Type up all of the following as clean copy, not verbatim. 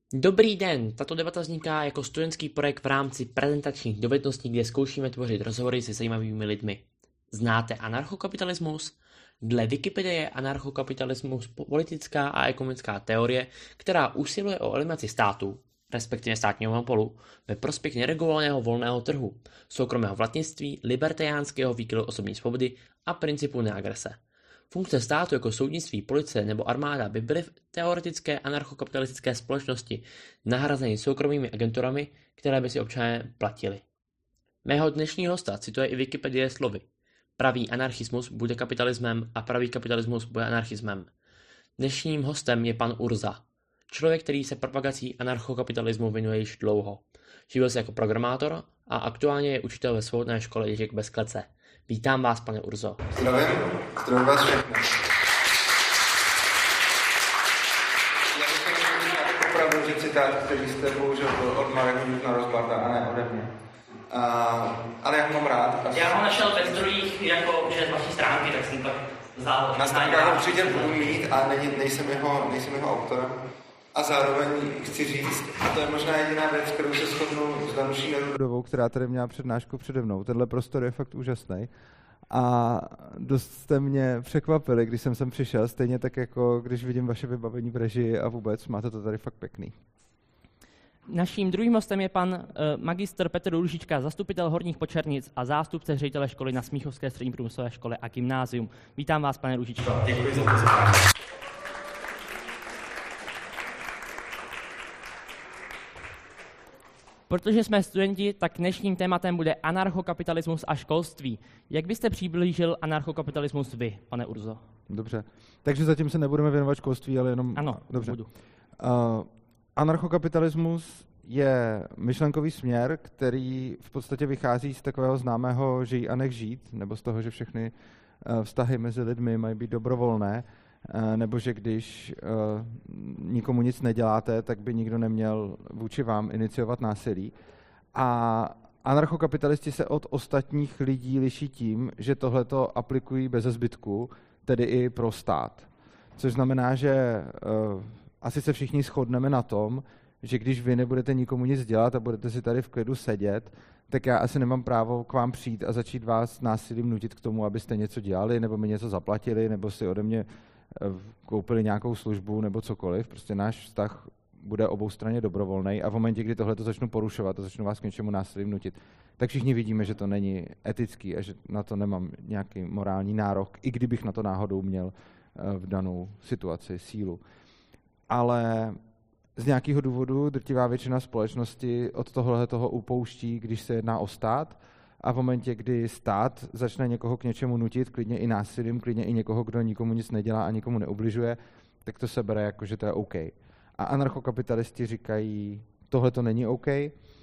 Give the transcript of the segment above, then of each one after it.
Dobrý den, tato debata vzniká jako studentský projekt v rámci prezentačních dovedností, kde zkoušíme tvořit rozhovory se zajímavými lidmi. Znáte anarchokapitalismus? Dle Wikipedie je anarchokapitalismus politická a ekonomická teorie, která usiluje o eliminaci státu, respektive státního monopolu, ve prospěch neregulovaného volného trhu, soukromého vlastnictví, libertariánského výkladu osobní svobody a principu neagrese. Funkce státu jako soudnictví, policie nebo armáda by byly v teoretické anarchokapitalistické společnosti nahrazeny soukromými agenturami, které by si občané platili. Mého dnešního hosta cituje i Wikipedie slovy: pravý anarchismus bude kapitalismem a pravý kapitalismus bude anarchismem. Dnešním hostem je pan Urza, člověk, který se propagací anarchokapitalismu věnuje již dlouho. Živil se jako programátor a aktuálně je učitel ve svobodné škole Ježek bez klece. Vítám vás, pane Urzo. Zdravím vás všechny. Já bych chtěl říct opravdu, že citát, který jste bohužel byl od Mareka Rozbarda a ne ode mě. Ale já ho mám rád. Já ho našel ve zdrojích jako že z vaší stránky, tak jsem tak vzal. Na stránkách ho určitě budu mít a nejsem jeho autorem. A zároveň chci říct, a to je možná jediná věc, kterou se shodnu s Danuší Nerudovou, která tady měla přednášku přede mnou. Tenhle prostor je fakt úžasný. A dost jste mě překvapili, když jsem sem přišel, stejně tak jako když vidím vaše vybavení v režii a vůbec, máte to tady fakt pěkný. Naším druhým hostem je pan magistr Petr Růžička, zastupitel Horních Počernic a zástupce ředitele školy na Smíchovské střední průmyslové škole a gymnázium. Vítám vás, pane Růžičko. Děkuji za pozvání. Protože jsme studenti, tak dnešním tématem bude anarchokapitalismus a školství. Jak byste přiblížil anarchokapitalismus vy, pane Urzo? Dobře, takže zatím se nebudeme věnovat školství, ale jenom... Ano, dobře. budu. Anarchokapitalismus je myšlenkový směr, který v podstatě vychází z takového známého žij a nech žít, nebo z toho, že všechny vztahy mezi lidmi mají být dobrovolné, nebo že když nikomu nic neděláte, tak by nikdo neměl vůči vám iniciovat násilí. A anarchokapitalisti se od ostatních lidí liší tím, že tohleto aplikují beze zbytku, tedy i pro stát. Což znamená, že asi se všichni shodneme na tom, že když vy nebudete nikomu nic dělat a budete si tady v klidu sedět, tak já asi nemám právo k vám přijít a začít vás násilím nutit k tomu, abyste něco dělali, nebo mi něco zaplatili, nebo si ode mě koupili nějakou službu, nebo cokoliv. Prostě náš vztah bude oboustranně dobrovolný a v momentě, kdy tohle to začnu porušovat a začnu vás k něčemu násilím nutit, tak všichni vidíme, že to není etický a že na to nemám nějaký morální nárok, i kdybych na to náhodou měl v danou situaci sílu. Ale z nějakého důvodu drtivá většina společnosti od toho upouští, když se jedná o stát, a v momentě, kdy stát začne někoho k něčemu nutit, klidně i násilím, klidně i někoho, kdo nikomu nic nedělá a nikomu neubližuje, tak to se bere jako, že to je OK. A anarchokapitalisti říkají, tohle to není OK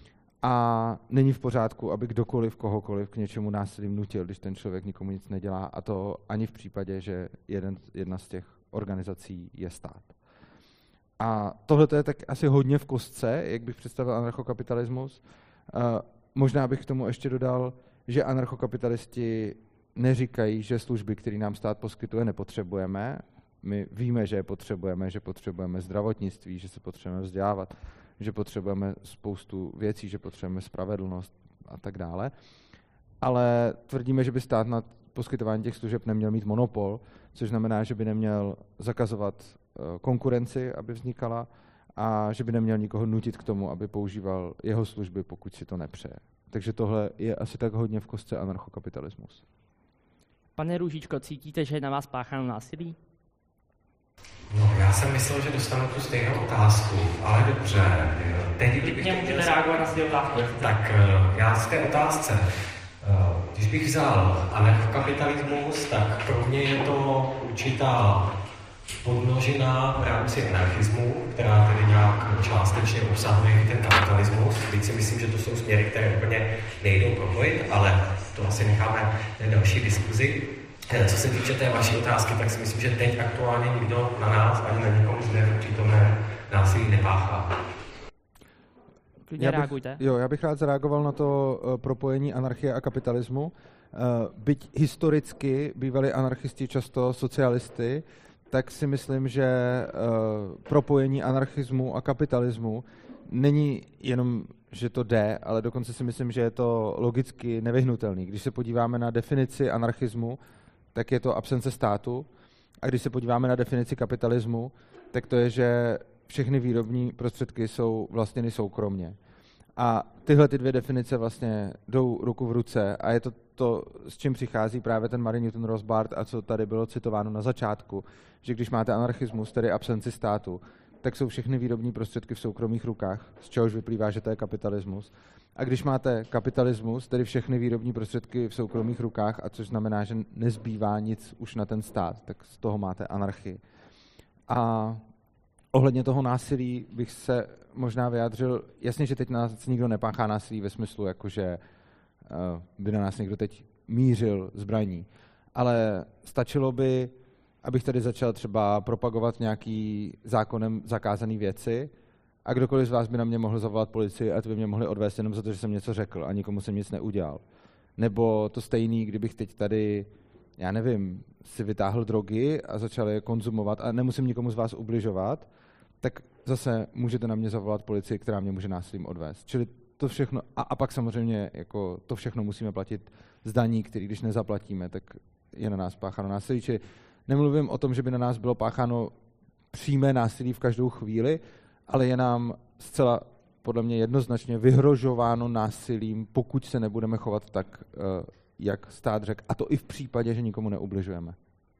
a není v pořádku, aby kdokoliv, kohokoliv k něčemu násilím nutil, když ten člověk nikomu nic nedělá, a to ani v případě, že jedna z těch organizací je stát. A tohle je tak asi hodně v kostce, jak bych představil anarchokapitalismus. Možná bych k tomu ještě dodal, že anarchokapitalisti neříkají, že služby, které nám stát poskytuje, nepotřebujeme. My víme, že potřebujeme zdravotnictví, že se potřebujeme vzdělávat, že potřebujeme spoustu věcí, že potřebujeme spravedlnost a tak dále. Ale tvrdíme, že by stát na poskytování těch služeb neměl mít monopol, což znamená, že by neměl zakazovat konkurenci, aby vznikala, a že by neměl nikoho nutit k tomu, aby používal jeho služby, pokud si to nepřeje. Takže tohle je asi tak hodně v kostce anarchokapitalismus. Pane Růžičko, cítíte, že je na vás pácháno násilí? No, já jsem myslel, že dostanu tu stejnou otázku, ale dobře. Teď, kdybych můžete reagovat na svou otázku. Tak já z té otázce. Když bych vzal anarchokapitalismus, tak pro mě je to určitá podmnožina v rámci anarchismu, která tedy nějak částečně obsahuje ten kapitalismus. Teď si myslím, že to jsou směry, které úplně nejdou propojit, ale to asi necháme na další diskuzi. Co se týče té vaší otázky, tak si myslím, že teď aktuálně nikdo na nás ani na někomu zde přítomné násilí nepáchá. Já bych rád zareagoval na to propojení anarchie a kapitalismu. Byť historicky bývali anarchisti často socialisty, tak si myslím, že propojení anarchismu a kapitalismu není jenom, že to jde, ale dokonce si myslím, že je to logicky nevyhnutelný. Když se podíváme na definici anarchismu, tak je to absence státu, a když se podíváme na definici kapitalismu, tak to je, že všechny výrobní prostředky jsou vlastněny soukromně. A tyhle ty dvě definice vlastně jdou ruku v ruce a je to, s čím přichází právě ten Marie Newton Rothbard a co tady bylo citováno na začátku, že když máte anarchismus, tedy absenci státu, tak jsou všechny výrobní prostředky v soukromých rukách, z čehož vyplývá, že to je kapitalismus. A když máte kapitalismus, tedy všechny výrobní prostředky v soukromých rukách, a což znamená, že nezbývá nic už na ten stát, tak z toho máte anarchii. A ohledně toho násilí bych se možná vyjádřil, jasně, že teď nás nikdo nepáchá násilí ve smyslu, jakože by na nás někdo teď mířil zbraní, ale stačilo by, abych tady začal třeba propagovat nějaký zákonem zakázané věci a kdokoliv z vás by na mě mohl zavolat policii a to by mě mohli odvést jenom za to, že jsem něco řekl a nikomu jsem nic neudělal. Nebo to stejný, kdybych teď tady, já nevím, si vytáhl drogy a začal je konzumovat a nemusím nikomu z vás ubližovat, tak zase můžete na mě zavolat policii, která mě může násilím odvést. Čili to všechno, a pak samozřejmě jako to všechno musíme platit z daní, který když nezaplatíme, tak je na nás pácháno násilí. Čili nemluvím o tom, že by na nás bylo pácháno přímé násilí v každou chvíli, ale je nám zcela podle mě jednoznačně vyhrožováno násilím, pokud se nebudeme chovat tak, jak stát řekl. A to i v případě, že nikomu neubližujeme.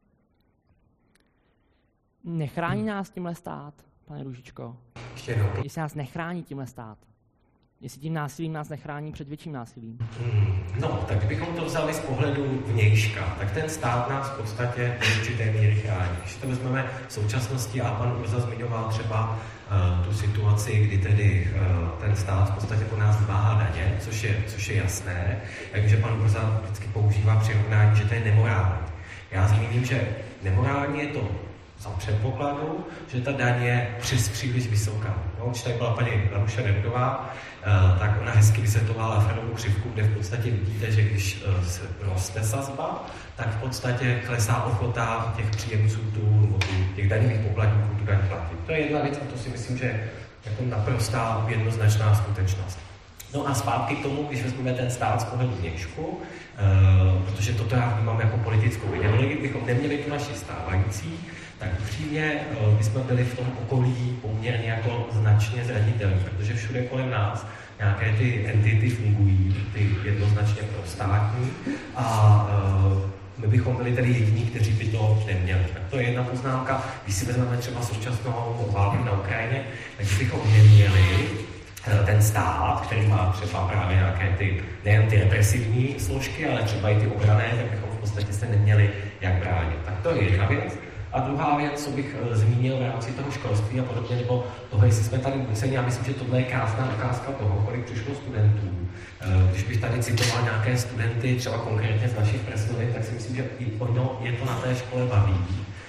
Nechrání nás tímhle stát, pane Růžičko? Jestli nás nechrání tímhle stát? Jestli tím násilím nás nechrání před větším násilím? No, tak kdybychom to vzali z pohledu vnějška, tak ten stát nás v podstatě v určité míry chrání. Když to vezmeme v současnosti, a pan Urza zmiňoval třeba tu situaci, kdy tedy ten stát v podstatě po nás vymáhá daně, což je jasné, takže pan Urza vždycky používá přirovnání, že to je nemorální. Já zmíním, že nemorální je to za předpokladu, že ta daň je příliš vysoká. No, když tady byla paní Danuše Nerudová, tak ona hezky vysvětlovala Fredovu křivku, kde v podstatě vidíte, že když se roste sazba, tak v podstatě klesá ochota těch příjemců těch daňových poplatníků tu daň platit. To je jedna věc a to si myslím, že je jako naprostá jednoznačná skutečnost. No a zpátky k tomu, když vezmeme ten stát z pohledu vnějšku, protože toto já vnímám jako politickou ideologii, kdybychom neměli tu naši stávající, tak upřímně bychom byli v tom okolí poměrně jako značně zranitelní, protože všude kolem nás nějaké ty entity fungují, ty jednoznačně prostátní a my bychom byli tedy jediní, kteří by to neměli. Tak to je jedna poznámka. Když si vezmeme třeba současnou válku na Ukrajině, tak bychom neměli ten stát, který má třeba právě nějaké nejen ty represivní složky, ale třeba i ty obranné, tak bychom v podstatě se neměli jak bránit. Tak to je jedna věc. A druhá věc, co bych zmínil v rámci toho školství a podobně, nebo toho, jestli jsme tady nuceni, já myslím, že tohle je krásná ukázka toho, kolik přišlo studentů. Když bych tady citoval nějaké studenty, třeba konkrétně z našich presnových, tak si myslím, že je to na té škole baví.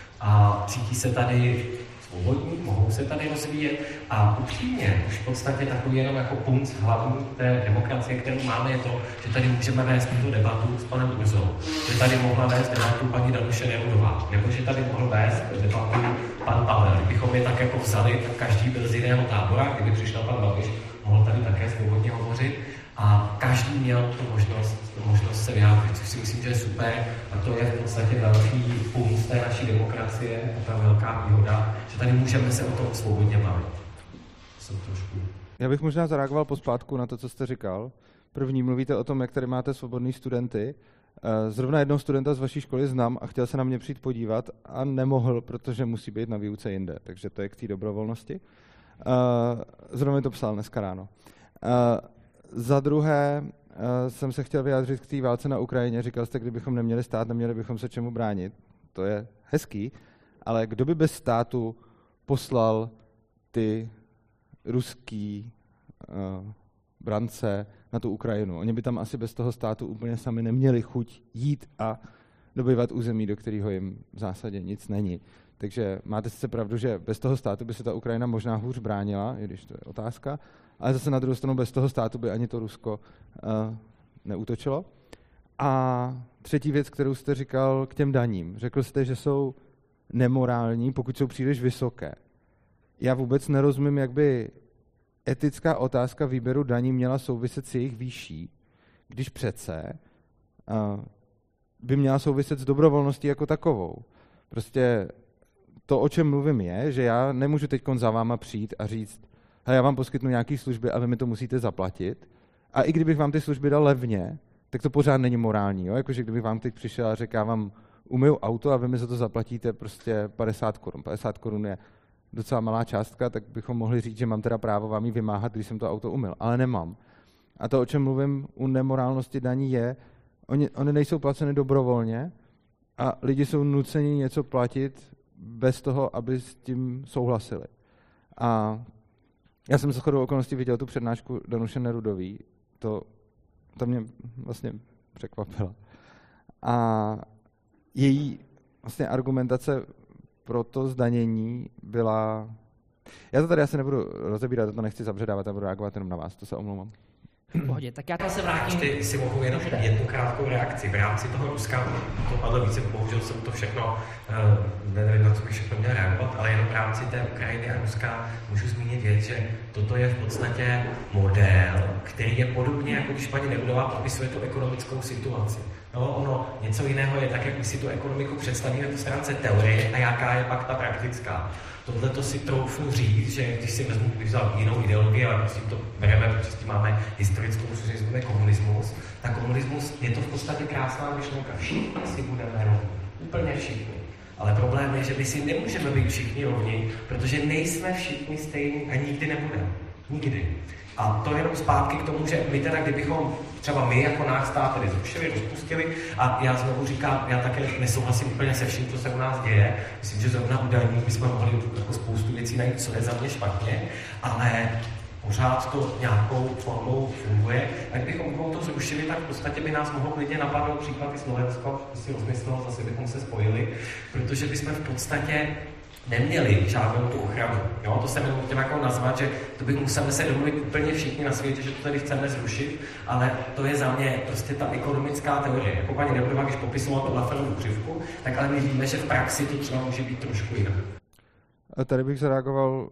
A cítí se tady svobodní, mohou se tady rozvíjet a upřímně už v podstatě takový jenom jako punc hlavní té demokracie, kterou máme, je to, že tady můžeme vést tuto debatu s panem Urzou, že tady mohla vést debatu paní Danuše Nerudová, nebo že tady mohl vést debatu pan Pavel. Kdybychom je tak jako vzali, tak každý byl z jiného tábora, kdyby přišel pan Babiš, mohl tady také svobodně hovořit a každý měl tu možnost se vyjádřit, což si myslím, že je super a to je v podstatě velký punc té naší demokracie a ta velká výhoda, že tady můžeme se o tom svobodně bavit. Já bych možná zareagoval pospátku na to, co jste říkal. První, mluvíte o tom, jak tady máte svobodný studenty. Zrovna jednoho studenta z vaší školy znám a chtěl se na mě přijít podívat a nemohl, protože musí být na výuce jinde. Takže to je k té dobrovolnosti. Zrovna mi to psal dneska ráno. Za druhé jsem se chtěl vyjádřit k té válce na Ukrajině. Říkal jste, kdybychom neměli stát, neměli bychom se čemu bránit. To je hezký, ale kdo by bez státu poslal ty ruský brance na tu Ukrajinu? Oni by tam asi bez toho státu úplně sami neměli chuť jít a dobyvat území, do kterého jim v zásadě nic není. Takže máte sice pravdu, že bez toho státu by se ta Ukrajina možná hůř bránila, i když to je otázka, ale zase na druhou stranu bez toho státu by ani to Rusko neútočilo. A třetí věc, kterou jste říkal k těm daním. Řekl jste, že jsou nemorální, pokud jsou příliš vysoké. Já vůbec nerozumím, jak by etická otázka výběru daní měla souviset s jejich výší, když přece by měla souviset s dobrovolností jako takovou. Prostě to, o čem mluvím, je, že já nemůžu teď za váma přijít a říct, hej, já vám poskytnu nějaké služby a vy mi to musíte zaplatit. A i kdybych vám ty služby dal levně, tak to pořád není morální. Jo? Jakože kdybych vám teď přišel a řekl, já vám umyju auto a vy mi za to zaplatíte prostě 50 korun. 50 korun je docela malá částka, tak bychom mohli říct, že mám teda právo vám ji vymáhat, když jsem to auto umyl. Ale nemám. A to, o čem mluvím u nemorálnosti daní, je, oni nejsou placeny dobrovolně a lidi jsou nuceni něco platit bez toho, aby s tím souhlasili. A já jsem se shodou okolností viděl tu přednášku Danuše Nerudový. To mě vlastně překvapilo. A její vlastně argumentace pro to zdanění byla... Já to tady asi nebudu rozebírat, to nechci zabředávat, já budu reagovat jenom na vás, to se omlouvám. V pohodě, tak já to se vrátím. Ještě si mohu jenom jednu krátkou reakci. V rámci toho Ruska, to padlo více, bohužel jsem to všechno, nevím, na co bych všechno měl reagovat, ale jenom v rámci té Ukrajiny a Ruska můžu zmínit věc, že toto je v podstatě model, který je podobně, jako když paní Nerudová popisuje tu ekonomickou situaci. No, ono něco jiného je tak, jak my si tu ekonomiku představíme po stránce teorie a jaká je pak ta praktická. Tohle to si troufnu říct, že když si vezmu, když vzal jinou ideologii, ale prostě to bereme, protože s tím máme historickou socialismus, komunismus, tak komunismus je to v podstatě krásná myšlenka. Všichni si budeme rovni. Úplně všichni. Ale problém je, že my si nemůžeme být všichni rovni, protože nejsme všichni stejní a nikdy nebudeme. Nikdy. A to jenom zpátky k tomu, že my teda, kdybychom třeba my jako náš stát tedy zrušili, rozpustili, a já znovu říkám, já také nesouhlasím úplně se vším, co se u nás děje. Myslím, že zrovna u daní bychom mohli jako spoustu věcí najít, co je za mě špatně, ale pořád to nějakou formou funguje. A kdybychom to zrušili, tak v podstatě by nás mohlo klidně napadnout příklad i Slovensko, to si rozmyslel, zase bychom se spojili, protože bychom v podstatě neměli žádnou tu ochranu. Jo? To jsem jenom chtěl jako nazvat, že to bych museli se domluvit úplně všichni na světě, že to tady chceme zrušit, ale to je za mě prostě ta ekonomická teorie. Jako paní Nerudová, když popisovala tu Lafferovu křivku, tak ale my víme, že v praxi to třeba může být trošku jinak. A tady bych zareagoval,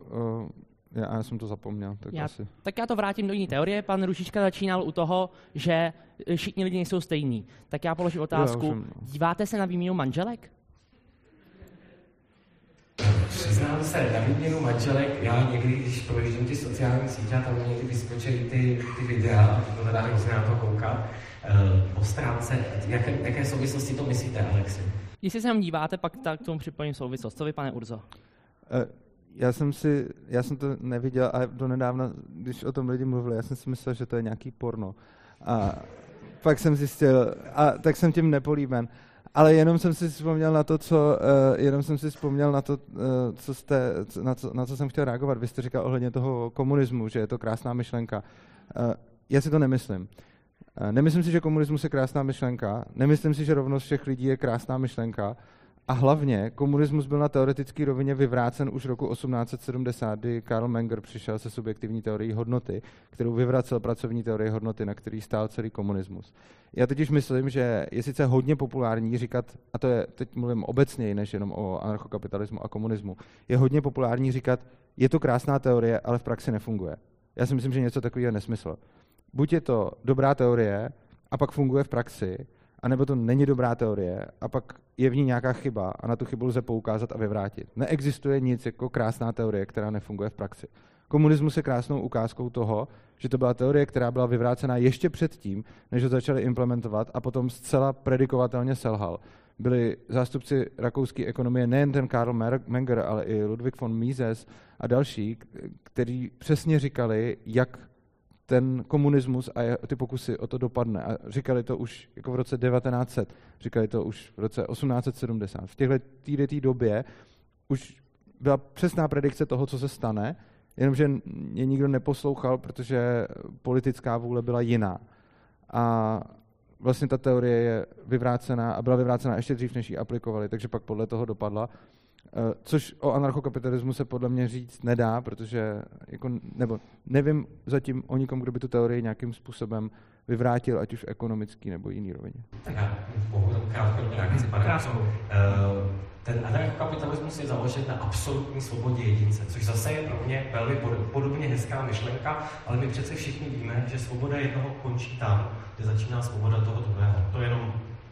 já jsem to zapomněl. Tak já to vrátím do jiné teorie. Pan Růžička začínal u toho, že všichni lidi nejsou stejní. Tak já položím otázku, díváte se na výměnu manželek? Přiznám se, na výměnu manželek, já někdy, když projíždím ty sociální sítě, tam někdy vyskočí ty videa, to teda hrozně na to koukat, o stránce, jaké souvislosti to myslíte, Alexi? Jestli se nám díváte, pak tak k tomu připojím souvislost. Co vy, pane Urzo? Já jsem to neviděl, ale donedávna, když o tom lidi mluvili, já jsem si myslel, že to je nějaký porno. A pak jsem zjistil, a tak jsem tím nepolíben. Ale jenom jsem si vzpomněl na to, na co jsem chtěl reagovat. Vy jste říkal ohledně toho komunismu, že je to krásná myšlenka. Já si to nemyslím. Nemyslím si, že komunismus je krásná myšlenka. Nemyslím si, že rovnost všech lidí je krásná myšlenka. A hlavně komunismus byl na teoretické rovině vyvrácen už roku 1870, kdy Karl Menger přišel se subjektivní teorií hodnoty, kterou vyvracel pracovní teorii hodnoty, na který stál celý komunismus. Já totiž myslím, že je sice hodně populární říkat, a to je, teď mluvím obecněji, než jenom o anarchokapitalismu a komunismu, je hodně populární říkat, je to krásná teorie, ale v praxi nefunguje. Já si myslím, že něco takového je nesmysl. Buď je to dobrá teorie a pak funguje v praxi, anebo to není dobrá teorie a pak je v ní nějaká chyba a na tu chybu lze poukázat a vyvrátit. Neexistuje nic jako krásná teorie, která nefunguje v praxi. Komunismus je krásnou ukázkou toho, že to byla teorie, která byla vyvrácená ještě předtím, než ho začali implementovat a potom zcela predikovatelně selhal. Byli zástupci rakouské ekonomie nejen ten Karl Menger, ale i Ludwig von Mises a další, kteří přesně říkali, jak ten komunismus a ty pokusy o to dopadne. A říkali to už jako v roce 1900, říkali to už v roce 1870. V této době už byla přesná predikce toho, co se stane, jenomže je nikdo neposlouchal, protože politická vůle byla jiná. A vlastně ta teorie je vyvrácená a byla vyvrácená ještě dřív, než ji aplikovali, takže pak podle toho dopadla. Což o anarchokapitalismu se podle mě říct nedá, protože nebo nevím zatím o nikom, kdo by tu teorii nějakým způsobem vyvrátil, ať už v ekonomický nebo jiný rovině. Tak já mohu krátkodobě reakci, pane. Ten anarchokapitalismus je založen na absolutní svobodě jedince, což zase je pro mě velmi podobně hezká myšlenka, ale my přece všichni víme, že svoboda jednoho končí tam, kde začíná svoboda toho druhého. To je jenom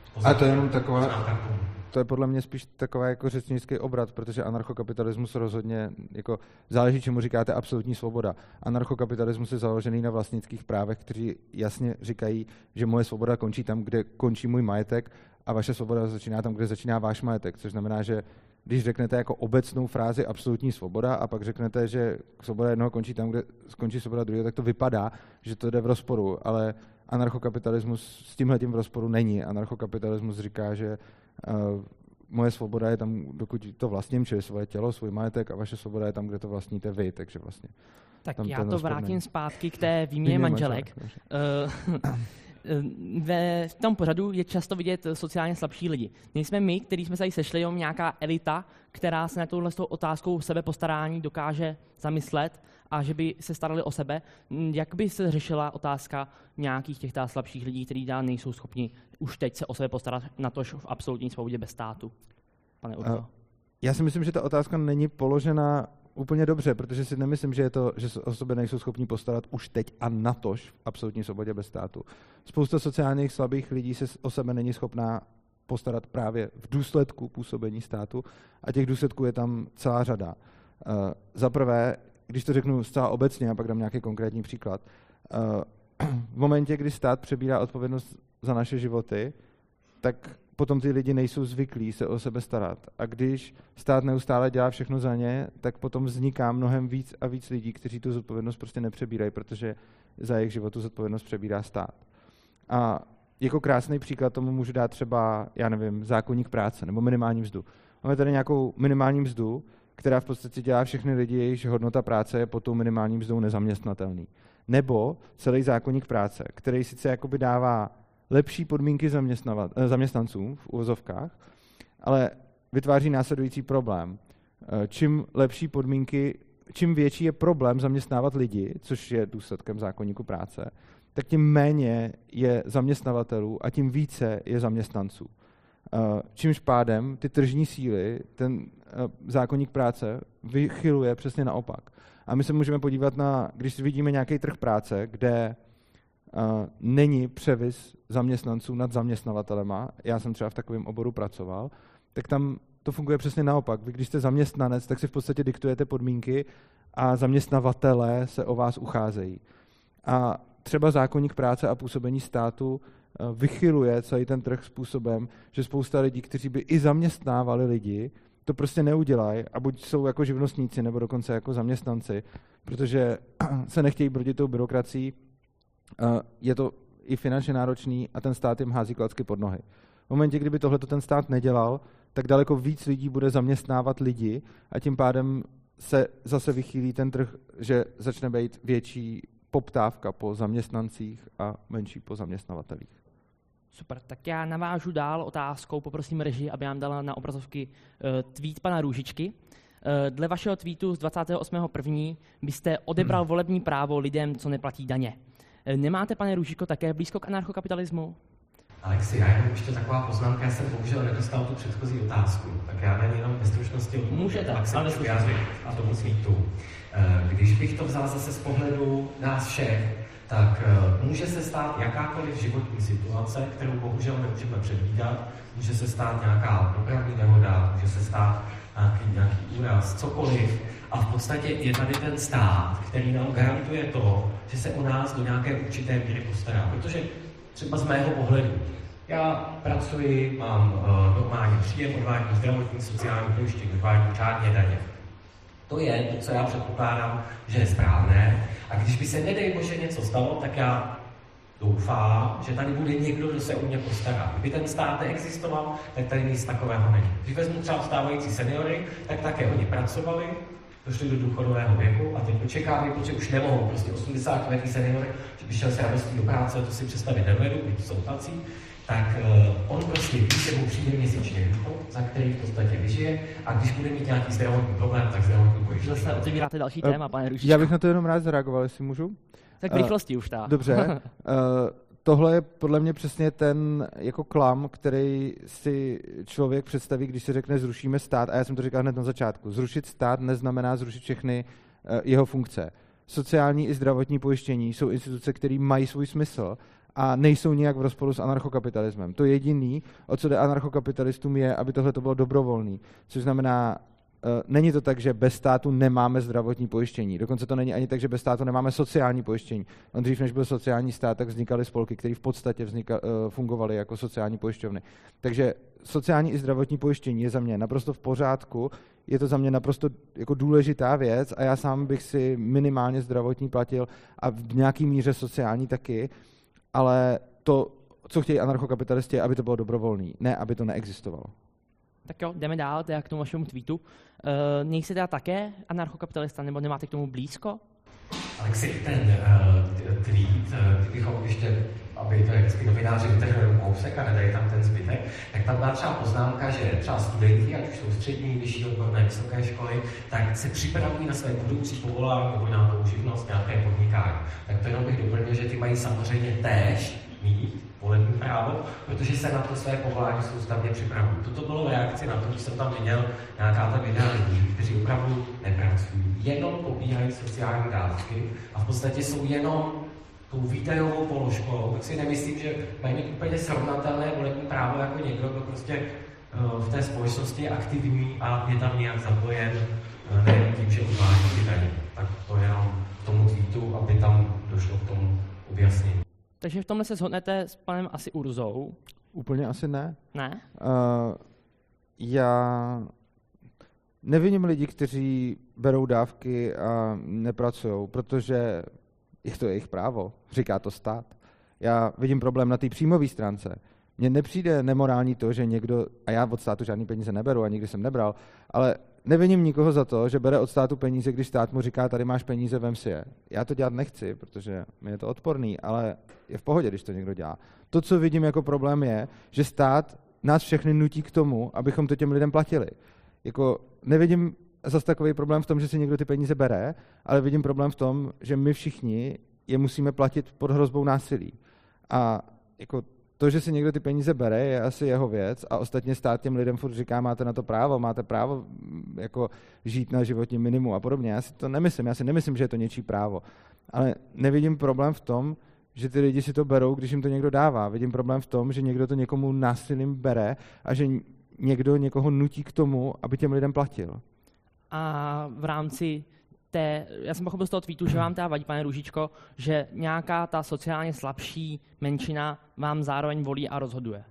to je podle mě spíš takový jako řečnický obrat, protože anarchokapitalismus rozhodně, jako záleží, čemu říkáte absolutní svoboda. Anarchokapitalismus je založený na vlastnických právech, kteří jasně říkají, že moje svoboda končí tam, kde končí můj majetek a vaše svoboda začíná tam, kde začíná váš majetek, což znamená, že když řeknete jako obecnou frázi absolutní svoboda a pak řeknete, že svoboda jednoho končí tam, kde skončí svoboda druhého, tak to vypadá, že to jde v rozporu, ale anarchokapitalismus s tímhletím v rozporu není. Anarchokapitalismus říká, že moje svoboda je tam, dokud to vlastním, čili svoje tělo, svůj majetek, a vaše svoboda je tam, kde to vlastníte vy, takže vlastně. Tak já to vrátím zpátky k té výměně manželek. V tom pořadu je často vidět sociálně slabší lidi. Nejsme my, kteří jsme se tady sešli, jenom nějaká elita, která se na touhle otázkou sebepostarání dokáže zamyslet a že by se starali o sebe. Jak by se řešila otázka nějakých těch slabších lidí, kteří nejsou schopni už teď se o sebe postarat, natož v absolutní svobodě bez státu? Pane Urbo. Já si myslím, že ta otázka není položena úplně dobře, protože si nemyslím, že se o sebe nejsou schopni postarat už teď a natož v absolutní svobodě bez státu. Spousta sociálních slabých lidí se o sebe není schopná postarat právě v důsledku působení státu a těch důsledků je tam celá řada. Za prvé, když to řeknu zcela obecně a pak dám nějaký konkrétní příklad, v momentě, kdy stát přebírá odpovědnost za naše životy, tak potom ty lidi nejsou zvyklí se o sebe starat. A když stát neustále dělá všechno za ně, tak potom vzniká mnohem víc a víc lidí, kteří tu zodpovědnost prostě nepřebírají, protože za jejich životu zodpovědnost přebírá stát. A jako krásný příklad tomu můžu dát třeba, já nevím, zákoník práce nebo minimální mzdu. Máme tady nějakou minimální mzdu, která v podstatě dělá všechny lidi, jejichž hodnota práce je pod tou minimální mzdou nezaměstnatelný. Nebo celý zákoník práce, který sice jakoby dává lepší podmínky zaměstnancům v uvozovkách, ale vytváří následující problém. Čím lepší podmínky, čím větší je problém zaměstnávat lidi, což je důsledkem zákoníku práce, tak tím méně je zaměstnavatelů a tím více je zaměstnanců. Čímž pádem ty tržní síly, ten zákoník práce vychyluje přesně naopak. A my se můžeme podívat když vidíme nějaký trh práce, kde není převis zaměstnanců nad zaměstnavatelema, já jsem třeba v takovém oboru pracoval, tak tam to funguje přesně naopak. Vy, když jste zaměstnanec, tak si v podstatě diktujete podmínky a zaměstnavatelé se o vás ucházejí. A třeba zákoník práce a působení státu vychyluje celý ten trh způsobem, že spousta lidí, kteří by i zaměstnávali lidi, to prostě neudělají a buď jsou jako živnostníci, nebo dokonce jako zaměstnanci, protože se nechtějí brodit tou byrokracií, je to i finančně náročný a ten stát jim hází klacky pod nohy. V momentě, kdyby tohleto ten stát nedělal, tak daleko víc lidí bude zaměstnávat lidi a tím pádem se zase vychýlí ten trh, že začne být větší poptávka po zaměstnancích a menší po zaměstnavatelích. Super, tak já navážu dál otázkou, poprosím režii, aby nám dala na obrazovky tweet pana Růžičky. Dle vašeho tweetu z 28.1. byste odebral volební právo lidem, co neplatí daně. Nemáte, pane Růžičko, také blízko k anarchokapitalismu? Alexi, já jenom ještě taková poznámka, já jsem bohužel nedostal tu předchozí otázku, tak já jen jenom ve stručnosti odpovím. Můžete, ale vyjádřit a tomu tweetu. Když bych to vzal zase z pohledu nás všech, tak může se stát jakákoliv životní situace, kterou bohužel nemůžeme předvídat, může se stát nějaká dopravní nehoda, může se stát nějaký úraz, cokoliv. A v podstatě je tady ten stát, který nám garantuje to, že se o nás do nějaké určité míry postará. Protože třeba z mého pohledu, já pracuji, mám normální příjem, odvádím zdravotní, sociální pojištění, odvádím řádně daně. To je to, co já předpokládám, že je správné. A když by se, nedej bože, něco stalo, tak já doufám, že tady bude někdo, kdo se o mě postará. Kdyby ten stát neexistoval, tak tady nic takového není. Když vezmu třeba stávající seniory, tak také oni pracovali, došli do důchodového věku a teď očekávají, protože už nemohou, prostě 80letý seniory, že by šel se radostí do práce, to si představit nevedu, když jsou tací. tak on prostě ví, že mu přijde měsíčně důchod, za který v podstatě vyžije, a když bude mít nějaký zdravotní problém, tak zdravotní pojištění. Zase otevíráte další téma, pane Růžičko. Já bych na to jenom rád zareagoval, jestli můžu. Tak v rychlosti už ta. Dobře. Tohle je podle mě přesně ten jako klam, který si člověk představí, když se řekne zrušíme stát, a já jsem to říkal hned na začátku. Zrušit stát neznamená zrušit všechny jeho funkce. Sociální i zdravotní pojištění jsou instituce, které mají svůj smysl a nejsou nijak v rozporu s anarchokapitalismem. To jediný, o co jde anarchokapitalistům, je, aby tohle to bylo dobrovolný, což znamená, není to tak, že bez státu nemáme zdravotní pojištění. Dokonce to není ani tak, že bez státu nemáme sociální pojištění. On dřív, než byl sociální stát, tak vznikaly spolky, které v podstatě fungovaly jako sociální pojišťovny. Takže sociální i zdravotní pojištění je za mě naprosto v pořádku, je to za mě naprosto jako důležitá věc a já sám bych si minimálně zdravotní platil a v nějaký míře sociální taky, ale to, co chtějí anarchokapitalisti, je, aby to bylo dobrovolný, ne, aby to neexistovalo. Tak jo, jdeme dál, teda k tomu vašemu tweetu. Nejste teda také anarchokapitalista, nebo nemáte k tomu blízko? Alexi, ten tweet, kdybychom ještě, aby to vždycky novináři vytrhli kousek a nedají tam ten zbytek, tak tam byla třeba poznámka, že třeba studenti, ať už jsou střední, vyšší odborné, vysoké školy, tak se připravují na své budoucí povolání nebo na to živnost, nějaké podnikání. Tak to jenom bych doplnil, že ty mají samozřejmě též mít volební právo, protože se na to své povolání soustavně připravují. Toto bylo reakce na to, že jsem tam viděl nějaká ta videa lidí, kteří opravdu nepracují, jenom pobíhají sociální dávky a v podstatě jsou jenom tou výdajovou položkou, tak si nemyslím, že mají mít úplně srovnatelné volební právo jako někdo, kdo prostě v té společnosti je aktivní a je tam nějak zapojen, nejen tím, že odvádí ty daně. Tak to jenom k tomu tweetu, aby tam došlo k tomu objasnění. Takže v tomhle se shodnete s panem asi Urzou? Úplně asi ne. Ne? Já neviním lidi, kteří berou dávky a nepracují, protože je to jejich právo, říká to stát. Já vidím problém na té příjmové stránce. Mně nepřijde nemorální to, že někdo, a já od státu žádný peníze neberu a nikdy jsem nebral, ale neviním nikoho za to, že bere od státu peníze, když stát mu říká, tady máš peníze, vem si je. Já to dělat nechci, protože mi je to odporný, ale je v pohodě, když to někdo dělá. To, co vidím jako problém, je, že stát nás všechny nutí k tomu, abychom to těm lidem platili. Jako nevidím zase takový problém v tom, že si někdo ty peníze bere, ale vidím problém v tom, že my všichni je musíme platit pod hrozbou násilí. A jako to, že si někdo ty peníze bere, je asi jeho věc a ostatně stát těm lidem furt říká, máte právo jako žít na životním minimu a podobně. Já si to nemyslím, já si nemyslím, že je to něčí právo. Ale nevidím problém v tom, že ty lidi si to berou, když jim to někdo dává. Vidím problém v tom, že někdo to někomu násilím bere a že někdo někoho nutí k tomu, aby těm lidem platil. A v rámci já jsem pochopil z toho tweetu, že vám teda vadí, pane Růžičko, že nějaká ta sociálně slabší menšina vám zároveň volí a rozhoduje.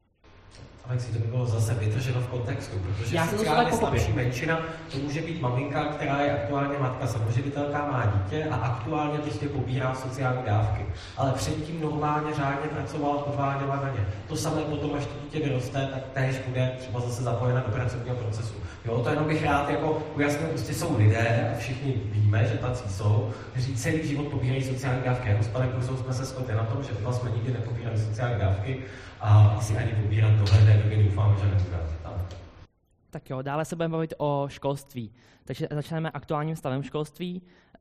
Alexi, to by bylo zase vytrženo v kontextu, protože sociálně slabší menšina to může být maminka, která je aktuálně matka samoživitelka, má dítě a aktuálně prostě pobírá sociální dávky. Ale předtím normálně řádně pracovala, odváděla daně. To samé potom, až to dítě vyroste, tak též bude třeba zase zapojena do pracovního procesu. Jo, to jenom bych rád jako ujasnil, prostě jsou lidé a všichni víme, že tací jsou, kteří celý život pobírají sociální dávky. Jako s panem Kurzou jsme se shodli na tom, že jsme nikdy nepobírali sociální dávky a asi ani pobírat do hledné doby doufám, že nebudeme. Tak jo, dále se budeme bavit o školství. Takže začneme aktuálním stavem školství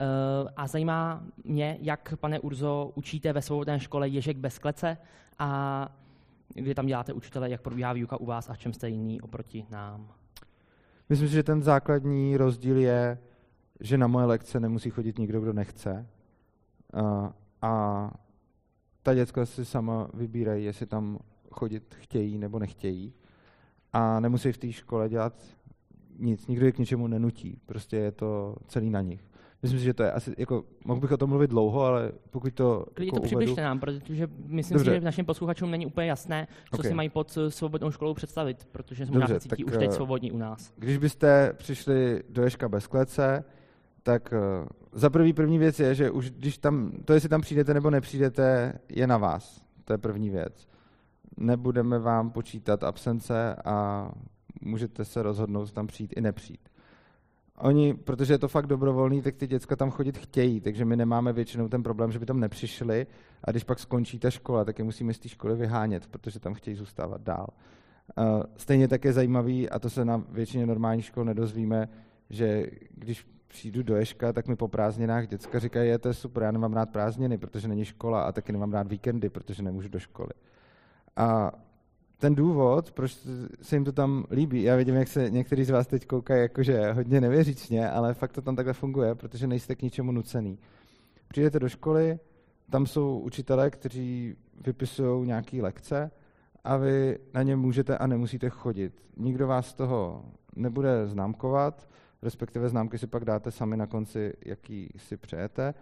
a zajímá mě, jak, pane Urzo, učíte ve svobodné škole Ježek bez klece a kdy tam děláte učitele, jak probíhá výuka u vás a v čem jste jiný oproti nám. Myslím si, že ten základní rozdíl je, že na moje lekce nemusí chodit nikdo, kdo nechce. A ta děcka si sama vybírají, jestli tam chodit chtějí nebo nechtějí. A nemusí v té škole dělat nic. Nikdo je k ničemu nenutí. Prostě je to celý na nich. Myslím si, že to je asi, jako, mohl bych o tom mluvit dlouho, ale pokud to Klidně jako to přibližte nám, protože myslím si, že našim posluchačům není úplně jasné, co si mají pod svobodnou školou představit, protože jsme možná cítí už teď svobodní u nás. Když byste přišli do Ježka bez klece, tak za první věc je, že už když tam, to jestli tam přijdete nebo nepřijdete, je na vás. To je první věc. Nebudeme vám počítat absence a můžete se rozhodnout tam přijít i nepřijít. Oni, protože je to fakt dobrovolný, tak ty děcka tam chodit chtějí, takže my nemáme většinou ten problém, že by tam nepřišli a když pak skončí ta škola, tak je musíme z té školy vyhánět, protože tam chtějí zůstávat dál. Stejně tak je zajímavý, a to se na většině normálních škol nedozvíme, že když přijdu do Ježka, tak mi po prázdninách děcka říkají, to je super, já nemám rád prázdniny, protože není škola a taky nemám rád víkendy, protože nemůžu do školy. A ten důvod, proč se jim to tam líbí, já vidím, jak se někteří z vás teď koukají jakože hodně nevěřícně, ale fakt to tam takhle funguje, protože nejste k ničemu nucený. Přijdete do školy, tam jsou učitelé, kteří vypisují nějaké lekce a vy na ně můžete a nemusíte chodit. Nikdo vás z toho nebude známkovat, respektive známky si pak dáte sami na konci, jaký si přejete.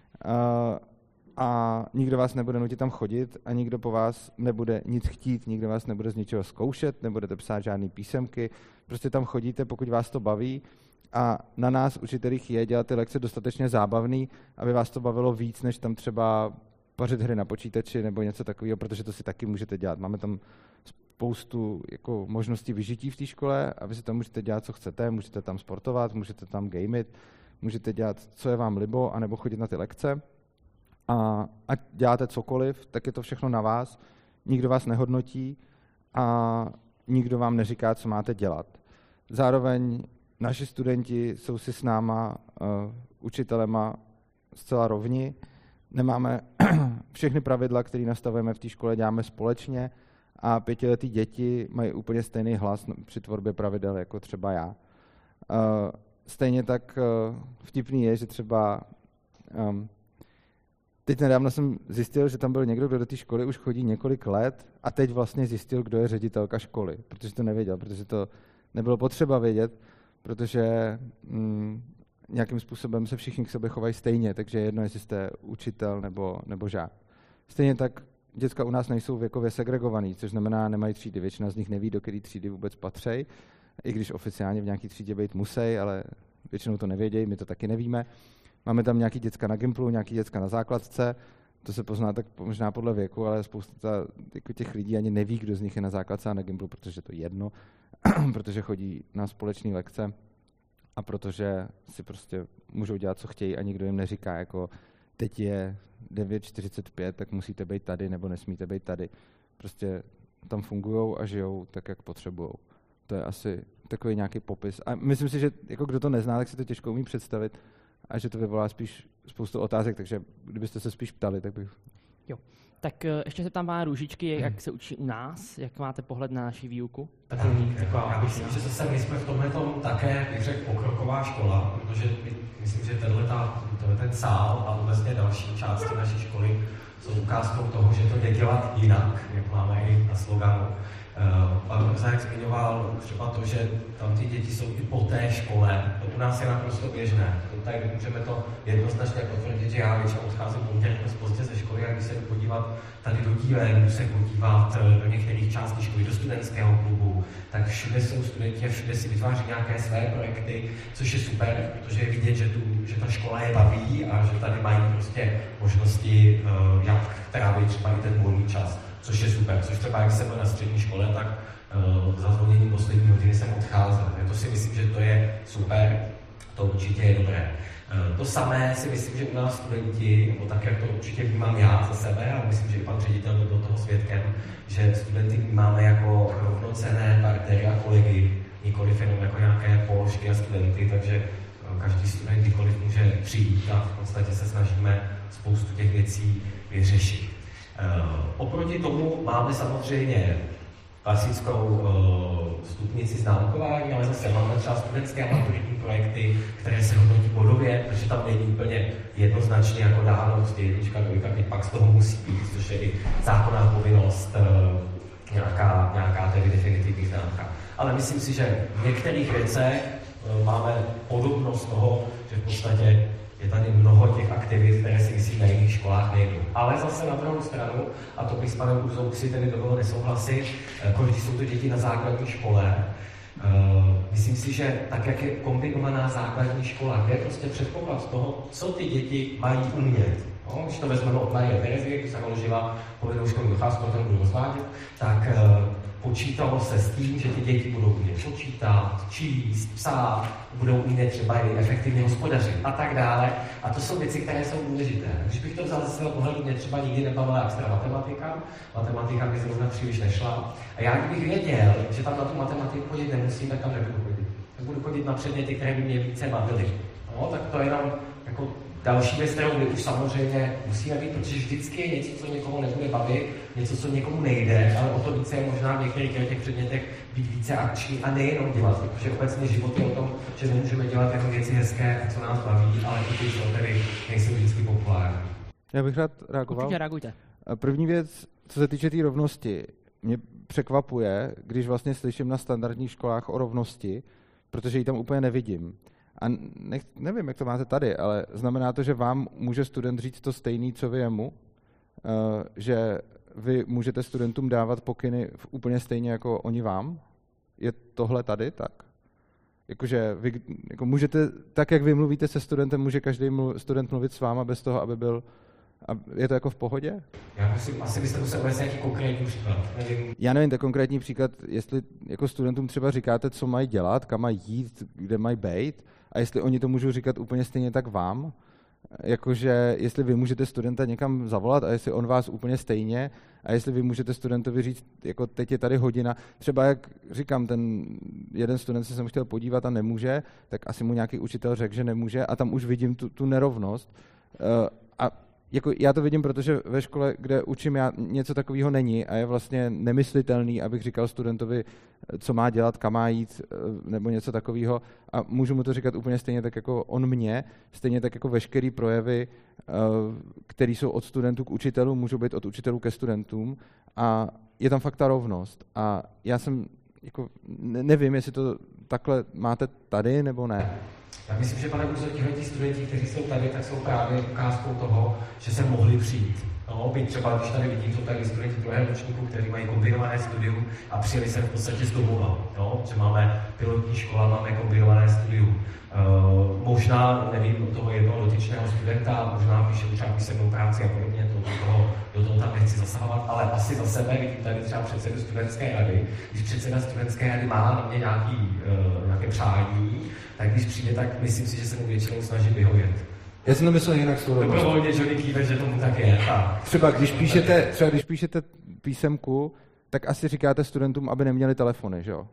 A nikdo vás nebude nutit tam chodit a nikdo po vás nebude nic chtít, nikdo vás nebude z ničeho zkoušet, nebudete psát žádný písemky, prostě tam chodíte, pokud vás to baví a na nás, učitelích, je dělat ty lekce dostatečně zábavný, aby vás to bavilo víc, než tam třeba pařit hry na počítači nebo něco takového, protože to si taky můžete dělat. Máme tam spoustu jako možností vyžití v té škole a vy si tam můžete dělat, co chcete, můžete tam sportovat, můžete tam gameit, můžete dělat, co je vám libo, anebo chodit na ty lekce. A ať děláte cokoliv, tak je to všechno na vás, nikdo vás nehodnotí a nikdo vám neříká, co máte dělat. Zároveň naši studenti jsou si s náma, učitelema, zcela rovni. Nemáme všechny pravidla, které nastavujeme v té škole, děláme společně a 5letý děti mají úplně stejný hlas při tvorbě pravidel, jako třeba já. Stejně tak vtipný je, že třeba teď nedávno jsem zjistil, že tam byl někdo, kdo do té školy už chodí několik let a teď vlastně zjistil, kdo je ředitelka školy, protože to nevěděl, protože to nebylo potřeba vědět, protože nějakým způsobem se všichni k sobě chovají stejně, takže je jedno, jestli jste učitel nebo žák. Stejně tak děcka u nás nejsou věkově segregovaný, což znamená, nemají třídy, většina z nich neví, do které třídy vůbec patří, i když oficiálně v nějaké třídě být musí, ale většinou to nevědějí, my to taky nevíme. Máme tam nějaký děcka na Gimplu, nějaký děcka na základce, to se pozná tak možná podle věku, ale spousta jako těch lidí ani neví, kdo z nich je na základce a na Gimplu, protože to je jedno, protože chodí na společné lekce a protože si prostě můžou dělat, co chtějí a nikdo jim neříká, jako teď je 9:45, tak musíte být tady nebo nesmíte být tady. Prostě tam fungujou a žijou tak, jak potřebujou. To je asi takový nějaký popis. A myslím si, že jako kdo to nezná, tak si to těžko umí představit a že to vyvolá spíš spoustu otázek, takže kdybyste se spíš ptali, tak bych... Jo. Tak ještě se tam má Růžičky, jak se učí u nás, jak máte pohled na naši výuku? Já myslím, že zase my jsme v tomhletom také, bych řekl, pokroková škola, protože myslím, že ten sál a vlastně další části naší školy jsou ukázkou toho, že to jde dělat jinak, jak máme i na sloganu. Pan Mrzák zmiňoval třeba to, že tam ty děti jsou i po té škole. To u nás je naprosto běžné. Tady můžeme to jednoznačně potvrdit, že já většinou odcházím poměrně pozdě ze školy a když se jdu podívat tady do dílen, jdu se podívat do některých částí školy, do studentského klubu, tak všude jsou studenti a všude si vytváří nějaké své projekty, což je super, protože je vidět, že ta škola je baví a že tady mají prostě možnosti, jak trávit třeba i ten volný čas. Což je super, což třeba jak jsem byl na střední škole, tak za zvoněním poslední hodiny jsem odcházel. To si myslím, že to je super, to určitě je dobré. To samé si myslím, že u nás studenti, nebo tak, jak to určitě vnímám já za sebe, a myslím, že i pan ředitel byl toho svědkem, že studenty vnímáme jako rovnocenné partnery a kolegy, nikoliv jenom jako nějaké položky a studenty, takže každý student kdykoliv může přijít a v podstatě se snažíme spoustu těch věcí vyřešit. Oproti tomu máme samozřejmě klasickou stupnici známkování, ale zase máme třeba studentské a maturitní projekty, které se hodnotí bodově, protože tam není úplně jednoznačně jako dáno, prostě jednička, dvojka, teď pak z toho musí být, což je i zákonná povinnost, nějaká tedy definitivní známka. Ale myslím si, že v některých věcech máme podobnost toho, že v podstatě je tady mnoho těch aktivit, které si myslím na jiných školách nejdou. Ale zase na druhou stranu, a to bych s panem Kurzou si tedy dovolil nesouhlasit, když jsou to děti na základní škole, myslím si, že tak, jak je kombinovaná základní škola, kde je prostě předpoklad toho, co ty děti mají umět. No, když to vezmeme od Marie Terezie, když se naložila povinnou školní docházku, o tom budu rozvádět, tak počítalo se s tím, že ty děti budou umět počítat, číst, psát, budou umět třeba i efektivně hospodařit a tak dále. A to jsou věci, které jsou důležité. Když bych to vzal ze svého pohledu, mě třeba nikdy nebavila extra matematika mi zrovna příliš nešla. A já kdybych věděl, že tam na tu matematiku chodit nemusím, tak tam nebudu chodit. Tak budu chodit na předměty, které by mě více bavily. No, tak to je jenom jako další věc, kterou my už samozřejmě musíme být, protože vždycky je něco, co někoho nebude bavit, něco, co někomu nejde, ale o to více je možná v některých těch předmětech být více akční a nejenom dělat, protože obecně život je o tom, že nemůžeme dělat jenom věci hezké, co nás baví, ale i ty, co tedy nejsou vždycky populární. Já bych rád reagoval. Určitě reagujte. První věc, co se týče té rovnosti, mě překvapuje, když vlastně slyším na standardních školách o rovnosti, protože ji tam úplně nevidím. A nevím, jak to máte tady, ale znamená to, že vám může student říct to stejný, co vy jemu? Že vy můžete studentům dávat pokyny úplně stejně jako oni vám? Je tohle tady tak? Jakože vy můžete, tak jak vy mluvíte se studentem, může každý student mluvit s váma bez toho, aby byl... A je to jako v pohodě? Já myslím, asi byste musel uvést nějaký konkrétní příklad. Já nevím, tak konkrétní příklad, jestli jako studentům třeba říkáte, co mají dělat, kam mají jít, kde mají bejt, a jestli oni to můžou říkat úplně stejně tak vám, jakože jestli vy můžete studenta někam zavolat a jestli on vás úplně stejně, a jestli vy můžete studentovi říct, jako teď je tady hodina, třeba jak říkám, ten jeden student se sem chtěl podívat a nemůže, tak asi mu nějaký učitel řekl, že nemůže, a tam už vidím tu nerovnost. A jako já to vidím, protože ve škole, kde učím já, něco takového není a je vlastně nemyslitelný, abych říkal studentovi, co má dělat, kam má jít, nebo něco takového, a můžu mu to říkat úplně stejně tak jako on mě, stejně tak jako veškerý projevy, které jsou od studentů k učitelům, můžou být od učitelů ke studentům, a je tam fakt ta rovnost. A já jsem, jako, nevím, jestli to takhle máte tady, nebo ne. Já myslím, že pane Buzo, tihleti studenti, kteří jsou tady, tak jsou právě ukázkou toho, že se mohli přijít. No, byť třeba, když tady vidím, jsou tady studenti druhého ročníku, kteří mají kombinované studium a přijeli se v podstatě z domova. No, že máme pilotní škola, máme kombinované studium. Možná, nevím, toho jednoho dotyčného studenta, možná píše třeba písemnou práci a podobně, do toho tam nechci zasahovat, ale asi za sebe vidím tady třeba předsedu studentské rady. Když předseda studentské rady má na mě nějaké přání, tak když přijde, tak myslím si, že se mu většinou snaží vyhovět. Já jsem to myslel jinak s tou rovností. Dobrovolně Johnny kýve, že tomu tak je. Třeba když píšete písemku, tak asi říkáte studentům, aby neměli telefony, že jo?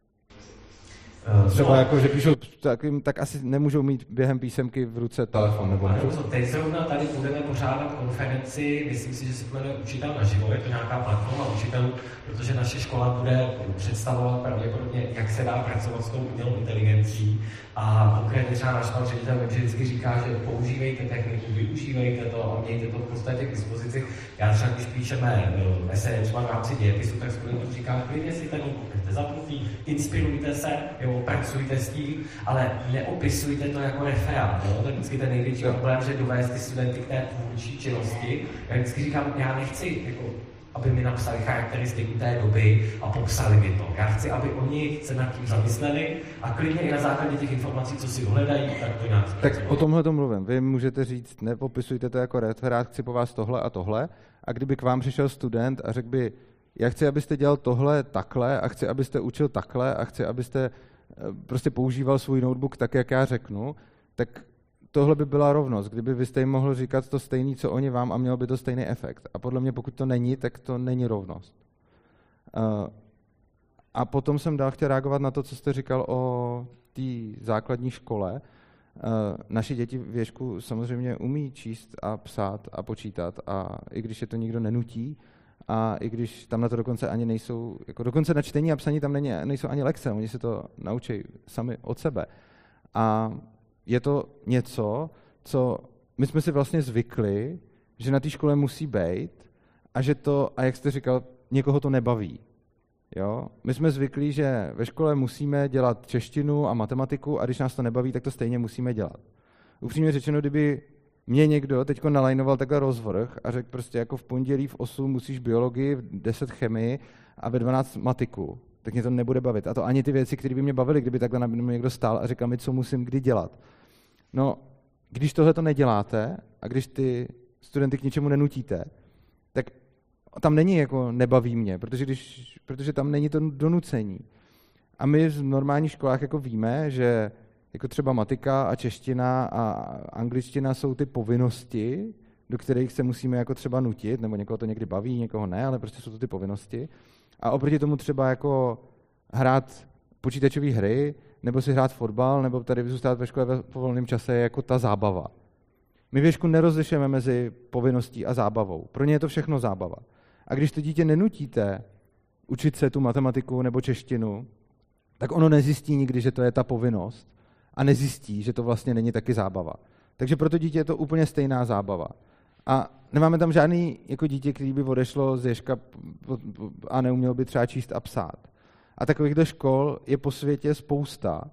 Třeba jako, že píšou, tak asi nemůžou mít během písemky v ruce telefon. Nebo teď zrovna tady budeme pořádat konferenci, myslím si, že se jmenuje Učitel naživo, je to nějaká platforma učitelů, protože naše škola bude představovat pravděpodobně, jak se dá pracovat s tou umělou inteligencí. A konkrétně třeba náš pan ředitel vždycky říká, že používejte techniku, využívejte to a mějte to v podstatě k dispozici. Já třeba, když píšeme esej třeba v rámci dějepisu, tak studentům říkám, klidně si ten úkol zapnutý, inspirujte se, jo, pracujte s tím, ale neopisujte to jako referát. To je vždycky ten největší problém, že dovést ty studenty k té tvůrčí činnosti. Já vždycky říkám, já nechci jako aby mi napsali charakteristiku té doby a popsali mi to. Já chci, aby oni se nad tím zamysleli a klidně i na základě těch informací, co si dohledají, tak to nějak. Tak o tomhle to mluvím. Vy můžete říct, nepopisujte to jako referát, chci po vás tohle a tohle, a kdyby k vám přišel student a řekl by, já chci, abyste dělal tohle takhle a chci, abyste učil takhle a chci, abyste prostě používal svůj notebook tak, jak já řeknu, tak tohle by byla rovnost, kdyby vy jste jim mohl říkat to stejný, co oni vám, a mělo by to stejný efekt. A podle mě, pokud to není, tak to není rovnost. A potom jsem dál chtěl reagovat na to, co jste říkal o té základní škole. Naši děti v věšku samozřejmě umí číst a psát a počítat, a i když je to nikdo nenutí, a i když tam na to dokonce ani nejsou, jako dokonce na čtení a psaní tam nejsou ani lekce, oni se to naučí sami od sebe. A je to něco, co my jsme si vlastně zvykli, že na té škole musí být, a že to, a jak jste říkal, někoho to nebaví. Jo? My jsme zvyklí, že ve škole musíme dělat češtinu a matematiku, a když nás to nebaví, tak to stejně musíme dělat. Upřímně řečeno, kdyby mě někdo teď nalajnoval takhle rozvrh a řekl prostě jako v pondělí v 8 musíš biologii, v 10 chemii a ve 12 matiku, tak mě to nebude bavit. A to ani ty věci, které by mě bavily, kdyby takhle na mě někdo stál a říkal mi, co musím kdy dělat. No, když tohle to neděláte a když ty studenty k ničemu nenutíte, tak tam není jako nebaví mě, protože tam není to donucení. A my v normálních školách jako víme, že jako třeba matika a čeština a angličtina jsou ty povinnosti, do kterých se musíme jako třeba nutit, nebo někoho to někdy baví, někoho ne, ale prostě jsou to ty povinnosti. A oproti tomu třeba jako hrát počítačové hry, nebo si hrát fotbal, nebo tady zůstat ve škole po volném čase je jako ta zábava. My věšku nerozlišujeme mezi povinností a zábavou. Pro ně je to všechno zábava. A když to dítě nenutíte učit se tu matematiku nebo češtinu, tak ono nezjistí nikdy, že to je ta povinnost a nezjistí, že to vlastně není taky zábava. Takže pro to dítě je to úplně stejná zábava. A nemáme tam žádný jako dítě, který by odešlo z ježka a neuměl by třeba číst a psát. A takovýchto škol je po světě spousta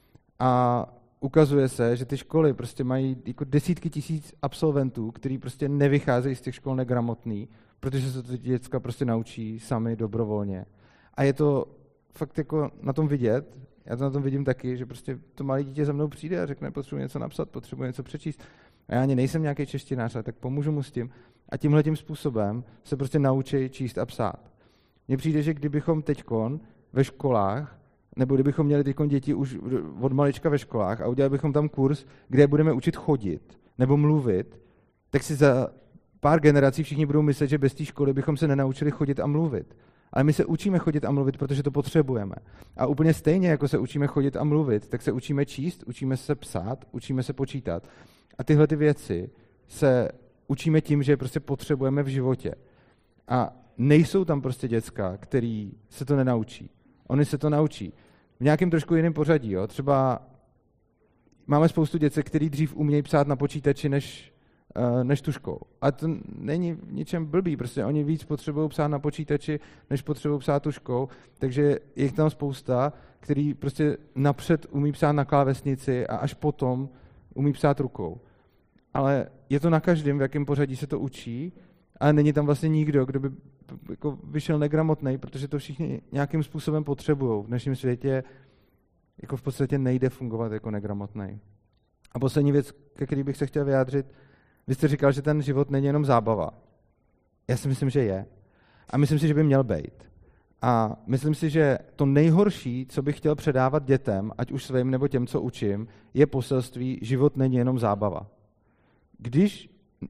a ukazuje se, že ty školy prostě mají jako desítky tisíc absolventů, kteří prostě nevycházejí z těch škol negramotný, protože se to děcka prostě naučí sami dobrovolně. A je to fakt jako na tom vidět, já to na tom vidím taky, že prostě to malé dítě za mnou přijde a řekne, potřebuji něco napsat, potřebuji něco přečíst. A já ani nejsem nějaký češtinář, tak pomůžu mu s tím. A tímhletím způsobem se prostě naučí číst a psát. Mně přijde, že kdybychom teďkon ve školách, nebo kdybychom měli teďkon děti už od malička ve školách a udělali bychom tam kurz, kde budeme učit chodit nebo mluvit, tak si za pár generací všichni budou myslet, že bez té školy bychom se nenaučili chodit a mluvit. Ale my se učíme chodit a mluvit, protože to potřebujeme. A úplně stejně, jako se učíme chodit a mluvit, tak se učíme číst, učíme se psát, učíme se počítat. A tyhle ty věci se učíme tím, že je prostě potřebujeme v životě. A nejsou tam prostě děcka, který se to nenaučí. Oni se to naučí. V nějakém trošku jiném pořadí. Jo? Třeba máme spoustu děcek, který dřív umějí psát na počítači, než tužkou. A to není v ničem blbý, prostě oni víc potřebují psát na počítači, než potřebují psát tužkou, takže je jich tam spousta, který prostě napřed umí psát na klávesnici a až potom umí psát rukou. Ale je to na každém, v jakém pořadí se to učí, ale není tam vlastně nikdo, kdo by jako vyšel negramotnej, protože to všichni nějakým způsobem potřebují. V dnešním světě jako v podstatě nejde fungovat jako negramotnej. A poslední věc, ke který bych se chtěl vyjádřit, vy jste říkal, že ten život není jenom zábava. Já si myslím, že je. A myslím si, že by měl být. A myslím si, že to nejhorší, co bych chtěl předávat dětem, ať už svým nebo těm, co učím, je poselství, život není jenom zábava. Když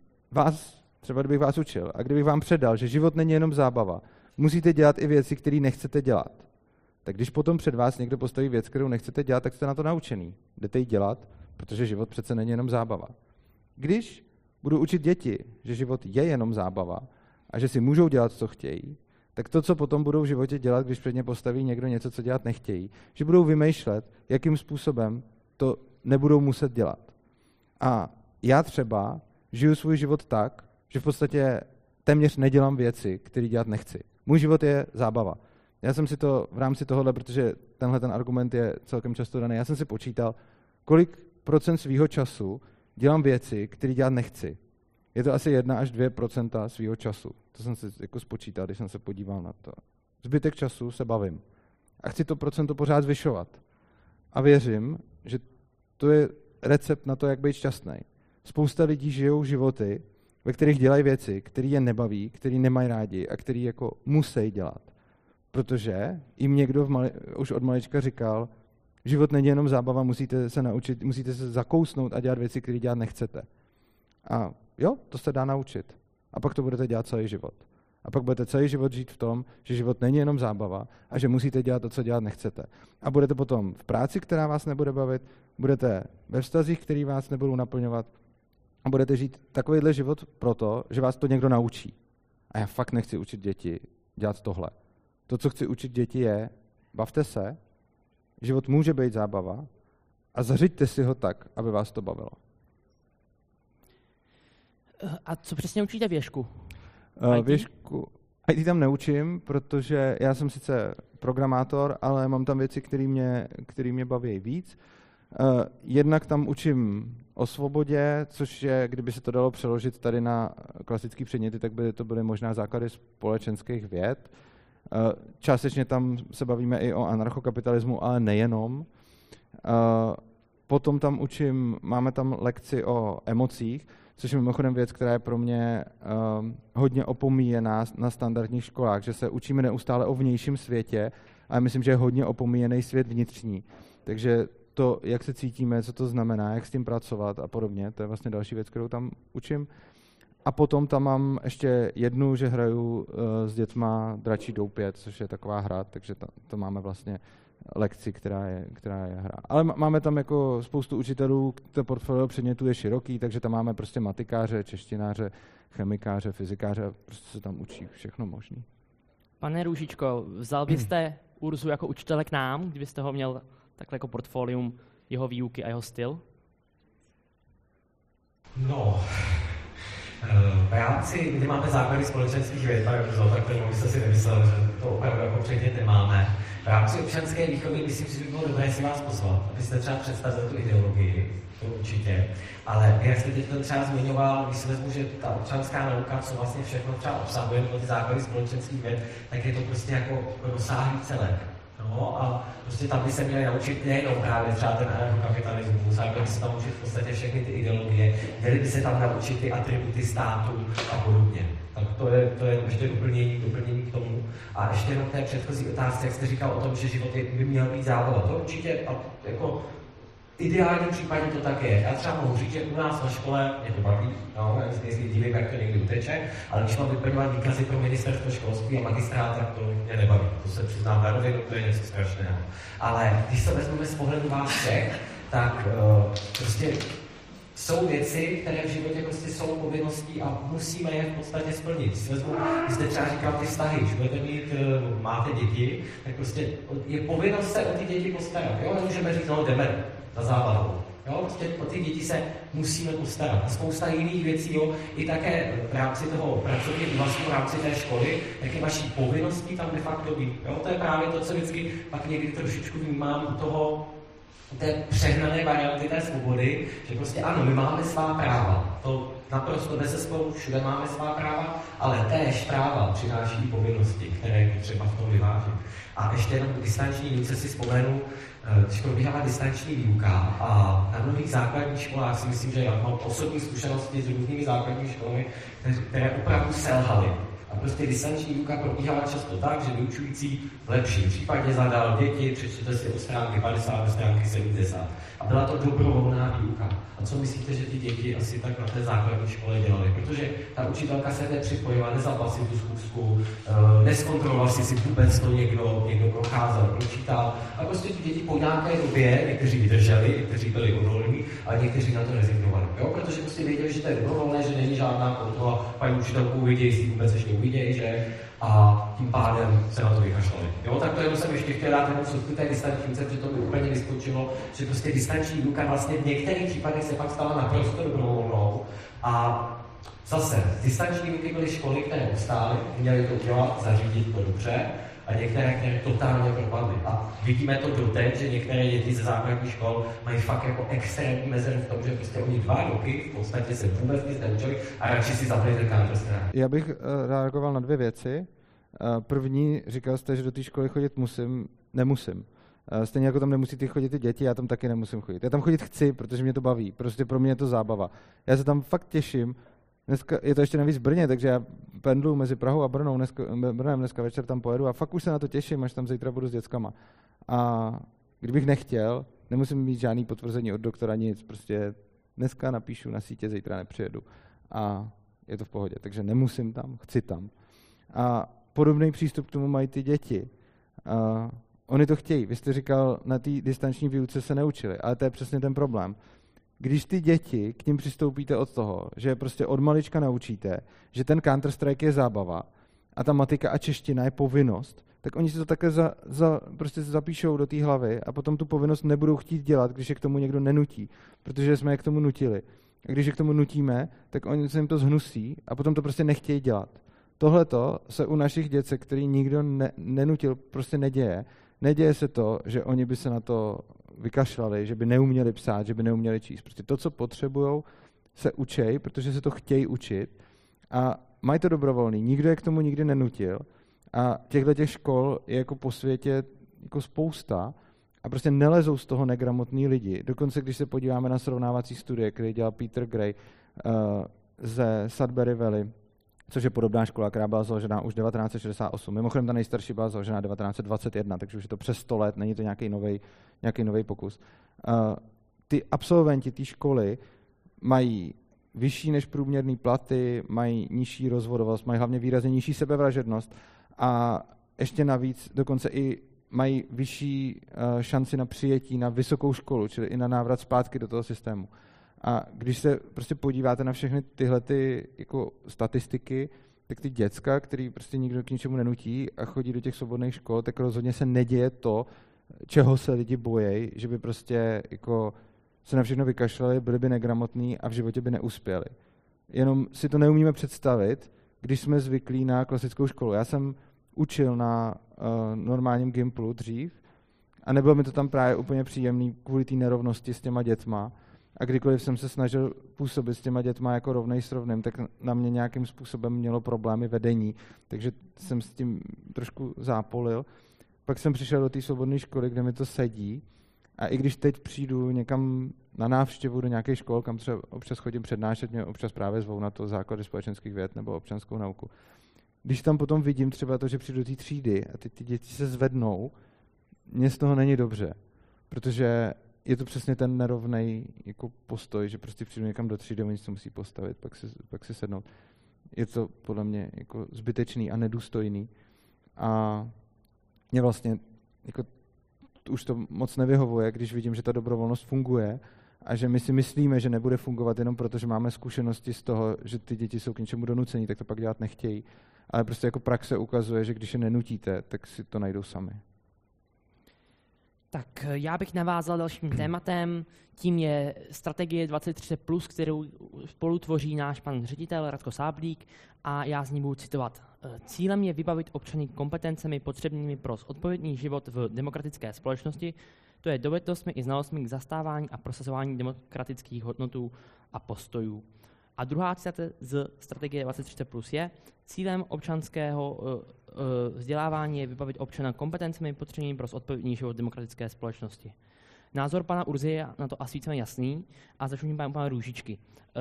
kdybych vás učil a kdybych vám předal, že život není jenom zábava, musíte dělat i věci, které nechcete dělat. Tak když potom před vás někdo postaví věc, kterou nechcete dělat, tak jste na to naučený. Jdete ji dělat, protože život přece není jenom zábava. Když budu učit děti, že život je jenom zábava a že si můžou dělat, co chtějí, tak to, co potom budou v životě dělat, když před ně postaví někdo něco, co dělat nechtějí, že budou vymýšlet, jakým způsobem to nebudou muset dělat. A já třeba žiju svůj život tak, že v podstatě téměř nedělám věci, které dělat nechci. Můj život je zábava. Já jsem si to v rámci tohohle, protože tenhle ten argument je celkem často daný, já jsem si počítal, kolik procent svýho času dělám věci, které dělat nechci. Je to asi 1 až 2% svýho času. To jsem si jako spočítal, když jsem se podíval na to. Zbytek času se bavím. A chci to procento pořád zvyšovat. A věřím, že to je recept na to, jak být šťastný. Spousta lidí žijou životy, ve kterých dělají věci, které je nebaví, které nemají rádi a které jako musí dělat. Protože jim někdo už od malička říkal, život není jenom zábava, musíte se naučit, musíte se zakousnout a dělat věci, které dělat nechcete. A jo, to se dá naučit. A pak to budete dělat celý život. A pak budete celý život žít v tom, že život není jenom zábava a že musíte dělat to, co dělat nechcete. A budete potom v práci, která vás nebude bavit, budete ve vztazích, které vás nebudou naplňovat a budete žít takovýhle život proto, že vás to někdo naučí. A já fakt nechci učit děti dělat tohle. To, co chci učit děti, je bavte se, život může být zábava a zařiďte si ho tak, aby vás to bavilo. A co přesně učíte v Ježku? V Ježku IT tam neučím, protože já jsem sice programátor, ale mám tam věci, které mě baví víc. Jednak tam učím o svobodě, což je, kdyby se to dalo přeložit tady na klasické předměty, tak by to byly možná základy společenských věd. Částečně tam se bavíme i o anarchokapitalismu, ale nejenom. Potom tam máme tam lekci o emocích, což je mimochodem věc, která je pro mě hodně opomíjená na standardních školách, že se učíme neustále o vnějším světě, ale myslím, že je hodně opomíjený svět vnitřní. Takže to, jak se cítíme, co to znamená, jak s tím pracovat a podobně, to je vlastně další věc, kterou tam učím. A potom tam mám ještě jednu, že hraju s dětma Dračí doupě, což je taková hra, takže to máme vlastně lekci, která je hra. Ale máme tam jako spoustu učitelů, to portfolio předmětů je široký, takže tam máme prostě matikáře, češtináře, chemikáře, fyzikáře, prostě se tam učí všechno možný. Pane Růžičko, vzal byste Urzu jako učitele k nám, kdybyste ho měl takhle jako portfolium jeho výuky a jeho styl? No, v rámci, kdy máme základy společenských věd, tak to byste si nemyslel, že to opravdu jako předmět nemáme. V rámci občanské výchovy myslím si, že by bylo dobré si vás pozvat, abyste třeba představili tu ideologii, to určitě. Ale jak jste teď třeba zmiňoval, když si vezmu, že ta občanská nauka, co vlastně všechno třeba obsahuje, nebo ty základy společenských věd, tak je to prostě jako rozsáhlý celek. No a prostě tam by se měli naučit nejenom právě třeba ten anarchokapitalismus, ale by se tam naučit v podstatě všechny ty ideologie, měli by se tam naučit ty atributy státu a podobně. Tak to je ještě doplnění k tomu. A ještě jenom k té předchozí otázce, jak jste říkal o tom, že život by měl být zábava. To určitě jako ideálním případě to tak je. Já třeba mohu říct, že u nás na škole mě to baví, no, já si divím, jak to někdy uteče, ale když mám vyplňovat výkazy pro ministerstvo školství a magistrát, tak to mě nebaví. To se přiznám na rovinu, to je něco strašného. Ale když se vezmeme z pohledu vás všech, tak prostě jsou věci, které v životě prostě jsou povinností a musíme je v podstatě splnit. Když jste třeba říkal ty vztahy, když máte děti, tak prostě je povinnost se o ty děti postarat. Jo? Nemůžeme říct, no jdeme na zábavu. Jo? Prostě o ty děti se musíme postarat. A spousta jiných věcí, jo? I také v rámci toho pracovního úvazku, v rámci té školy, tak je vaší povinností tam de facto být. Jo? To je právě to, co vždycky pak někdy trošičku vnímám u toho, té přehnané varianty té svobody, že prostě ano, my máme svá práva, to naprosto bezesporu, všude máme svá práva, ale též práva přináší povinnosti, které je potřeba v tom vyvážit. A ještě jenom distanční výuce si vzpomenu, když probíhala distanční výuka a na mnohých základních školách si myslím, že já mám osobní zkušenosti s různými základními školami, které opravdu selhaly. A prostě distanční výuka probíhala často tak, že vyučující v lepším případě zadal děti, přečtěte si od stránky 50 do stránky 70. A byla to dobrovolná výuka. A co myslíte, že ty děti asi tak na té základní škole dělaly? Protože ta učitelka se nepřipojila, nezapal si tu schůzku, neskontroloval si vůbec to někdo procházel, pročítal. A prostě ty děti po nějaké době, někteří vydrželi, někteří byli odolní, ale někteří na to rezignovali. Jo? Protože prostě věděli, že to je dobrovolné, že není žádná kontrola, paní učitelku uvidějí, jestli vůbec ještě uvidějí, že? A tím pádem se na to vykašlali. Jo, tak to jenom jsem ještě chtěl dát jenom vsuvku té distanční výuce, protože to by úplně vyskočilo, že prostě distanční výuka vlastně v některých případech se pak stala naprosto dobrovolnou. A zase, distanční výuky byly školy, které ustály, měly to udělat, zařídit to dobře, a některé, které totálně propadly. A vidíme to doteď, že některé děti ze základních škol mají fakt jako extrémní mezeru v tom, že prostě oni 2 roky v podstatě se vůbec nic neučili a radši si zapli ten Counter-Strike. Já bych reagoval na 2 věci. První, říkal jste, že do té školy chodit nemusím. Stejně jako tam nemusí chodit ty děti, já tam taky nemusím chodit. Já tam chodit chci, protože mě to baví, prostě pro mě je to zábava. Já se tam fakt těším. Dneska, je to ještě navíc v Brně, takže já pendlu mezi Prahou a Brnem dneska večer tam pojedu a fakt už se na to těším, až tam zítra budu s dětskama. A kdybych nechtěl, nemusím mít žádný potvrzení od doktora, nic, prostě dneska napíšu na sítě, zítra nepřijedu a je to v pohodě, takže nemusím tam, chci tam. A podobný přístup k tomu mají ty děti. Oni to chtějí, vy jste říkal, na té distanční výuce se neučili, ale to je přesně ten problém. Když ty děti k ním přistoupíte od toho, že prostě od malička naučíte, že ten Counter-Strike je zábava a ta matika a čeština je povinnost, tak oni si to také prostě zapíšou do té hlavy a potom tu povinnost nebudou chtít dělat, když je k tomu někdo nenutí, protože jsme je k tomu nutili. A když je k tomu nutíme, tak oni se jim to zhnusí a potom to prostě nechtějí dělat. Tohleto se u našich děcek, který nikdo nenutil, prostě neděje. Neděje se to, že oni by se na to vykašlali, že by neuměli psát, že by neuměli číst. Prostě to, co potřebujou, se učej, protože se to chtějí učit a mají to dobrovolný. Nikdo je k tomu nikdy nenutil a těchto škol je jako po světě jako spousta A prostě nelezou z toho negramotní lidi. Dokonce, když se podíváme na srovnávací studie, který dělal Peter Gray ze Sudbury Valley, což je podobná škola, která byla založena už 1968. Mimochodem ta nejstarší byla založena 1921, takže už je to přes 100 let, není to nějaký nový pokus. Ty absolventi té školy mají vyšší než průměrný platy, mají nižší rozvodovost, mají hlavně výrazně nižší sebevražednost a ještě navíc dokonce i mají vyšší šanci na přijetí na vysokou školu, čili i na návrat zpátky do toho systému. A když se prostě podíváte na všechny tyhle jako statistiky, tak ty děcka, který prostě nikdo k ničemu nenutí a chodí do těch svobodných škol, tak rozhodně se neděje to, čeho se lidi bojejí, že by prostě jako se na všechno vykašlali, byli by negramotní a v životě by neuspěli. Jenom si to neumíme představit, když jsme zvyklí na klasickou školu. Já jsem učil na normálním Gimplu dřív a nebylo mi to tam právě úplně příjemný kvůli té nerovnosti s těma dětma. A kdykoliv jsem se snažil působit s těma dětma jako rovnej s rovným, tak na mě nějakým způsobem mělo problémy vedení, takže jsem s tím trošku zápolil. Pak jsem přišel do té svobodné školy, kde mi to sedí a i když teď přijdu někam na návštěvu do nějaké škol, kam třeba občas chodím přednášet, mě občas právě zvou na to základy společenských věd nebo občanskou nauku. Když tam potom vidím třeba to, že přijdu do té třídy a teď ty děti se zvednou, mně z toho není dobře, protože je to přesně ten nerovnej jako postoj, že prostě přijdu někam do třídy, oni se musí postavit, pak si sednout. Je to podle mě jako zbytečný a nedůstojný. A mě vlastně jako už to moc nevyhovuje, když vidím, že ta dobrovolnost funguje a že my si myslíme, že nebude fungovat jenom proto, že máme zkušenosti z toho, že ty děti jsou k něčemu donucení, tak to pak dělat nechtějí. Ale prostě jako praxe ukazuje, že když je nenutíte, tak si to najdou sami. Tak já bych navázal dalším tématem, tím je strategie 2030+, kterou spolu tvoří náš pan ředitel Radko Sáblík a já z ní budu citovat. Cílem je vybavit občany kompetencemi potřebnými pro odpovědný život v demokratické společnosti, to je dovednostmi i znalostmi k zastávání a prosazování demokratických hodnotů a postojů. A druhá citace z strategie 2030+ je, cílem občanského vzdělávání je vybavit občana kompetencemi potřebnými pro odpovědný život v demokratické společnosti. Názor pana Urzy je na to asi více jasný a začnu tím pana Růžičky.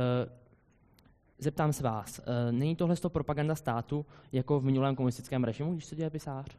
Zeptám se vás, není tohle propaganda státu jako v minulém komunistickém režimu, když se děje pisář?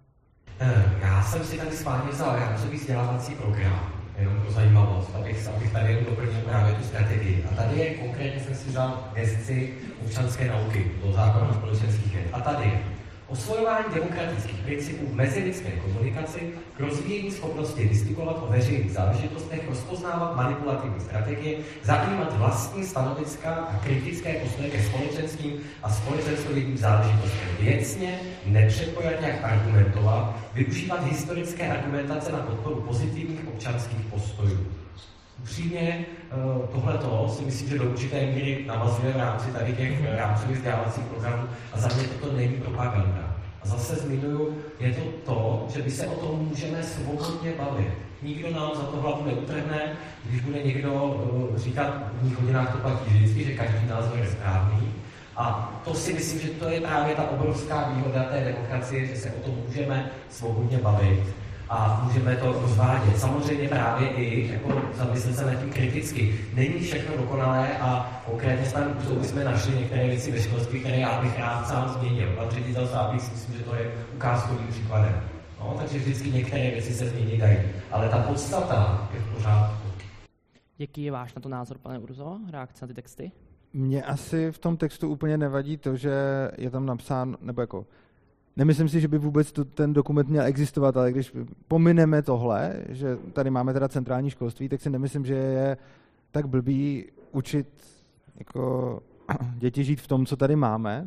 Já jsem si tady schválně vzal rámcový vzdělávací program, jenom pro zajímavost, abych tady doplnil právě tu strategii. A tady je konkrétně jsem si vzal gesci občanské nauky do zákona společenských věd. A tady je osvojování demokratických principů v mezilidské komunikaci, k rozvíjení schopnosti diskutovat o veřejných záležitostech, rozpoznávat manipulativní strategie, zajímat vlastní stanoviska a kritické postoje ke společenským a společenskovědním záležitostem. Věcně, nepředpojatě jak argumentovat, využívat historické argumentace na podporu pozitivních občanských postojů. Upřímně tohleto si myslím, že do určité míry navazuje v rámci tady těch rámcových vzdělávacích programů a za mě toto není propaganda. A zase zmiňuju, je to, že my se o tom můžeme svobodně bavit. Nikdo nám za to hlavu neutrhne, když bude někdo říkat v mých hodinách to platí vždycky, že každý názor je správný. A to si myslím, že to je právě ta obrovská výhoda té demokracie, že se o tom můžeme svobodně bavit. A můžeme to rozvádět. Samozřejmě právě i jako zamyslet se nad tím kriticky. Není všechno dokonalé a konkrétně jsme našli některé věci ve školství, které já bych rád sám změnil. Pan ředitel Sáblík si myslím, že to je ukázkovým příkladem. No, takže vždycky některé věci se změnit dají. Ale ta podstata je v pořádku. Jaký je váš na to názor, pane Urzo? Reakce na ty texty? Mně asi v tom textu úplně nevadí to, že je tam napsán, nebo jako nemyslím si, že by vůbec ten dokument měl existovat, ale když pomineme tohle, že tady máme teda centrální školství, tak si nemyslím, že je tak blbý učit jako děti žít v tom, co tady máme.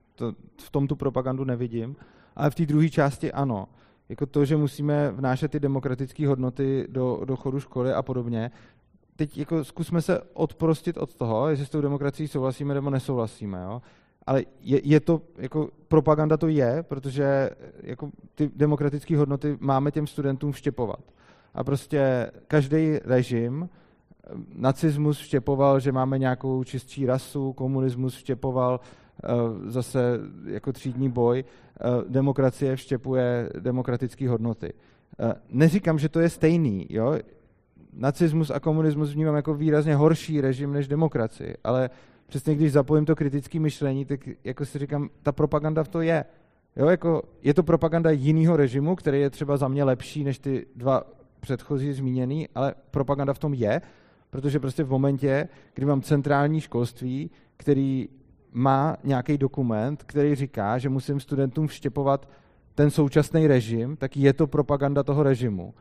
V tom tu propagandu nevidím, ale v té druhé části ano. Jako to, že musíme vnášet ty demokratické hodnoty do chodu školy a podobně. Teď jako zkusme se odprostit od toho, jestli s tou demokracií souhlasíme nebo nesouhlasíme. Jo? Ale je to, jako propaganda to je, protože jako ty demokratické hodnoty máme těm studentům vštěpovat. A prostě každý režim, nacismus vštěpoval, že máme nějakou čistší rasu, komunismus vštěpoval zase jako třídní boj, demokracie vštěpuje demokratické hodnoty. Neříkám, že to je stejný, jo? Nacismus a komunismus vnímám jako výrazně horší režim než demokracii, ale přesně když zapojím to kritické myšlení, tak jako si říkám, ta propaganda v to je. Jo, jako je to propaganda jiného režimu, který je třeba za mě lepší než ty dva předchozí zmíněný, ale propaganda v tom je, protože prostě v momentě, kdy mám centrální školství, který má nějaký dokument, který říká, že musím studentům vštěpovat ten současný režim, tak je to propaganda toho režimu.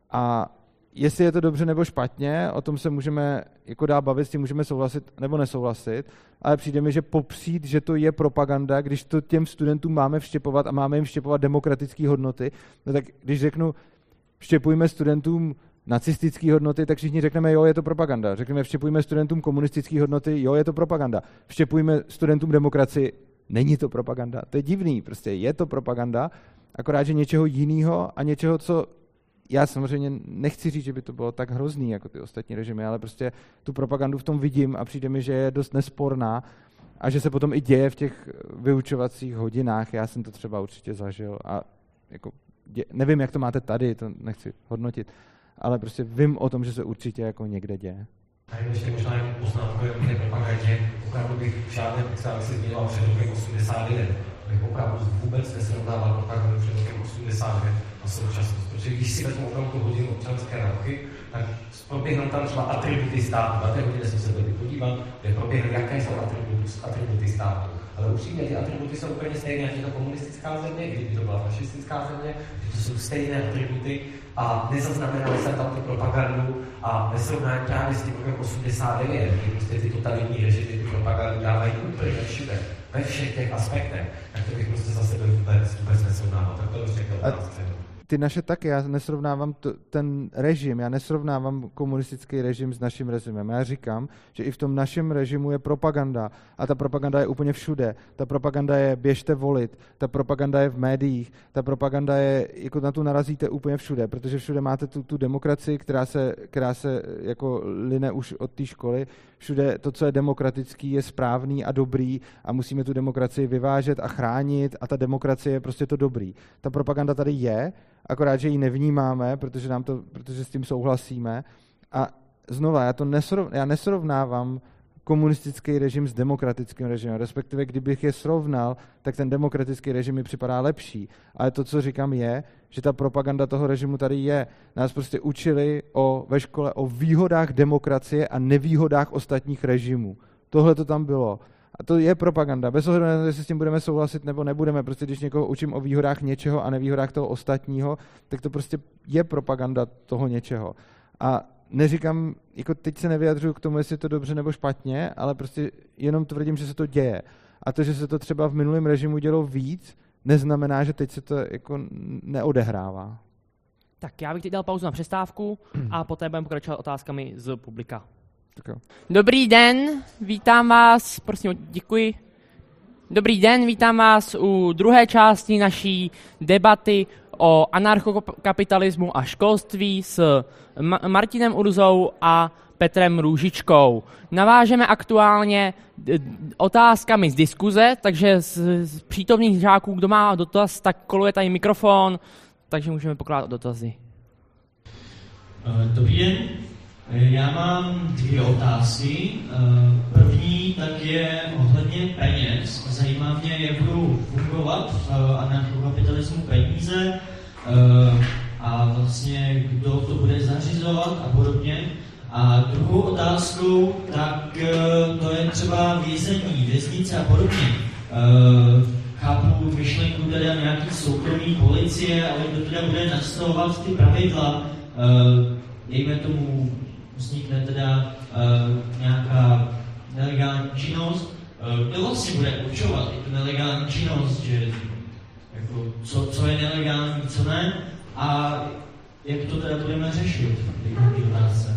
A jestli je to dobře nebo špatně, o tom se můžeme jako dál bavit, s tím můžeme souhlasit nebo nesouhlasit, ale přijde mi, že popřít, že to je propaganda, když to těm studentům máme vštěpovat a máme jim vštěpovat demokratické hodnoty, no tak když řeknu, vštěpujme studentům nacistické hodnoty, tak všichni řekneme, jo, je to propaganda. Řekneme, vštěpujme studentům komunistické hodnoty, jo, je to propaganda. Vštěpujme studentům demokracii, není to propaganda. To je divný, prostě je to propaganda, akorát, že něčeho jiného a něčeho, co já samozřejmě nechci říct, že by to bylo tak hrozný jako ty ostatní režimy, ale prostě tu propagandu v tom vidím a přijde mi, že je dost nesporná a že se potom i děje v těch vyučovacích hodinách. Já jsem to třeba určitě zažil a jako nevím, jak to máte tady, to nechci hodnotit, ale prostě vím o tom, že se určitě jako někde děje. A ještě možná jen poznámku o té propagandě. Opravdu bych v žádném exámenu se zmiňoval před rokem 89. Bych opravdu vůbec nesrovnával propagandu před rokem 89 a současnost. Protože když si vezmu opravdu tu hodinu občanské nauky, tak proběhnou tam třeba atributy státu. Na té hodině jsme se byli podívat, kde proběhly, jaké jsou atributy státu. Ale upřímně, ty atributy jsou úplně stejné, jak je to komunistická země, kdyby to byla fašistická země, že to jsou stejné atributy a nezaznamenali jsem tam tu propagandu a nesrovnání právě s tím rokem 89, kdy prostě ty totalitní režimy tu propagandu dávají úplně všude, ve všech těch aspektech, tak to bych prostě za sebe vůbec nesrovnával. Tak to bych řekl otázce. Ty naše taky, já nesrovnávám ten režim, já nesrovnávám komunistický režim s naším režimem. Já říkám, že i v tom našem režimu je propaganda a ta propaganda je úplně všude. Ta propaganda je běžte volit, ta propaganda je v médiích, ta propaganda je, jako na tu narazíte úplně všude, protože všude máte tu demokracii, která se jako line už od té školy. Všude to, co je demokratický, je správný a dobrý a musíme tu demokracii vyvážet a chránit a ta demokracie je prostě to dobrý. Ta propaganda tady je, akorát, že ji nevnímáme, protože s tím souhlasíme. A znova, já nesrovnávám komunistický režim s demokratickým režimem, respektive kdybych je srovnal, tak ten demokratický režim mi připadá lepší. Ale to, co říkám, je, že ta propaganda toho režimu tady je. Nás prostě učili ve škole o výhodách demokracie a nevýhodách ostatních režimů. Tohle to tam bylo. A to je propaganda. Bez ohledu na to, jestli s tím budeme souhlasit nebo nebudeme. Prostě když někoho učím o výhodách něčeho a nevýhodách toho ostatního, tak to prostě je propaganda toho něčeho. A neříkám, jako teď se nevyjadřuju k tomu, jestli je to dobře nebo špatně, ale prostě jenom tvrdím, že se to děje. A to, že se to třeba v minulém režimu dělo víc, neznamená, že teď se to jako neodehrává. Tak já bych teď dal pauzu na přestávku a poté budeme pokračovat otázkami z publika. Dobrý den, vítám vás, prosím, děkuji. Dobrý den, vítám vás u druhé části naší debaty o anarchokapitalismu a školství s Martinem Urzou a Petrem Růžičkou. Navážeme aktuálně otázkami z diskuze, takže z přítomných žáků, kdo má dotaz, tak koluje tady mikrofon, takže můžeme pokládat dotazy. Dobrý den. Já mám dvě otázky. První tak je ohledně peněz. Zajímá mě, jak budou fungovat v anarchokapitalismu peníze a vlastně kdo to bude zařizovat a podobně. A druhou otázkou, tak to je třeba vězení, věznice a podobně. Chápu myšlenku teda nějaký soukromý policie, ale kdo teda bude nastavovat ty pravidla, dejme tomu, vznikne teda nějaká nelegální činnost. Kdo vlastně bude určovat i tu nelegální činnost, že jako, co je nelegální, co ne, a jak to teda budeme řešit v té otázce.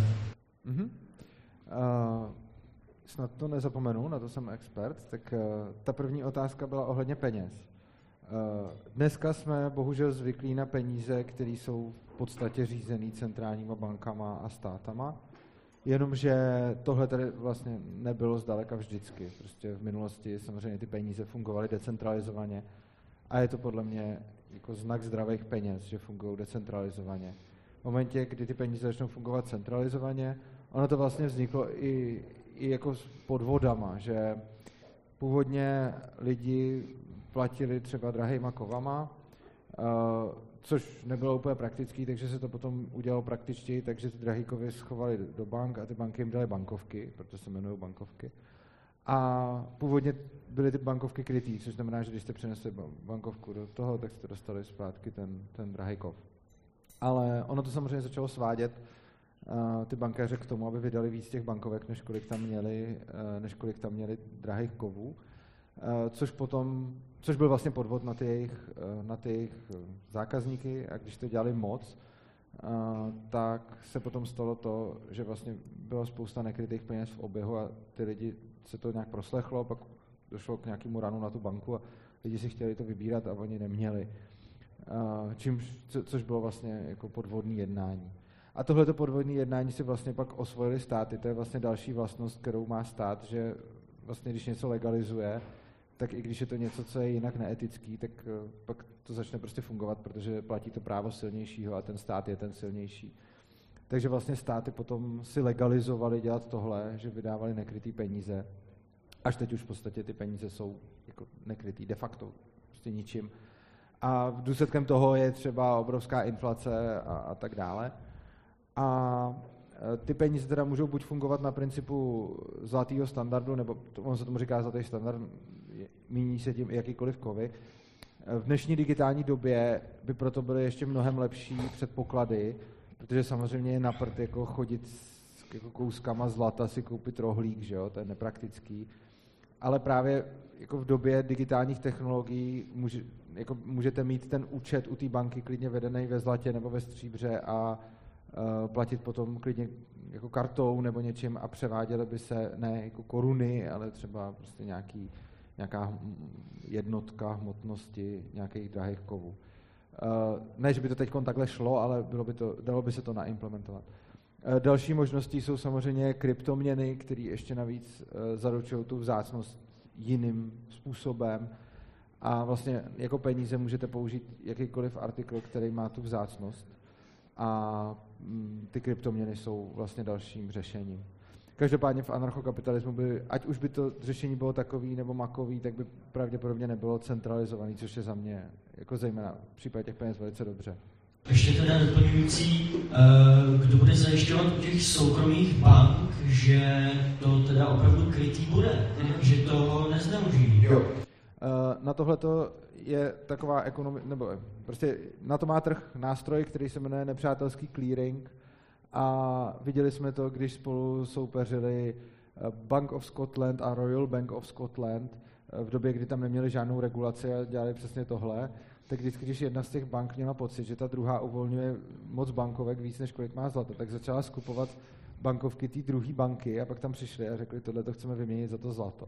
Snad to nezapomenu, na to jsem expert, tak ta první otázka byla ohledně peněz. Dneska jsme bohužel zvyklí na peníze, které jsou v podstatě řízený centrálníma bankama a státama, jenomže tohle tady vlastně nebylo zdaleka vždycky. Prostě v minulosti samozřejmě ty peníze fungovaly decentralizovaně a je to podle mě jako znak zdravých peněz, že fungují decentralizovaně. V momentě, kdy ty peníze začnou fungovat centralizovaně, ono to vlastně vzniklo i jako s podvodama, že původně lidi platili třeba drahýma kovama, což nebylo úplně praktický, takže se to potom udělalo praktičtěji, takže ty drahý kovy schovali do bank a ty banky jim daly bankovky, proto se jmenují bankovky. A původně byly ty bankovky krytý, což znamená, že když jste přinesli bankovku do toho, tak jste dostali zpátky ten drahý kov. Ale ono to samozřejmě začalo svádět ty bankéře k tomu, aby vydali víc těch bankovek, než kolik tam měli drahých kovů, což byl vlastně podvod na ty jejich zákazníky, a když to dělali moc, tak se potom stalo to, že vlastně byla spousta nekrytých peněz v oběhu a ty lidi se to nějak proslechlo, pak došlo k nějakému ranu na tu banku a lidi si chtěli to vybírat a oni neměli. Což bylo vlastně jako podvodné jednání. A tohleto podvodné jednání si vlastně pak osvojili státy. To je vlastně další vlastnost, kterou má stát, že vlastně když něco legalizuje, tak i když je to něco, co je jinak neetický, tak pak to začne prostě fungovat, protože platí to právo silnějšího a ten stát je ten silnější. Takže vlastně státy potom si legalizovali dělat tohle, že vydávali nekrytý peníze. Až teď už v podstatě ty peníze jsou jako nekrytý de facto, prostě ničím. A v důsledkem toho je třeba obrovská inflace a tak dále. A ty peníze teda můžou buď fungovat na principu zlatého standardu, nebo on se tomu říká zlatý standard, míní se tím i jakýkoliv kovy. V dnešní digitální době by proto byly ještě mnohem lepší předpoklady, protože samozřejmě je na prd jako chodit s jako kouskama zlata si koupit rohlík, že jo? To je nepraktický. Ale právě jako v době digitálních technologií můžete mít ten účet u té banky klidně vedený ve zlatě nebo ve stříbře a platit potom klidně jako kartou nebo něčím a převáděly by se ne jako koruny, ale třeba prostě nějaká jednotka hmotnosti nějakých drahých kovů. Ne, že by to teď takhle šlo, ale dalo by se to naimplementovat. Další možností jsou samozřejmě kryptoměny, které ještě navíc zaručují tu vzácnost jiným způsobem a vlastně jako peníze můžete použít jakýkoliv artikl, který má tu vzácnost a ty kryptoměny jsou vlastně dalším řešením. Každopádně v anarchokapitalismu ať už by to řešení bylo takový nebo makový, tak by pravděpodobně nebylo centralizovaný, což je za mě jako zejména v případě těch peněz velice dobře. Ještě teda doplňující, kdo bude zajišťovat u těch soukromých bank, že to teda opravdu krytý bude, že to nezneužijí. Jo. Na tohleto je taková prostě na to má trh nástroj, který se jmenuje nepřátelský clearing a viděli jsme to, když spolu soupeřili Bank of Scotland a Royal Bank of Scotland v době, kdy tam neměli žádnou regulaci a dělali přesně tohle, tak vždycky, když jedna z těch bank měla pocit, že ta druhá uvolňuje moc bankovek víc, než kolik má zlato, tak začala skupovat bankovky té druhé banky a pak tam přišli a řekli, tohle to chceme vyměnit za to zlato.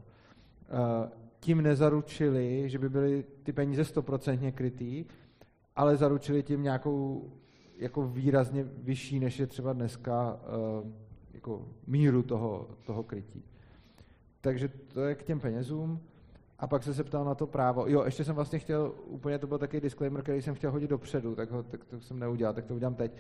Tím nezaručili, že by byly ty peníze 100% krytý, ale zaručili tím nějakou jako výrazně vyšší, než je třeba dneska jako míru toho krytí. Takže to je k těm penězům. A pak se ptal na to právo. Jo, ještě jsem vlastně chtěl, úplně to byl takový disclaimer, který jsem chtěl hodit dopředu, tak to jsem neudělal, tak to udělám teď.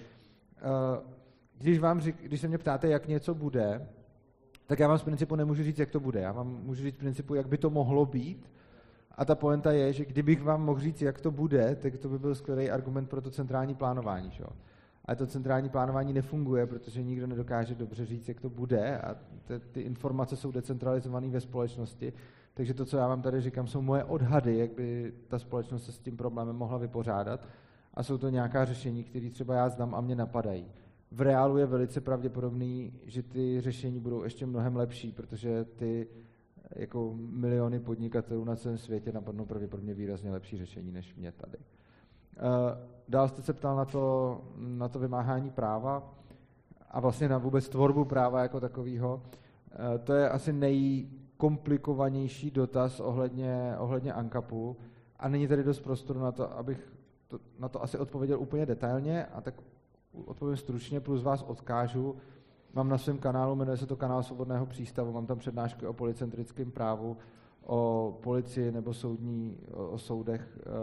Když se mě ptáte, jak něco bude, tak já vám z principu nemůžu říct, jak to bude. Já vám můžu říct z principu, jak by to mohlo být. A ta pointa je, že kdybych vám mohl říct, jak to bude, tak to by byl skvělý argument pro to centrální plánování. Že? Ale to centrální plánování nefunguje, protože nikdo nedokáže dobře říct, jak to bude a ty informace jsou decentralizované ve společnosti. Takže to, co já vám tady říkám, jsou moje odhady, jak by ta společnost se s tím problémem mohla vypořádat a jsou to nějaká řešení, které třeba já znám a mě napadají. V reálu je velice pravděpodobný, že ty řešení budou ještě mnohem lepší, protože ty jako miliony podnikatelů na celém světě napadnou pravděpodobně výrazně lepší řešení než mě tady. Dál jste se ptal na to vymáhání práva a vlastně na vůbec tvorbu práva jako takového. To je asi nejkomplikovanější dotaz ohledně ANCAPu a není tady dost prostoru na to, abych na to asi odpověděl úplně detailně a tak odpovím stručně, plus vás odkážu. Mám na svém kanálu, jmenuje se to kanál Svobodného přístavu, mám tam přednášky o policentrickém právu, o policii nebo o soudech.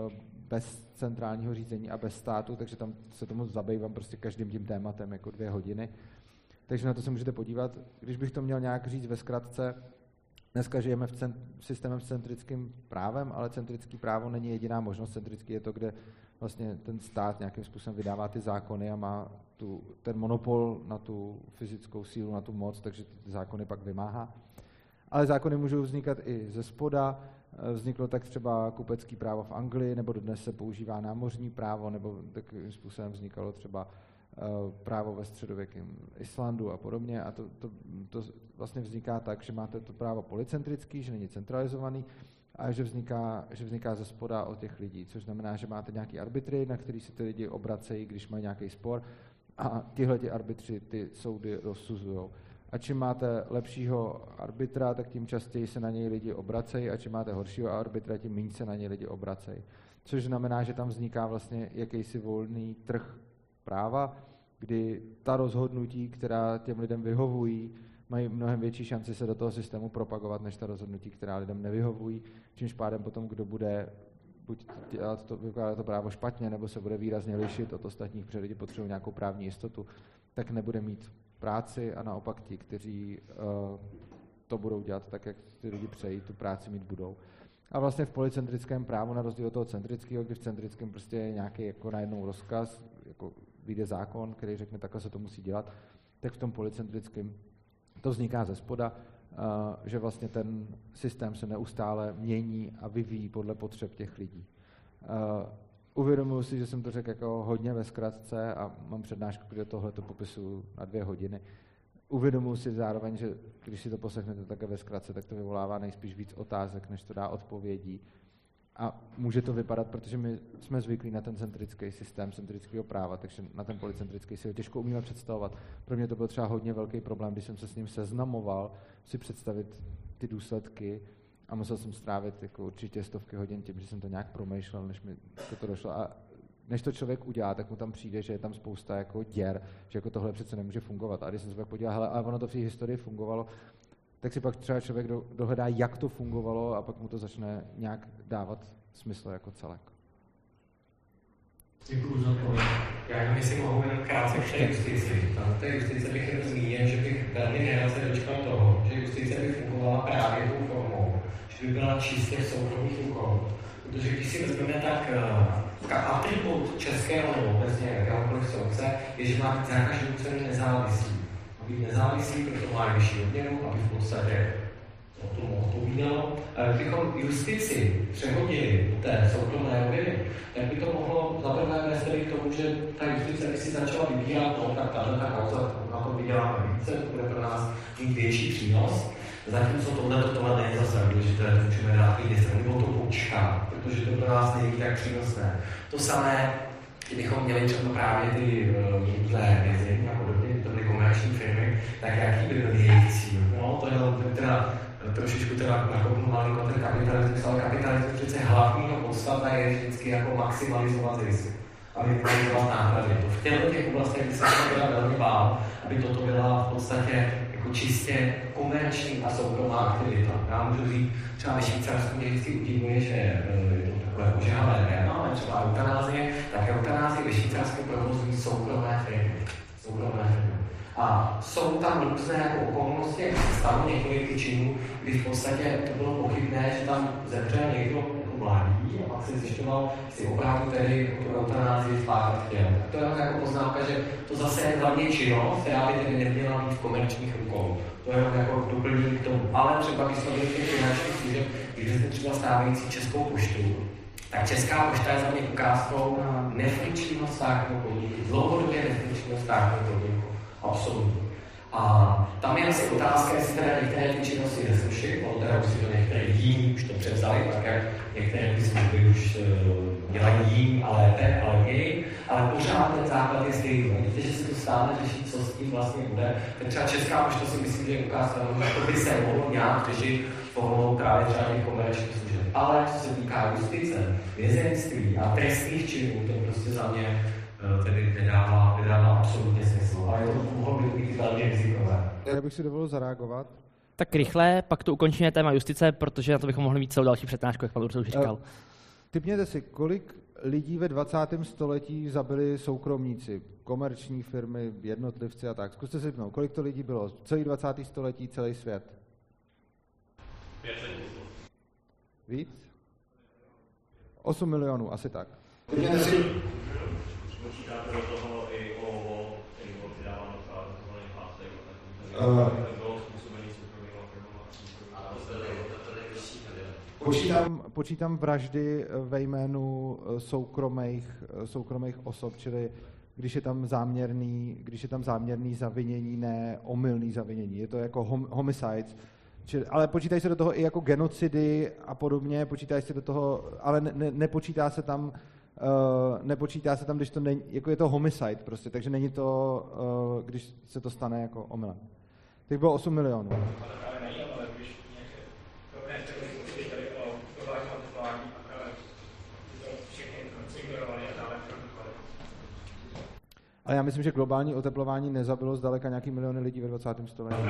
bez centrálního řízení a bez státu, takže tam se tomu zabývám prostě každým tím tématem jako 2 hodiny. Takže na to se můžete podívat. Když bych to měl nějak říct ve zkratce, dneska žijeme v systémem s centrickým právem, ale centrický právo není jediná možnost. Centrický je to, kde vlastně ten stát nějakým způsobem vydává ty zákony a má ten monopol na tu fyzickou sílu, na tu moc, takže ty zákony pak vymáhá. Ale zákony můžou vznikat i ze spoda. Vzniklo tak třeba kupecký právo v Anglii, nebo dodnes se používá námořní právo, nebo takovým způsobem vznikalo třeba právo ve středověkém Islandu a podobně. A to vlastně vzniká tak, že máte to právo polycentrický, že není centralizovaný, a že vzniká ze spoda od těch lidí, což znamená, že máte nějaký arbitry, na který se ty lidi obracejí, když mají nějaký spor, a tihleti arbitři ty soudy rozsuzují. A čím máte lepšího arbitra, tak tím častěji se na něj lidi obracejí, a čím máte horšího arbitra, tím méně se na něj lidi obracejí. Což znamená, že tam vzniká vlastně jakýsi volný trh práva, kdy ta rozhodnutí, která těm lidem vyhovují, mají mnohem větší šanci se do toho systému propagovat, než ta rozhodnutí, která lidem nevyhovují, čímž pádem potom, kdo bude buď vykládat to právo špatně, nebo se bude výrazně lišit od ostatních, protože lidi potřebují nějakou právní jistotu, tak nebude mít práci, a naopak ti, kteří to budou dělat tak, jak ty lidi přejí, tu práci mít budou. A vlastně v polycentrickém právu, na rozdíl od toho centrického, kdy v centrickém prostě je nějaký jako najednou rozkaz, jako vyjde zákon, který řekne, takhle se to musí dělat, tak v tom polycentrickém to vzniká ze spoda, že vlastně ten systém se neustále mění a vyvíjí podle potřeb těch lidí. Uvědomuji si, že jsem to řekl jako hodně ve zkratce a mám přednášku, kde tohle to popisuju na 2 hodiny. Uvědomuji si zároveň, že když si to poslechnete také ve zkratce, tak to vyvolává nejspíš víc otázek, než to dá odpovědí. A může to vypadat, protože my jsme zvyklí na ten centrický systém centrického práva, takže na ten polycentrický si ho těžko umíme představovat. Pro mě to byl třeba hodně velký problém, když jsem se s ním seznamoval, si představit ty důsledky, a musel jsem strávit jako určitě 100 hodin tím, že jsem to nějak promýšlel, než mi to došlo. A než to člověk udělá, tak mu tam přijde, že je tam spousta jako děr, že jako tohle přece nemůže fungovat. A když jsem se pak podíval, hele, ale ono to v té historii fungovalo, tak si pak třeba člověk dohledá, jak to fungovalo, a pak mu to začne nějak dávat smysl jako celek. Děkuji za to. Já nevím, jestli mohu jen krátce k té justici. Tam v té justici bych jen zmínil, že bych velmi nerad se dočkal toho, že justice by fungovala právě tou formou, že by byla čistě v soukromých rukou. Protože když si vezmeme, tak atribut českého nebo obecně jakéhokoliv soudce je, že má být za každou cenu nezávislý. Má být nezávislý, proto má vyšší odměnu, aby v podstatě o tom odpovídalo. Kdybychom justici přehodili do té soukromé roviny, tak by to mohlo zaprvé vést tedy k tomu, že ta justice by si začala vybírat, no tak ta kauza, na to vyděláme více, to bude pro nás mít větší přínos. Zatímco tohle není zase důležité, to můžeme dát ministr, nebo to počká, protože to pro nás není tak přínosné. To samé, kdybychom měli třeba právě ty různé vězení a podobně, to byly komerční firmy, tak jaký by byl jejich cíl? No, to je teda trošičku nakopnu malinko ten kapitalismus, ale kapitalismus přece hlavního podstata je vždycky jako maximalizovat zisk a minimalizovat náklady. To v těch oblastech, kdy se to teda velmi bál, aby toto byla v podstatě jako čistě komerční a soukromá aktivita. Já můžu říct, třeba ve Švýcarsku mě vždycky udivuje, že je to takové ožehavé téma, ale třeba eutanázie, tak eutanázie ve Švýcarsku provozují soukromé firmy. A jsou tam různé jako okolnosti, jak se stalo několik činů, kdy v podstatě to bylo pochybné, že tam zemřel někdo jako mladý a pak se zjišťoval, si opravdu tedy tu eutanázii spáchat chtěl. To je jako poznámka, že to zase je hlavně činnost, která by tedy neměla být v komerčních rukou. To je jako doplnění k tomu. Ale třeba když jsme byli v těch finančních služeb, když jsme třeba stávající Českou poštu, tak Česká pošta je za mě ukázkou nefunkčního státního podniku, dlouhodobě nefunkčního státního podniku. Absolutně. A tam je asi otázka, jestli teda některé ty činnosti nezrušit, ono teda už si to některé jiní už to převzali, tak jak některé ty služby už dělají jiní a lépe, ale levněji, ale pořád ten základ je stejný. Víte, že se to stále řeší, co s tím vlastně bude. Tak třeba Česká pošta si myslím, že je ukázka, že to by se mohlo nějak řešit formou právě třeba těch komerčních služeb. Ale co se týká justice, vězeňství a trestných činů, to prostě za mě tedy nedává absolutně smysl. Ale to mohlo být velmi rizikové. Já bych si dovolil zareagovat. Tak rychle, pak to ukončíme téma justice, protože na to bychom mohli mít celou další přednášku, jak pan Ursa už říkal. Tipněte si, kolik lidí ve 20. století zabili soukromníci, komerční firmy, jednotlivci a tak. Zkuste si vypnout, kolik to lidí bylo? Celý 20. století, celý svět? 500 000. Víc? 8 milionů, asi tak. Počítáte do toho i olovo, který bylo přidáváno třeba takzvaný plastik, tak bylo způsobený soukromýma firmama. Počítám vraždy ve jménu soukromých osob, čili když je tam záměrný zavinění, ne omylný zavinění. Je to jako homicides. Ale počítají se do toho i jako genocidy a podobně, počítají se do toho, ale nepočítá se tam, když to není, jako je to homicide prostě, takže není to, když se to stane jako omylem. Tak bylo 8 milionů. Ale já myslím, že globální oteplování nezabilo zdaleka nějaký miliony lidí ve 20. století.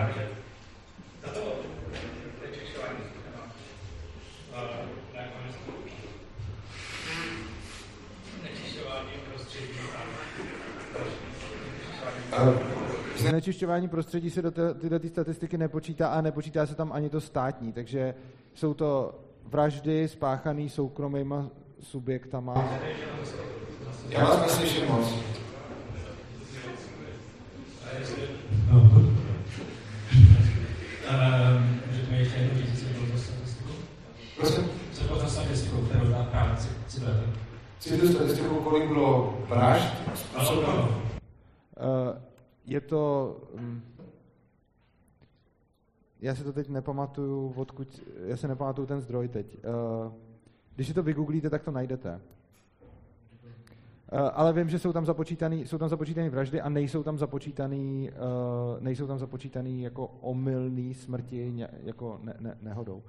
Znečišťování prostředí se do této statistiky nepočítá a nepočítá se tam ani to státní, takže jsou to vraždy spáchané soukromýma subjektama. Já vás neslyším moc. Můžete mi ještě jednou říct, co bylo za statistiku? Prosím? Co bylo za statistiku, kterou dá právě citujete? Cituji statistiku, kolik bylo vražd? Je to... Já si to teď nepamatuju, já si nepamatuju ten zdroj teď. Když si to vygooglíte, tak to najdete. Ale vím, že jsou tam započítaný vraždy a nejsou tam započítaný jako omylný smrti jako nehodou.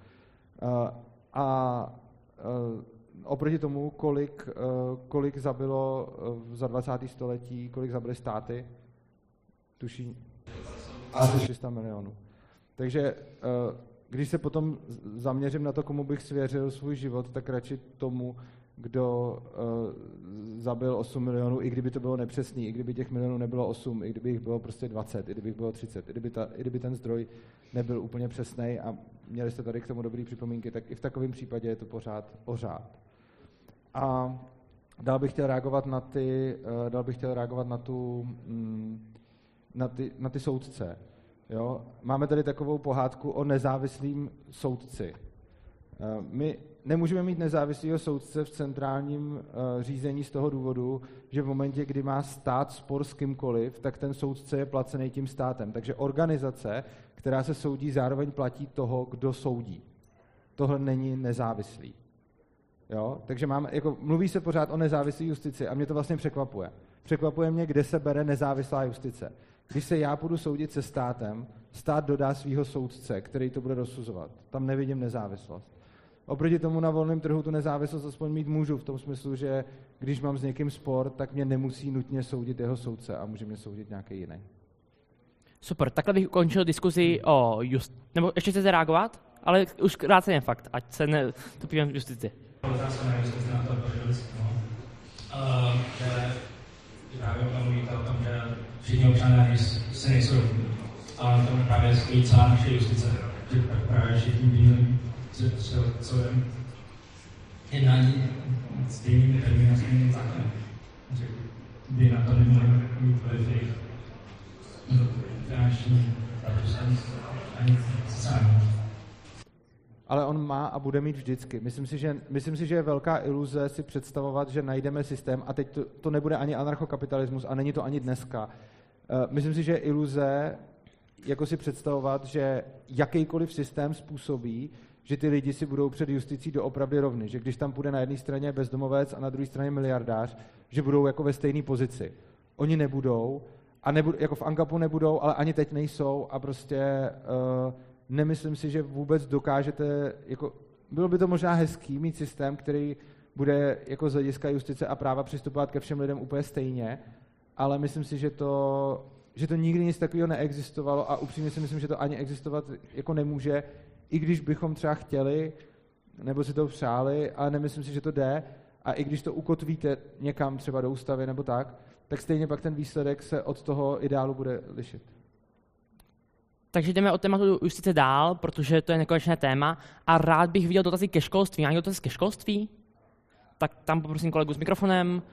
Oproti tomu, kolik zabilo za 20. století, kolik zabili státy, tuší asi 300 milionů. Takže když se potom zaměřím na to, komu bych svěřil svůj život, tak radši tomu, kdo zabil 8 milionů, i kdyby to bylo nepřesný, i kdyby těch milionů nebylo 8, i kdyby jich bylo prostě 20, i kdyby jich bylo 30, i kdyby ten zdroj nebyl úplně přesný a měli jste tady k tomu dobrý připomínky, tak i v takovém případě je to pořád. A dál bych chtěl reagovat na ty soudce. Jo? Máme tady takovou pohádku o nezávislým soudci. My nemůžeme mít nezávislého soudce v centrálním řízení z toho důvodu, že v momentě, kdy má stát spor s kýmkoliv, tak ten soudce je placený tím státem. Takže organizace, která se soudí, zároveň platí toho, kdo soudí. Tohle není nezávislý. Jo? Takže mluví se pořád o nezávislé justici a mě to vlastně překvapuje. Překvapuje mě, kde se bere nezávislá justice. Když se já půjdu soudit se státem, stát dodá svého soudce, který to bude rozsuzovat. Tam nevidím nezávislost. Oproti tomu na volném trhu tu nezávislost aspoň mít můžu, v tom smyslu, že když mám s někým spor, tak mě nemusí nutně soudit jeho soudce a může mě soudit nějaký jiný. Super, takhle bych ukončil diskuzi o nebo ještě chcete reagovat? Ale už krátce jen fakt, ať se netopíme v justici. Otázka na justici na to, že právě mluvíte o tom, že všichni občané se nejsou rovní. A to právě stojí celá naše justice, že právě všichni bílí celém jednání stejnými termíny a stejným zákonem. Že by na to nemohli mít vliv jejich finanční ani sociální. Ale on má a bude mít vždycky. Myslím si, že je velká iluze si představovat, že najdeme systém, a teď to nebude ani anarchokapitalismus a není to ani dneska. Myslím si, že je iluze jako si představovat, že jakýkoliv systém způsobí, že ty lidi si budou před justicí doopravdy rovny. Že když tam půjde na jedné straně bezdomovec a na druhé straně miliardář, že budou jako ve stejné pozici. Oni nebudou, jako v ANCAPu nebudou, ale ani teď nejsou a prostě nemyslím si, že vůbec dokážete, jako, bylo by to možná hezký mít systém, který bude jako z hlediska justice a práva přistupovat ke všem lidem úplně stejně, ale myslím si, že to nikdy nic takového neexistovalo a upřímně si myslím, že to ani existovat jako nemůže, i když bychom třeba chtěli, nebo si to přáli, ale nemyslím si, že to jde. A i když to ukotvíte někam třeba do ústavy nebo tak stejně pak ten výsledek se od toho ideálu bude lišit. Takže jdeme od tématu justice dál, protože to je nekonečné téma a rád bych viděl dotazy ke školství. Má někdo dotazy ke školství? Tak tam poprosím kolegu s mikrofonem.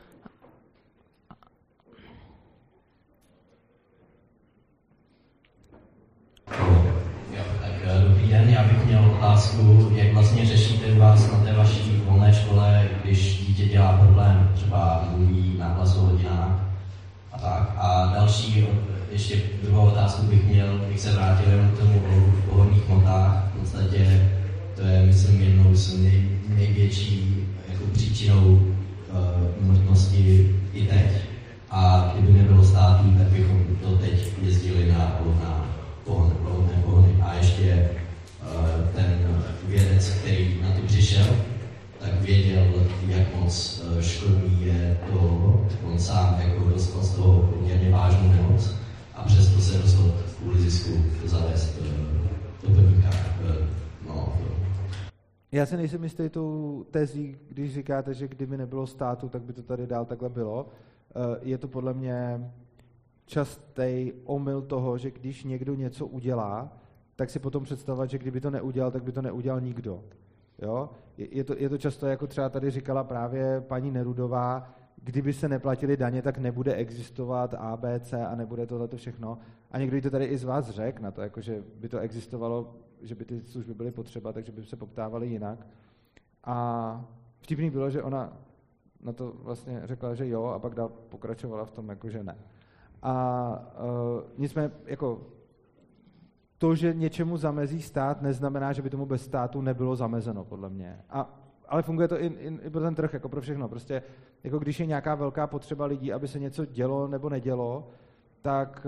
Dobrý den, já bych měl otázku, jak vlastně řešíte u vás na té vaší volné škole, když dítě dělá problém, třeba mluví nahlas o hodinách a tak. A další, ještě druhou otázku bych se vrátil jenom k tomu o pohodných hmotách. V podstatě to je, myslím, jednou z největší jako příčinou úmrtnosti i teď. A kdyby nebylo států, tak bychom to teď jezdili na pohodné pohony. A ještě ten vědec, který na to přišel, tak věděl, jak moc škodný je to, on sám jako dostal z toho poměrně vážnou nemoc a přesto se rozhodl kvůli zisku zavést doplňka. Já se nejsem jistý tou tezí, když říkáte, že kdyby nebylo státu, tak by to tady dál takhle bylo. Je to podle mě častý omyl toho, že když někdo něco udělá, tak si potom představovat, že kdyby to neudělal, tak by to neudělal nikdo. Jo? Je to často, jako třeba tady říkala právě paní Nerudová, kdyby se neplatily daně, tak nebude existovat ABC a nebude tohleto všechno. A někdo to tady i z vás řekl na to, jako že by to existovalo, že by ty služby byly potřeba, takže by se poptávaly jinak. A vtipný bylo, že ona na to vlastně řekla, že jo, a pak dál pokračovala v tom, jako že ne. A nicméně, jako to, že něčemu zamezí stát, neznamená, že by tomu bez státu nebylo zamezeno, podle mě. Ale funguje to i pro ten trh, jako pro všechno. Prostě, jako když je nějaká velká potřeba lidí, aby se něco dělo nebo nedělo, tak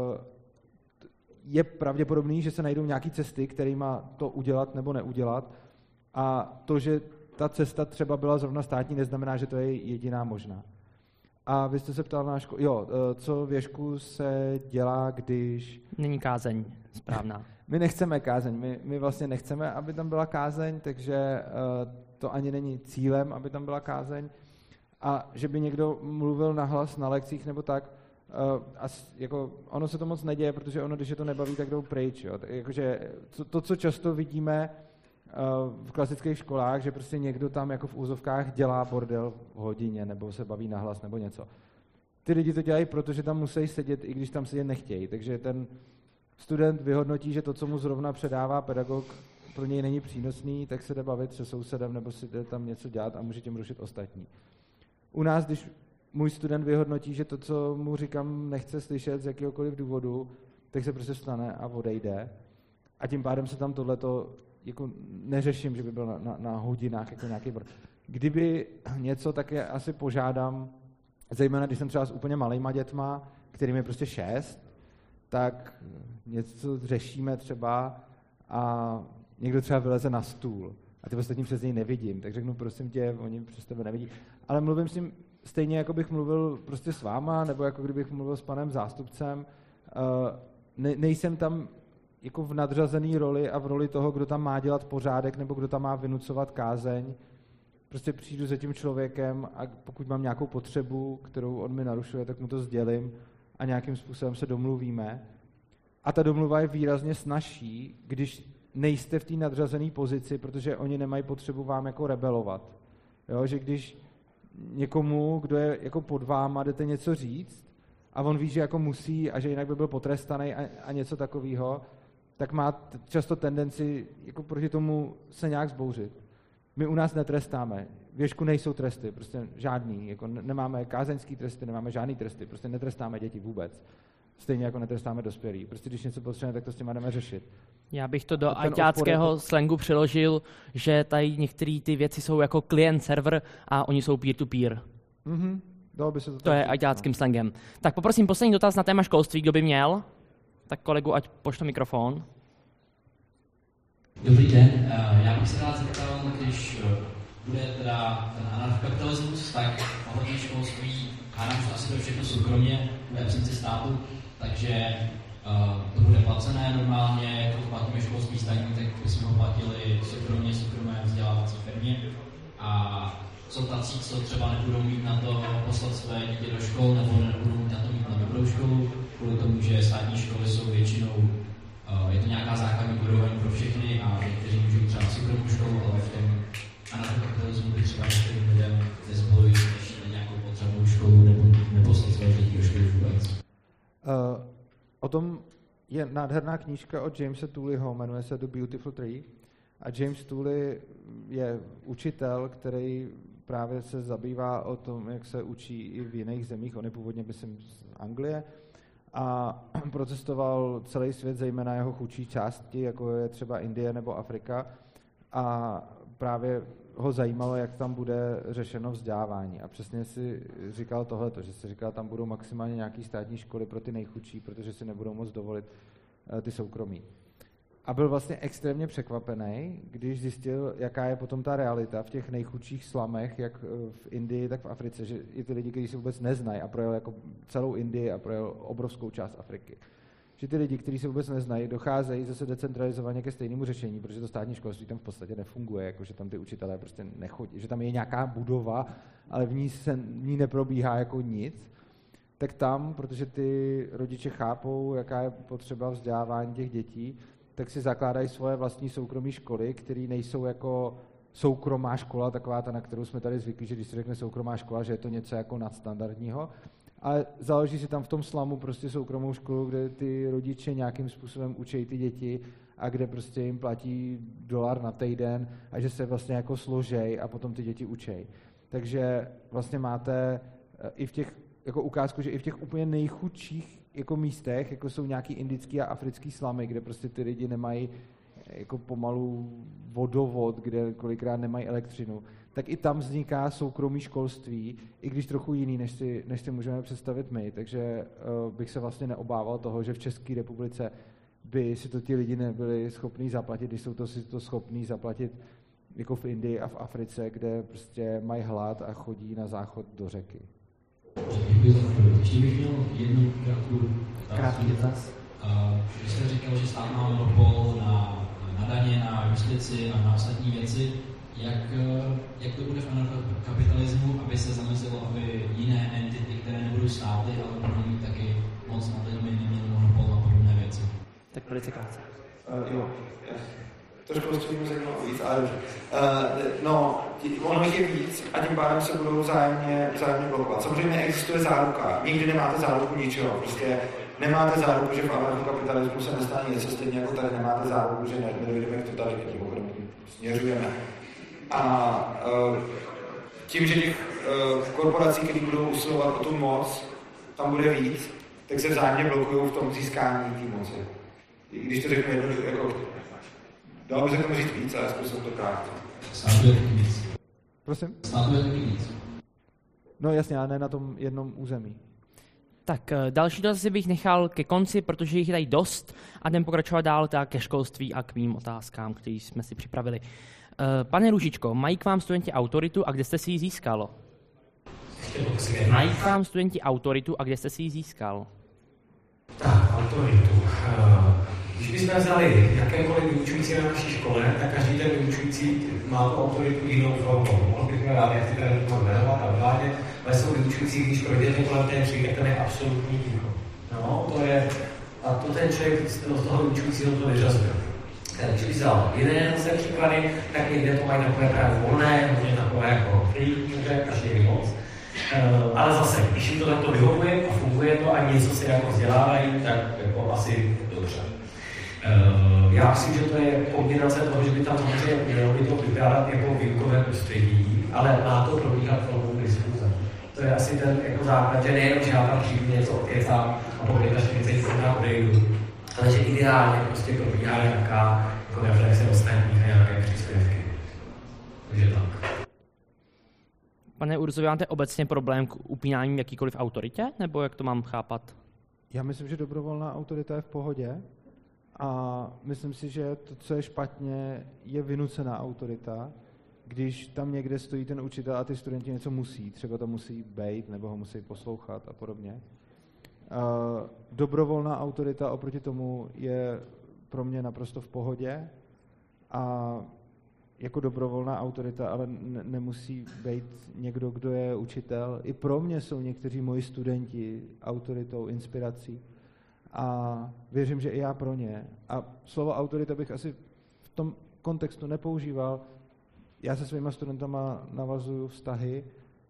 je pravděpodobný, že se najdou nějaké cesty, kterými to udělat nebo neudělat. A to, že ta cesta třeba byla zrovna státní, neznamená, že to je jediná možná. A vy jste se ptal na školu. Jo, co v Ježku se dělá, když... Není kázeň správná. My nechceme kázeň. My vlastně nechceme, aby tam byla kázeň, takže to ani není cílem, aby tam byla kázeň. A že by někdo mluvil nahlas na lekcích nebo tak, jako ono se to moc neděje, protože ono, když je to nebaví, tak jdou pryč. Jo. Jakože to, co často vidíme v klasických školách, že prostě někdo tam jako v úzovkách dělá bordel v hodině, nebo se baví nahlas, nebo něco. Ty lidi to dělají, protože tam musí sedět, i když tam sedět nechtějí. Takže ten student vyhodnotí, že to, co mu zrovna předává pedagog, pro něj není přínosný, tak se jde bavit se sousedem, nebo si jde tam něco dělat a může tím rušit ostatní. U nás, když můj student vyhodnotí, že to, co mu říkám, nechce slyšet z jakéhokoliv důvodu, tak se prostě vstane a odejde. A tím pádem se tam tohleto jako neřeším, že by byl na hodinách jako nějaký bord. Kdyby něco, tak je asi požádám, zejména když jsem třeba s úplně malejma dětma, kterým je prostě 6, tak něco řešíme třeba a někdo třeba vyleze na stůl a ty ostatní přes něj nevidím, tak řeknu, prosím tě, oni přes tebe nevidí. Ale mluvím s ním stejně, jako bych mluvil prostě s váma, nebo jako kdybych mluvil s panem zástupcem. Nejsem tam jako v nadřazený roli a v roli toho, kdo tam má dělat pořádek nebo kdo tam má vynucovat kázeň. Prostě přijdu za tím člověkem a pokud mám nějakou potřebu, kterou on mi narušuje, tak mu to sdělím a nějakým způsobem se domluvíme. A ta domluva je výrazně snazší, když nejste v té nadřazené pozici, protože oni nemají potřebu vám jako rebelovat. Jo, že když někomu, kdo je jako pod váma, jdete něco říct a on ví, že jako musí a že jinak by byl potrestaný a něco takového, tak má často tendenci jako proti tomu se nějak zbouřit. My u nás netrestáme. V Ježku nejsou tresty, prostě žádný. Jako nemáme kázeňský tresty, nemáme žádný tresty, prostě netrestáme děti vůbec. Stejně jako netrestáme dospělí. Prostě když něco potřebujeme, tak to s tím jdeme řešit. Já bych to do ajťáckého slangu přiložil, že tady některé ty věci jsou jako client-server a oni jsou peer-to-peer. Mhm. To je ajťáckým slangem. Tak poprosím poslední dotaz na téma školství, kdo by měl. Tak kolegu, ať pošle mikrofon. Dobrý den, já bych se rád zeptal, když bude teda ten anarchokapitalismus, tak ohledně školství, hádám, že asi to všechno soukromně, bude absence státu, takže to bude placené normálně, jako platíme školství zdaní, tak bychom ho platili soukromé vzdělávací firmě a jsou tací, co třeba nebudou mít na to poslat své dítě do škol, nebo nebudou mít na to mít na dobrou školu, kvůli tomu, že státní školy jsou většinou, je to nějaká základní úroveň pro všechny a někteří můžou třeba soukromou školu, ale v tom anarchokapitalismu by třeba některým lidem nezbylo jít na nějakou potřebnou školu nebo neposlat své děti do školy vůbec. O tom je nádherná knížka od Jamesa Tooleyho, jmenuje se The Beautiful Tree. A James Tooley je učitel, který právě se zabývá o tom, jak se učí i v jiných zemích. On je původně, myslím, z Anglie a procestoval celý svět, zejména jeho chudší části, jako je třeba Indie nebo Afrika. A právě ho zajímalo, jak tam bude řešeno vzdělávání. A přesně si říkal tohleto, že si říkal, tam budou maximálně nějaký státní školy pro ty nejchudší, protože si nebudou moct dovolit ty soukromí. A byl vlastně extrémně překvapený, když zjistil, jaká je potom ta realita v těch nejchudších slamech, jak v Indii, tak v Africe, že i ty lidi, kteří se vůbec neznají a projel jako celou Indii a projel obrovskou část Afriky. Že ty lidi, kteří se vůbec neznají, docházejí zase decentralizovaně ke stejnému řešení, protože to státní školství tam v podstatě nefunguje, jako že tam ty učitelé prostě nechodí, že tam je nějaká budova, ale v ní neprobíhá jako nic, tak tam, protože ty rodiče chápou, jaká je potřeba vzdělávání těch dětí, tak si zakládají svoje vlastní soukromé školy, které nejsou jako soukromá škola, taková ta, na kterou jsme tady zvyklí, že když se řekne soukromá škola, že je to něco jako nadstandardního, ale založí si tam v tom slamu prostě soukromou školu, kde ty rodiče nějakým způsobem učí ty děti a kde prostě jim platí $1 na týden a že se vlastně jako složej a potom ty děti učej. Takže vlastně máte i v těch jako ukázku, že i v těch úplně nejchudších jako místech, jako jsou nějaký indický a africký slamy, kde prostě ty lidi nemají jako pomalu vodovod, kde kolikrát nemají elektřinu, tak i tam vzniká soukromý školství, i když trochu jiný, než si můžeme představit my. Takže bych se vlastně neobával toho, že v České republice by si to ti lidi nebyli schopní zaplatit, když jsou to si to schopní zaplatit jako v Indii a v Africe, kde prostě mají hlad a chodí na záchod do řeky. Děkuji za odpověď. Ještě bych měl jednu krátký dotaz. Vy jste říkal, že stát má monopol na daně, na justici a na ostatní věci. Jak to bude v anarchokapitalismu, aby se zamyslelo, aby jiné entity, které nebudou státy, ale budou mít taky moc na to, aby neměly monopol na podobné věci? Tak velice krátce. Jo, trošku rozumím zajímalo víc, ale no, ono jich je víc a tím pádem se budou vzájemně blokovat. Samozřejmě neexistuje záruka, nikdy nemáte záruku ničeho, prostě nemáte záruku, že v anarchokapitalismu se nestane něco, stejně jako tady nemáte záruku, že nedojdeme k totalitě, směřujeme. A tím, že těch korporací, které budou usilovat o tu moc, tam bude víc, tak se vzájemně blokují v tom získání té moci. I když to řeknu jedno, jako dalo by se k tomu říct víc, ale zkusím to krátce. Státuje taky víc. Prosím? Státuje taky víc. No jasně, ale ne na tom jednom území. Tak další dotazy bych nechal ke konci, protože jich je tady dost a jdem pokračovat dál ke školství a k mým otázkám, které jsme si připravili. Pane Růžičko, mají k vám studenti autoritu a kde jste si ji získal? Mají k vám studenti autoritu a kde jste si ji získal? Tak, autoritu. Když bychom vzali jakékoliv vyučující na naší škole, tak každý ten vyučující má tu autoritu jinou formou. Mohl bych rád, jak si tady to jmenovat a vládě, ale jsou vyučující, když projděte kolem té třídy, tak ten je absolutní ticho. No, to je, a to ten člověk z toho vyučujícího to vyřazuje. Když bych vzal jiné zase příklady, tak někde to mají takové právě volné, hodně takové jako free, každý moc. Ale zase, když jim to takto vyhovuje a funguje to a něco se jako vzdělávají, tak jako asi dobře. Já myslím, že to je kombinace toho, že by tam samozřejmě mělo by to vypadat jako výukové prostředí, ale má to probíhat formou diskuze. To je asi ten jako základ, že nejenom, že já tam přijdu něco odkecám a po 45 odejdu, ale že ideálně prostě probíhá nějaká jako reflexe ostatních a nějaké příspěvky. Takže tak. Pane Urzo, máte obecně problém k upínání jakýkoliv autoritě, nebo jak to mám chápat? Já myslím, že dobrovolná autorita je v pohodě a myslím si, že to, co je špatně, je vynucená autorita, když tam někde stojí ten učitel a ty studenti něco musí, třeba to musí bejt nebo ho musí poslouchat a podobně. Dobrovolná autorita oproti tomu je pro mě naprosto v pohodě a jako dobrovolná autorita, ale nemusí být někdo, kdo je učitel. I pro mě jsou někteří moji studenti autoritou, inspirací. A věřím, že i já pro ně. A slovo autorita bych asi v tom kontextu nepoužíval. Já se svýma studentama navazuju vztahy,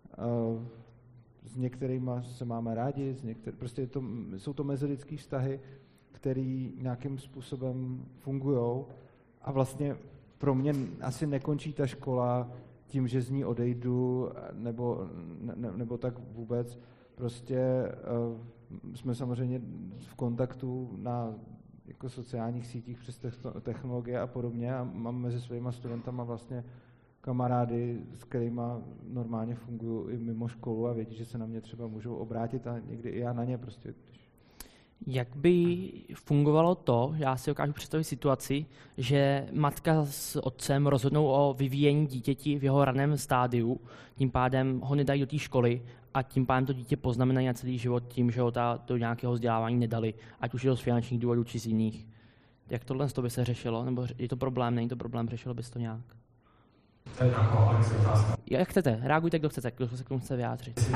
s některýma se máme rádi, prostě jsou to mezilidský vztahy, který nějakým způsobem fungujou a vlastně pro mě asi nekončí ta škola tím, že z ní odejdu, nebo tak vůbec. Prostě jsme samozřejmě v kontaktu na jako sociálních sítích přes technologie a podobně a mám mezi svýma studentama vlastně kamarády, s kterými normálně fungují i mimo školu a vědí, že se na mě třeba můžou obrátit a někdy i já na ně prostě. Jak by fungovalo to, já si dokážu představit situaci, že matka s otcem rozhodnou o vyvíjení dítěti v jeho raném stádiu, tím pádem ho nedají do té školy a tím pádem to dítě poznamenají na celý život tím, že ho do nějakého vzdělávání nedali, ať už je to z finančních důvodů či z jiných. Jak tohle by se řešilo? Nebo je to problém, není to problém, řešilo by se to nějak? To je taková otázka. Jak chcete, reagujte, kdo chcete, kdo se k tomu chce vyjádřit.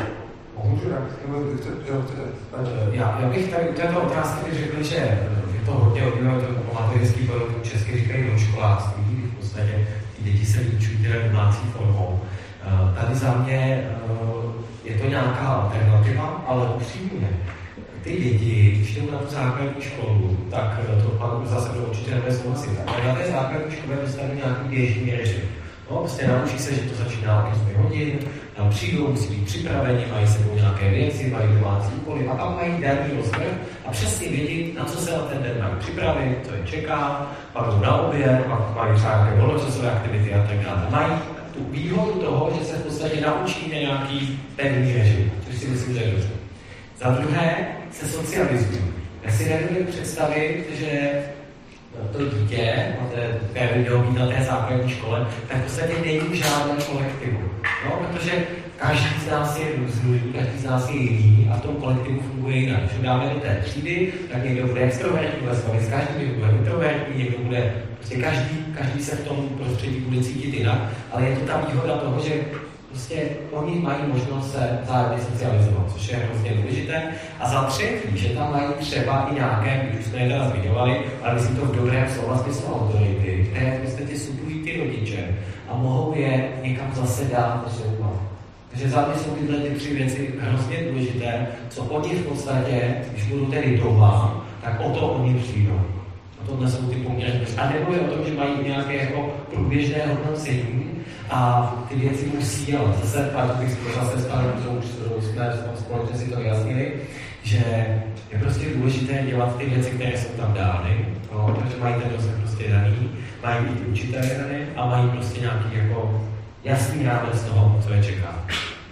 Já bych tady u této otázky řekl, že je to hodně odbývají to amatéřský produkt, česky říkají doškoláctví, v podstatě ty děti se vyučují teda domácí formou. Tady za mě je to nějaká alternativa, ale upřímně, ty děti, když jdou na tu základní školu, tak to pan zase určitě nebude souhlasit, ale na té základní škole dostanou nějaký běžný režim. No, prostě naučí se, že to začíná o 8 hodin, tam přijdou, musí být připraveni, mají sebou nějaké věci, mají domácí úkoly a tam mají denní rozvrh a přesně vědět, na co se na ten den mají připravit, co je čeká, pak jdou na oběd, pak mají třeba nějaké volnočasové aktivity a tak dále. Mají tu výhodu toho, že se v podstatě naučíme nějaký pevný režim, což si myslím, že je dobře. Za druhé se socializují. Já si nedovedu představit, že to dítě, které by mělo být na té základní škole, tak v podstatě není v žádném kolektivu. No, protože každý z nás je různý, každý z nás je jiný a v tom kolektivu funguje jinak. Když dáme do té třídy, tak někdo bude extrovertní, bude se bavit s každým, někdo bude introvertní, někdo bude, prostě každý se v tom prostředí bude cítit jinak, ale je to ta výhoda toho, že prostě oni mají možnost se vzájemně socializovat, což je hrozně důležité. A za třetí, že tam mají třeba i nějaké, když už jsme je teda zmiňovali, ale myslím to v dobrém slova smyslu autority, které v podstatě suplují ty rodiče a mohou je někam zase dát posouvat. Takže za mě jsou tyhle ty 3 věci hrozně důležité, co oni v podstatě, když budou tedy doma, tak o to oni přijdou. A tohle jsou ty poměrně. A nebo je o tom, že mají nějaké jako průběžné hodnocení, a ty věci musí, ale zase s panem, jsme společně si to vyjasnili, že je prostě důležité dělat ty věci, které jsou tam dány, no, protože mají ten dosah prostě daný, mají i učitelé daný a mají prostě nějaký jako jasný rámec toho, co je čeká.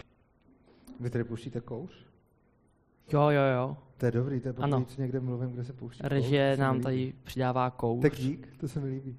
Vy tady pouštíte kouř? Jo. To je dobrý, to je poprvé, co někde mluvím, kde se pouští kouř. Režie nám tady přidává kouř. Tak dík, to se mi líbí.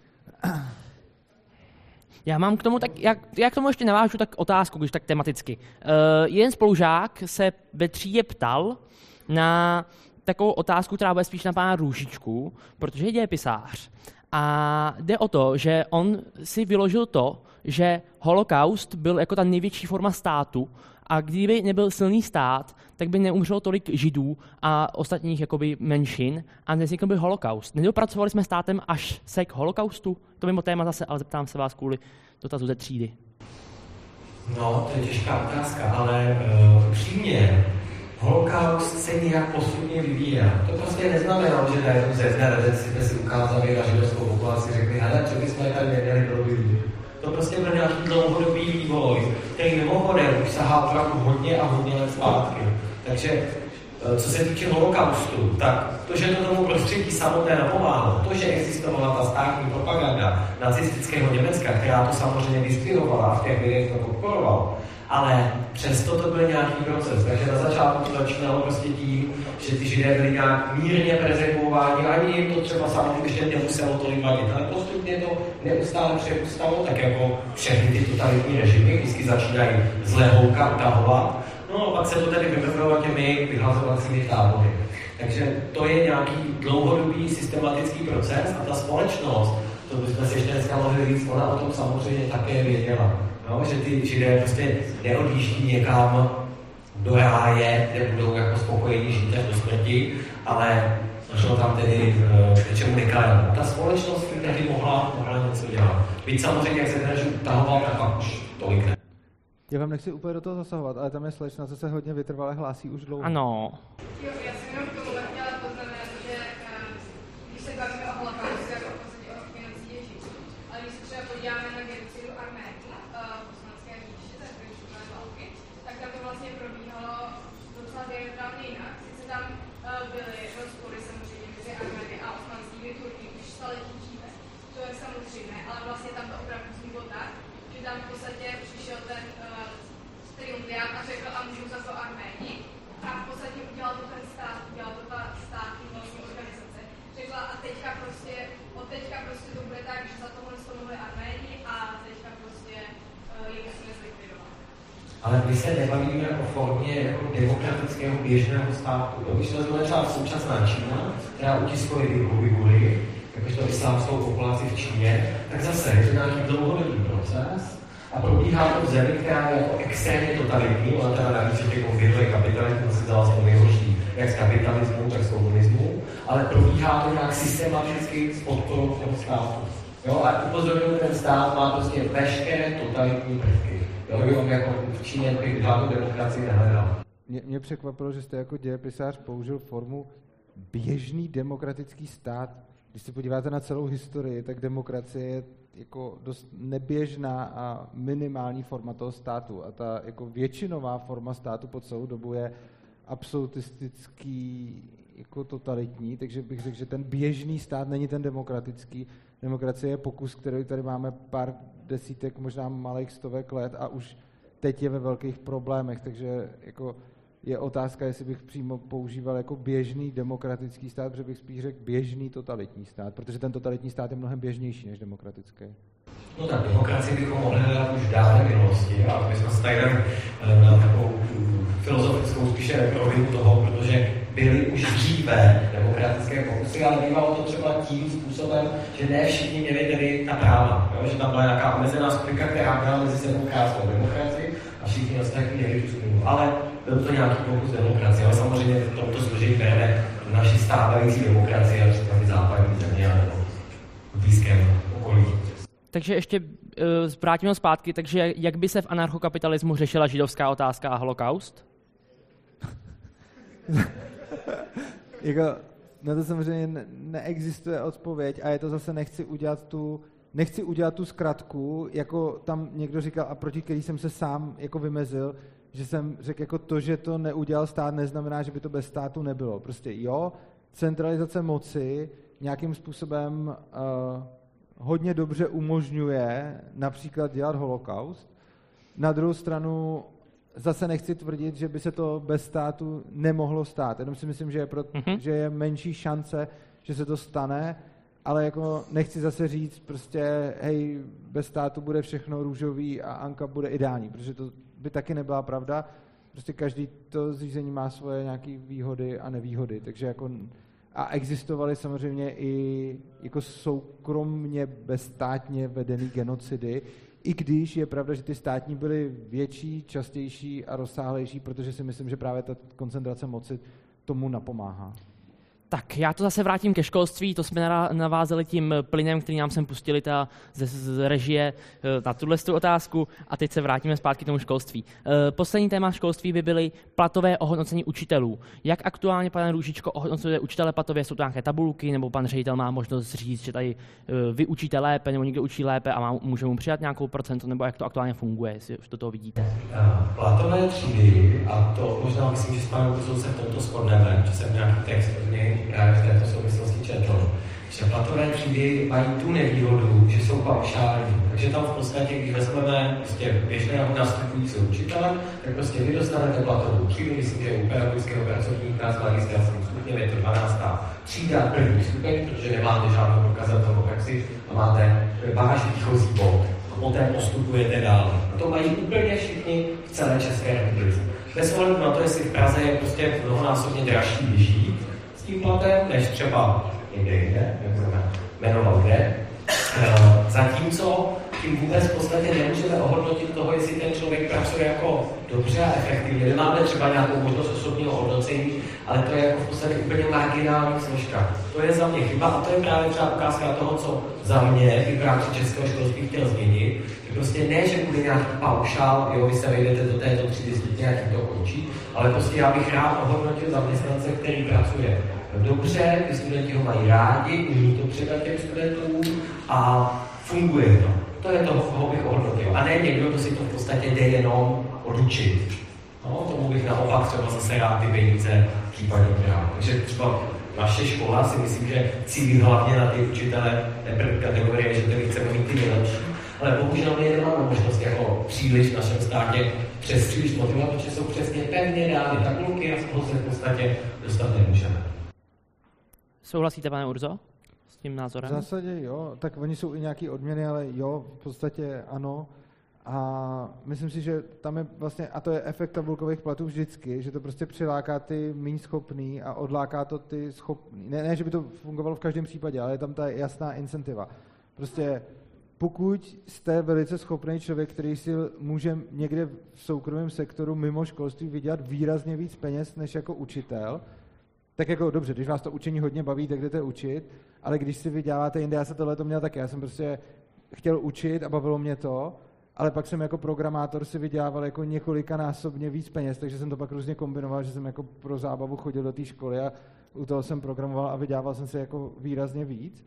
Já mám k tomu, tak já k tomu ještě navážu tak otázku, když tak tematicky. Jeden spolužák se ve třídě ptal na takovou otázku, která bude spíš na pana Růžičku, protože je dějepisář. A jde o to, že on si vyložil to, že holokaust byl jako ta největší forma státu a kdyby nebyl silný stát, tak by neumřelo tolik Židů a ostatních jakoby menšin a nevznikl by holokaust. Nedopracovali jsme státem až se k holokaustu? To mimo téma zase, ale zeptám se vás kvůli dotazu ze třídy. No, to je těžká otázka, ale přímě holokaust se nějak postupně vyvíjel. To prostě neznamenalo, že najednou ze dne na den jsme si ukázali na židovskou populaci, řekli, hele, co bychom tady neměli pro lidi. To prostě byl nějaký dlouhodobý vývoj, který mimochodem už sahá opravdu hodně a hodně let zpátky. Takže co se týče holokaustu, tak to, že to tomu prostředí samotné napomáhlo, to, že existovala ta státní propaganda nacistického Německa, která to samozřejmě vyzdvihovala a v těch lidech to podporovala, ale přesto to byl nějaký proces. Takže na začátku to začínalo prostě tím, že ty Židé byli nějak mírně prezervováni, ani jim to třeba samozřejmě nemuselo tolik vadit, ale postupně to neustále přerůstalo, tak jako všechny ty totalitní režimy vždycky začínají z lehouka utahovat. No a pak se to tedy vyvrhlo těmi vyhlazovacími tábory. Takže to je nějaký dlouhodobý systematický proces a ta společnost to bychom si ještě dneska mohli říct, ona o tom samozřejmě také věděla. No, že ty Židé prostě neodjíždí někam do ráje, kde budou jako spokojení žít až do smrti, ale došlo tam tedy k něčemu nekalému. Ta společnost tehdy mohla něco dělat. Byť samozřejmě, jak se ten Žid utahoval, tak pak už tolik ne. Já vám nechci úplně do toho zasahovat, ale tam je slečna, co se hodně vytrvale hlásí už dlouho. Ano. Jo, já jsem jenom k tomu chtěla poznamenat, že když se bavíme o holokaustu, jako v podstatě o genocidy Židů, ale když se třeba podíváme na genocidu Arménů v Osmanské říši, tak to je války, tak tam to vlastně probíhalo docela diametrálně jinak. Sice tam byly rozpory samozřejmě mezi Armény a osmanskými Turky, když staletí dříve. To je samozřejmé, ale vlastně tam to opravdu vzniklo tak, že tam v podstatě přišel ten triumvirat a řekl, a můžou za to Arméni. A v podstatě udělal to ten stát, udělal to ta státní vlastně organizace. Řekla, a teďka prostě, od teďka prostě to bude tak, že za tohle to mohli Arméni a teďka prostě je musíme zlikvidovat. Ale my se nebavíme o formě jako demokratického běžného státu. Když to vezmeme třeba současná Čína, která utiskuje Ujgury, jakožto islámskou populaci v Číně, tak zase je to nějaký dlouhodobý proces a probíhá to v zemi, která je jako extrémně totalitní, ona teda navíc těch konfirmuje kapitalismus, si vzala to nejhorší, jak z kapitalismu, tak z komunismu, ale probíhá to nějak systematicky s podporou toho státu. Jo, a upozorňuji, ten stát má prostě veškeré totalitní prvky. Jo, on jako v Číně bych žádnou demokracii nehledal. Mě překvapilo, že jste jako dějepisář použil formu běžný demokratický stát. Když se podíváte na celou historii, tak demokracie je jako dost neběžná a minimální forma toho státu. A ta jako většinová forma státu po celou dobu je absolutistický, jako totalitní, takže bych řekl, že ten běžný stát není ten demokratický. Demokracie je pokus, který tady máme pár desítek, možná malých stovek let a už teď je ve velkých problémech, takže jako je otázka, jestli bych přímo používal jako běžný demokratický stát, protože bych spíš řekl běžný totalitní stát, protože ten totalitní stát je mnohem běžnější než demokratický. No tak demokracii bychom mohli hledat už dávné minulosti, ale my jsme se tady na takovou filozofickou spíše reprovinu toho, protože byly už dříve demokratické pokusy, ale bývalo to třeba tím způsobem, že ne všichni měli tedy ta práva, jo? Že tam byla nějaká omezená skupina, která měla mezi sebou krásnou demokracii a všichni ostatní měli tu smlouvu. Ale byl to nějaký pokus demokracie, ale samozřejmě v tomto složení bereme naši stávající demokracie a třeba ty západní země nebo v blízkém okolí. Takže ještě vrátíme zpátky, takže jak by se v anarchokapitalismu řešila židovská otázka a holokaust? Jako, na to samozřejmě neexistuje odpověď a je to zase nechci udělat tu zkratku, jako tam někdo říkal a proti který jsem se sám jako vymezil, že jsem řekl jako to, že to neudělal stát, neznamená, že by to bez státu nebylo. Prostě jo, centralizace moci nějakým způsobem hodně dobře umožňuje například dělat holokaust. Na druhou stranu zase nechci tvrdit, že by se to bez státu nemohlo stát. Jenom si myslím, že je menší šance, že se to stane, ale jako nechci zase říct prostě, hej, bez státu bude všechno růžový a Anka bude ideální, protože to by taky nebyla pravda. Prostě každý to zřízení má svoje nějaké výhody a nevýhody, takže jako a existovaly samozřejmě i jako soukromně bezstátně vedený genocidy, i když je pravda, že ty státní byly větší, častější a rozsáhlejší, protože si myslím, že právě ta koncentrace moci tomu napomáhá. Tak já to zase vrátím ke školství, to jsme navázali tím plynem, který nám sem pustili z režie na tuhle otázku a teď se vrátíme zpátky k tomu školství. Poslední téma školství by byly platové ohodnocení učitelů. Jak aktuálně, pane Růžičko, ohodnocuje učitele platově? Jsou to nějaké tabulky, nebo pan ředitel má možnost říct, že tady vy učíte lépe, nebo někdo učí lépe a může mu přidat nějakou procento, nebo jak to aktuálně funguje, jestli už do toho vidíte? Platové třídy, a to možná myslím, že s panem se v tomto shodneme, že jsem nějaký text od něj právě v této souvislosti četl, že platové třídy mají tu nevýhodu, že jsou paušální. Takže tam v podstatě, když vezmeme prostě běžného nastupujícího učitele, tak prostě vy dostanete platovou třídu, myslím, že u pedagogického pracovníka s magistrátským stupněm je to 12. třída první stupeň, protože nemáte žádnou prokazatelnou praxi a máte váš výchozí bod. A poté postupujete dál. A to mají úplně všichni v celé České republice. Bez ohledu na to, jestli v Praze je prostě mnohonásobně dražší vyžít s tím platem, než třeba někde jinde, nebudeme jmenovat kde, Zatímco tím vůbec v podstatě nemůžeme ohodnotit toho, jestli ten člověk pracuje jako dobře a efektivně. Nemáme třeba nějakou možnost osobního hodnocení, ale to je jako v podstatě úplně marginální složka. To je za mě chyba a to je právě třeba ukázka toho, co za mě i v rámci českého školství chtěl změnit. Že prostě ne, že bude nějaký paušál, jo, vy se vejdete do této třídy zpětně a tím to končí, ale prostě já bych rád ohodnotil zaměstnance, který pracuje dobře, ty studenti ho mají rádi, umí to předat těm studentům a funguje to. To je to, koho bych ohodnotil. A ne někdo, kdo si to v podstatě jde jenom odučit. No, tomu bych naopak třeba zase rád ty peníze případně bral. Takže třeba naše škola si myslím, že cílí hlavně na ty učitele té první kategorie, že tady chceme mít ty nejlepší. Ale bohužel my nemáme možnost jako příliš v našem státě přes příliš motivovat, protože jsou přesně pevně dány tabulky a z toho se v podstatě dostat nemůžeme. Souhlasíte, pane Urzo, s tím názorem? V zásadě jo, tak oni jsou i nějaký odměny, ale jo, v podstatě ano. A myslím si, že tam je vlastně, a to je efekt tabulkových platů vždycky, že to prostě přiláká ty méně schopný a odláká to ty schopný. Ne, že by to fungovalo v každém případě, ale je tam ta jasná incentiva. Prostě pokud jste velice schopný člověk, který si může někde v soukromém sektoru mimo školství vydělat výrazně víc peněz než jako učitel, tak jako dobře, když vás to učení hodně baví, tak jdete učit, ale když si vyděláváte jinde, já jsem tohleto měl taky, já jsem prostě chtěl učit a bavilo mě to, ale pak jsem jako programátor si vydělával jako několikanásobně víc peněz, takže jsem to pak různě kombinoval, že jsem jako pro zábavu chodil do té školy a u toho jsem programoval a vydělával jsem si jako výrazně víc.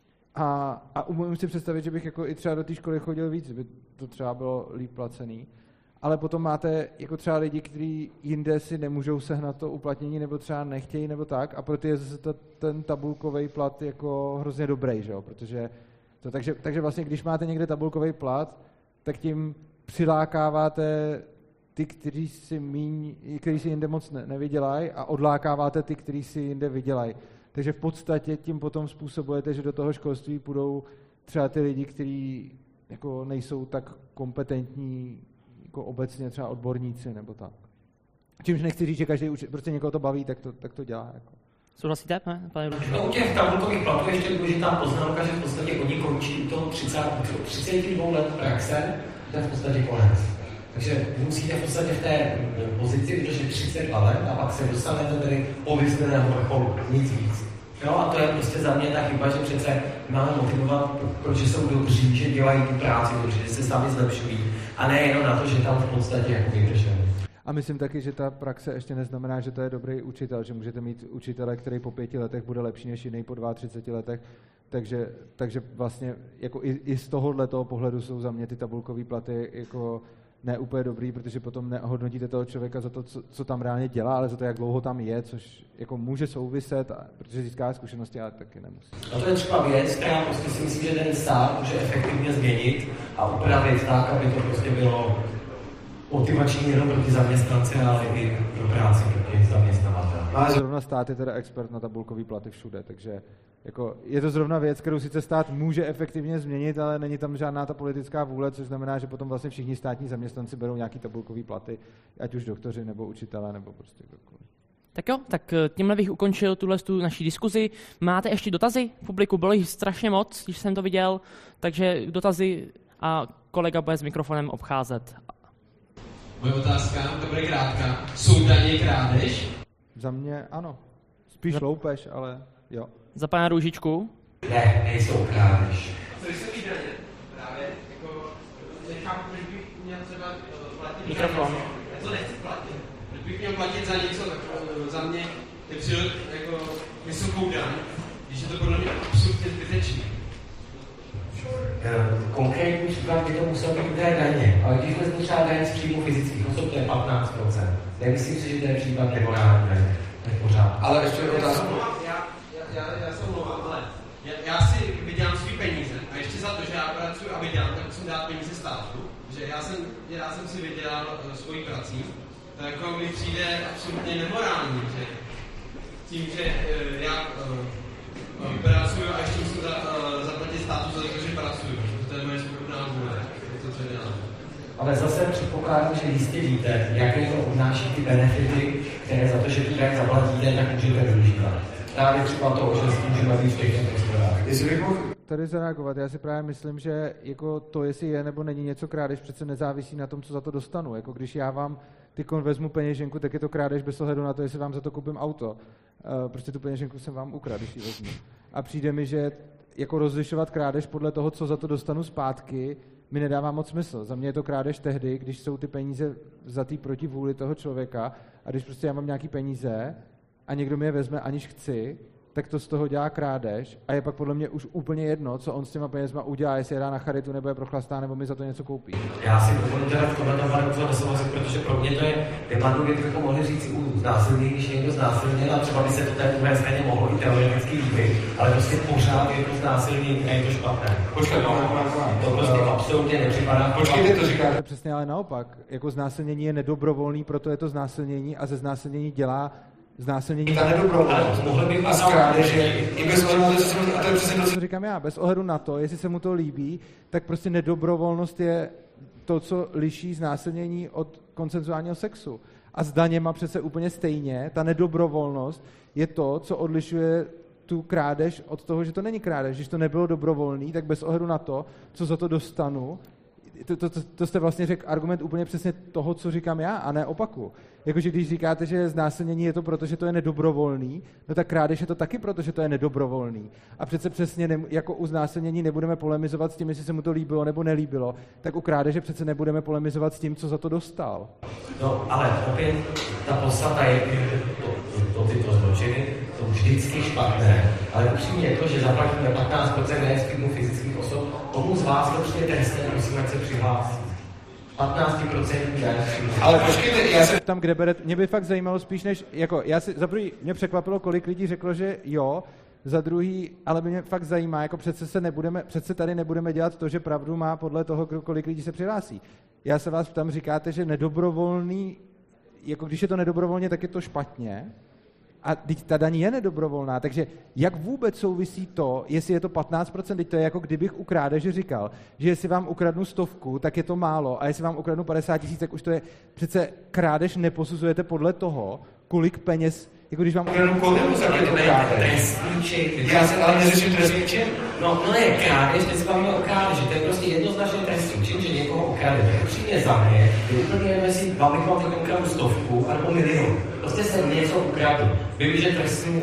A umím si představit, že bych jako i třeba do té školy chodil víc, by to třeba bylo líp placený. Ale potom máte jako třeba lidi, kteří jinde si nemůžou sehnat to uplatnění, nebo třeba nechtějí, nebo tak, a pro ty je zase ten tabulkový plat jako hrozně dobrý, že jo? Protože to, takže vlastně, když máte někde tabulkový plat, tak tím přilákáváte ty, kteří si jinde moc nevydělají a odlákáváte ty, kteří si jinde vydělají. Takže v podstatě tím potom způsobujete, že do toho školství půjdou třeba ty lidi, kteří jako nejsou tak kompetentní jako obecně třeba odborníci nebo tak. Čímž nechci říct, že každý prostě někoho to baví, tak to dělá. Jako. Souhlasíte, pane Ručko? No, u těch tabulkových platů ještě důležitá poznámka, že v podstatě oni končí u toho 32 let praxe, to je v podstatě konec. Takže musíte v podstatě v té pozici vydržet 32 let a pak se dostanete tedy po vyzveného vrcholu, nic víc. Jo, a to je prostě za mě ta chyba, že přece máme motivovat, protože jsou dobří, že dělají tu práci dobře, že se sami zlepšují a ne jenom na to, že tam v podstatě jako vydrželi. A myslím taky, že ta praxe ještě neznamená, že to je dobrý učitel, že můžete mít učitele, který po 5 letech bude lepší než jiný po 32 letech, takže vlastně jako i z tohoto pohledu jsou za mě ty tabulkové platy jako ne úplně dobrý, protože potom nehodnotíte toho člověka za to, co tam reálně dělá, ale za to, jak dlouho tam je, což jako může souviset, protože získá zkušenosti, ale taky nemusí. A to je třeba věc, která prostě si myslím, že ten stát může efektivně změnit a upravit tak, aby to prostě bylo motivační jenom pro ty zaměstnance, ale i pro práci pro ty zaměstnavatele. Ale zrovna stát je teda expert na tabulkové platy všude, takže jako je to zrovna věc, kterou sice stát může efektivně změnit, ale není tam žádná ta politická vůle, což znamená, že potom vlastně všichni státní zaměstnanci berou nějaký tabulkový platy, ať už doktoři nebo učitelé nebo prostě kdokoliv. Tak jo, tak tímhle bych ukončil tuhle naší diskuzi. Máte ještě dotazy? Publiku bylo jich strašně moc, když jsem to viděl, takže dotazy a kolega bude s mikrofonem obcházet. Moje otázka, to bude krátká. Jsou daně krádež? Za mě ano. Spíš loupež, ale jo. Za pana Růžičku? Ne, nejsou krádež. Co jsou daně? Právě jako nechápu, proč bych měl třeba platit mikrofon. Já to nechci platit. Proč bych měl platit za něco, tak za mě je příliš jako vysokou daň, když je to podle mě absolutně zbytečný. Konkrétní příklad by to muselo být té daně, ale když vezmu třeba daň z příjmu fyzických osob, to je 15%. Nemyslím si, že to je případ nemorální daně. Ale ještě otázku. Já se omlouvám, ale já si vydělám svý peníze a ještě za to, že já pracuji a vydělám, tak musím dát peníze státu, že já jsem si vydělal svojí prací, tak jako mi přijde absolutně nemorální, že tím, že já pracuji a ještě musím zaplatit státu za to, že pracuji. To je moje svobodná vůle, to, co dělám. Ale zase předpokládám, že jistě víte, jaké to obnáší ty benefity, které za to, že tu daň zaplatíte, tak můžete využívat. Právě třeba to, že s tím, že baví v těch prostorách. Jestli bych mohl tady zareagovat. Já si právě myslím, že jako to, jestli je nebo není něco krádež, přece nezávisí na tom, co za to dostanu. Jako když já vám tykon vezmu peněženku, tak je to krádež bez ohledu na to, jestli vám za to koupím auto. Prostě tu peněženku jsem vám ukradl, když ji vezmu. A přijde mi, že jako rozlišovat krádež podle toho, co za to dostanu zpátky, mi nedává moc smysl. Za mě je to krádež tehdy, když jsou ty peníze vzatý proti vůli toho člověka a když prostě já mám nějaký peníze a někdo mi je vezme, aniž chci, tak to z toho dělá krádež a je pak podle mě už úplně jedno, co on s těma penězma udělá, jestli je dá na charitu, nebo je prochlastá, nebo mi za to něco koupí. Já si dovolím teda v tomhle tomu docela nesouhlasit, protože pro mě to je tématu, kdy bychom mohli říct u znásilnění, když někdo znásilněl a třeba by se to té druhé straně mohlo i teoreticky líbit, ale prostě pořád je to znásilnění a je to špatné. Počkej, to prostě absolutně nepřipadá. Počkej, to říkáte. Přesně, ale naopak. Jako znásilnění je nedobrovolný, proto je to znásilnění a ze znásilnění dělá znásilnění. Ta nedobrovolnost. A z krádeže i bez ohledu na to, a to je přesně to, co říkám já, bez ohledu na to, jestli se mu to líbí, tak prostě nedobrovolnost je to, co liší znásilnění od konsenzuálního sexu. A s daněma přece úplně stejně, ta nedobrovolnost je to, co odlišuje tu krádež od toho, že to není krádež. Když to nebylo dobrovolný, tak bez ohledu na to, co za to dostanu, to jste vlastně řekl argument úplně přesně toho, co říkám já, a ne opaku. Jakože když říkáte, že znásilnění je to proto, že to je nedobrovolný, no tak krádež je to taky proto, že to je nedobrovolný. A přece přesně jako u znásilnění nebudeme polemizovat s tím, jestli se mu to líbilo nebo nelíbilo, tak u krádeže přece nebudeme polemizovat s tím, co za to dostal. No, ale opět ta podstata je, tyto zločiny jsou vždycky špatné, ale upřímně je to, že zaplatíme 15% nejistýmu fyzických osob, komu z vás to přijde trestně, prosím, ať se přihlásí. 15% ale počkejte, já se tam, kde berete, mě by fakt zajímalo spíš než, jako, za prvý mě překvapilo, kolik lidí řeklo, že jo, za druhý, ale by mě fakt zajímá, jako přece tady nebudeme dělat to, že pravdu má podle toho, kolik lidí se přihlásí. Já se vás ptám, říkáte, že nedobrovolný, jako když je to nedobrovolně, tak je to špatně. A teď ta daň je nedobrovolná, takže jak vůbec souvisí to, jestli je to 15%, teď to je jako kdybych u krádeže říkal, že jestli vám ukradnu 100, tak je to málo, a jestli vám ukradnu 50 000, tak už to je přece krádež neposuzujete podle toho, kolik peněz, jako když vám ukradnu korunu, tak je to krádež. Já se ale neřeším trestný čin. No ne, krádež, teď se bavíme o krádeži, to je prostě jednoznačně trestný čin, že někoho okradete. Upřímně za mě, je úplně jedno, jestli vám bych vám teď ukradl 100 nebo 1 000 000. Prostě jsem něco ukradl. Vím, že trestný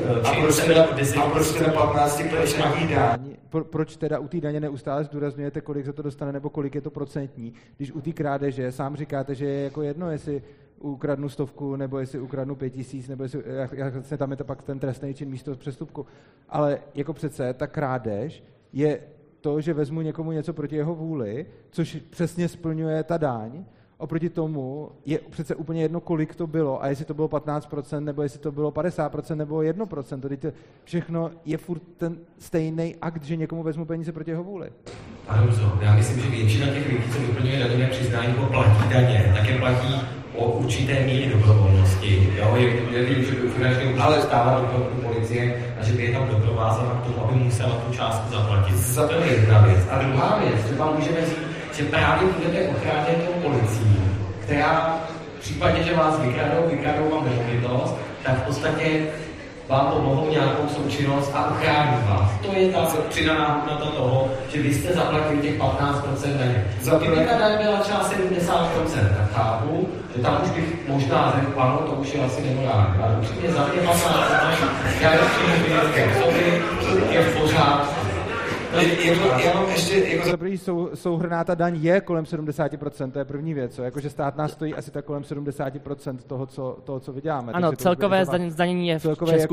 čin. A proč teda 15% daň? Proč teda u té daně neustále zdůrazňujete, kolik za to dostane, nebo kolik je to procentní, když u té krádeže sám říkáte, že je jako jedno, jestli ukradnu 100, nebo jestli ukradnu 5 000, nebo jestli, jak tam je to pak ten trestný čin místo přestupku. Ale jako přece ta krádež je to, že vezmu někomu něco proti jeho vůli, což přesně splňuje ta daň. Oproti tomu je přece úplně jedno, kolik to bylo a jestli to bylo 15%, nebo jestli to bylo 50%, nebo 1%. Teď všechno je furt ten stejný akt, že někomu vezmu peníze proti jeho vůli. Pane Ruzo, já myslím, že většina těch lidí, co vyplňuje daňové přiznání, platí daně, také platí o určité míry dobrovolnosti. Jo, je vím, že finančně už stává do policie a že by je tam doprovázela k tomu, aby musela tu částku zaplatit. To je jedna věc. A druhá věc, třeba můžeme říct, že právě budete ochránět tou policií, která v případě, že vás vykradou vám nemovitost, tak v podstatě vám pomohou nějakou součinnost a ochrání vás. To je ta přidaná hodnota toho, že vy jste zaplatili těch 15% daně. Kdyby ta daň byla třeba 70%, tak chápu, že tam už bych možná řekl, ano, to už je asi nemorální. Ale určitě za mě 15%, já je v pořádku. Za první souhrnná ta daň je kolem 70%, to je první věc, jakože stát nás stojí asi tak kolem 70% toho, co vyděláme. Ano, celkové zdanění je v Česku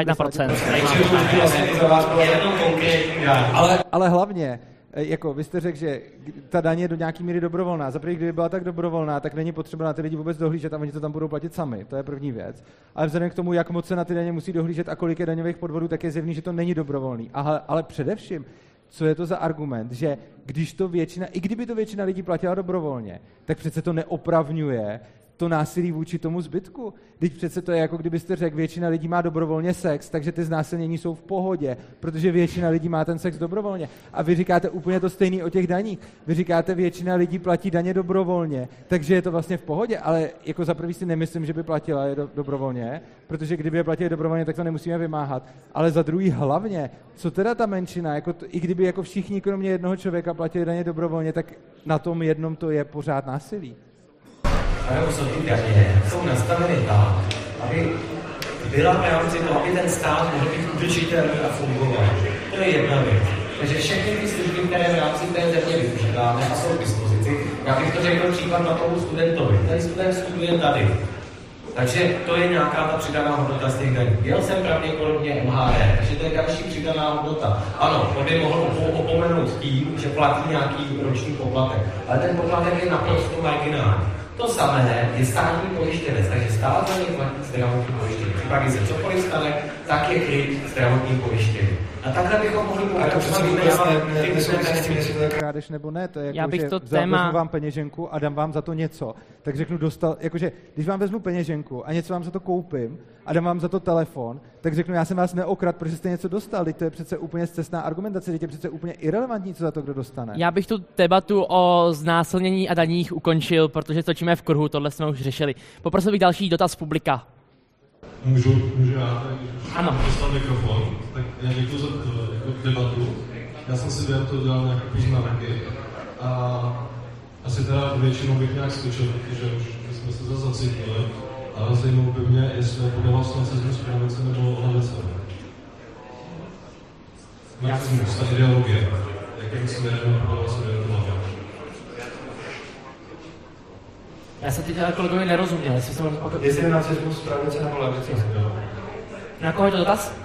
61%. Ale hlavně, jako vy jste řekl, že ta daň je do nějaký míry dobrovolná. Za první, kdyby byla tak dobrovolná, tak není potřeba na ty lidi vůbec dohlížet a oni to tam budou platit sami. To je první věc. Ale vzhledem k tomu, jak moc se na ty daně musí dohlížet a kolik je daňových podvodů, tak je zjevný, že to není dobrovolný. Ale především, co je to za argument, že když to i kdyby to většina lidí platila dobrovolně, tak přece to neopravňuje to násilí vůči tomu zbytku. Teď přece to je jako kdybyste řekl, většina lidí má dobrovolně sex, takže ty znásilnění jsou v pohodě, protože většina lidí má ten sex dobrovolně. A vy říkáte úplně to stejný o těch daních. Vy říkáte, většina lidí platí daně dobrovolně, takže je to vlastně v pohodě, ale jako za prvý si nemyslím, že by platila je dobrovolně, protože kdyby je platili dobrovolně, tak to nemusíme vymáhat. Ale za druhý hlavně, co teda ta menšina, jako i kdyby jako všichni kromě jednoho člověka platili daně dobrovolně, tak na tom jednom to je pořád násilí. Ale už ty daně jsou nastaveny tak, aby byla v rámci toho, aby ten stát mohl být udržitelný a fungovat. To je jedna věc. Takže všechny ty služby, které v rámci té země využíváme a jsou k dispozici, já bych to řekl příklad na tomu studentovi. Ten student studuje tady. Takže to je nějaká ta přidaná hodnota z těch daní. Měl jsem pravděpodobně MHD, takže to je další přidaná hodnota. Ano, on by mohl opomenout tím, že platí nějaký roční poplatek, ale ten poplatek je naprosto marginální. To samé je státní pojištěnec, takže stát za něj platí zdravotní pojištění. Pak, když se cokoliv stane, tak je kryt zdravotním pojištěním. A takhle bychom mohli pokračovat jestli to krádeš nebo ne, to je jako, že vezmu vám peněženku a dám vám za to něco, tak řeknu dostal, jakože když vám vezmu peněženku a něco vám za to koupím a dám vám za to telefon, tak řeknu, já jsem vás neokradl, protože jste něco dostal, teď to je přece úplně scestná argumentace, teď je přece úplně irelevantní, co za to kdo dostane. Já bych tu debatu o znásilnění a daních ukončil, protože točíme v kruhu, tohle jsme už řešili. Poprosil bych další dotaz publika. Můžu já? Ano. Dostal mikrofon, tak já děkuji za debatu. Já jsem si během toho dělal nějaké poznámky a asi teda většinou bych nějak skočil, protože už jsme se zase zacítili, ale zajímalo by mě, jestli podával s nacismus pravice nebo levice. Nacismus, ta ideologie. Jakým směrem podával se ideologie? Já jsem teď kolegovi nerozuměl, jestli nacismus pravice nebo levice. Na koho je to dotaz?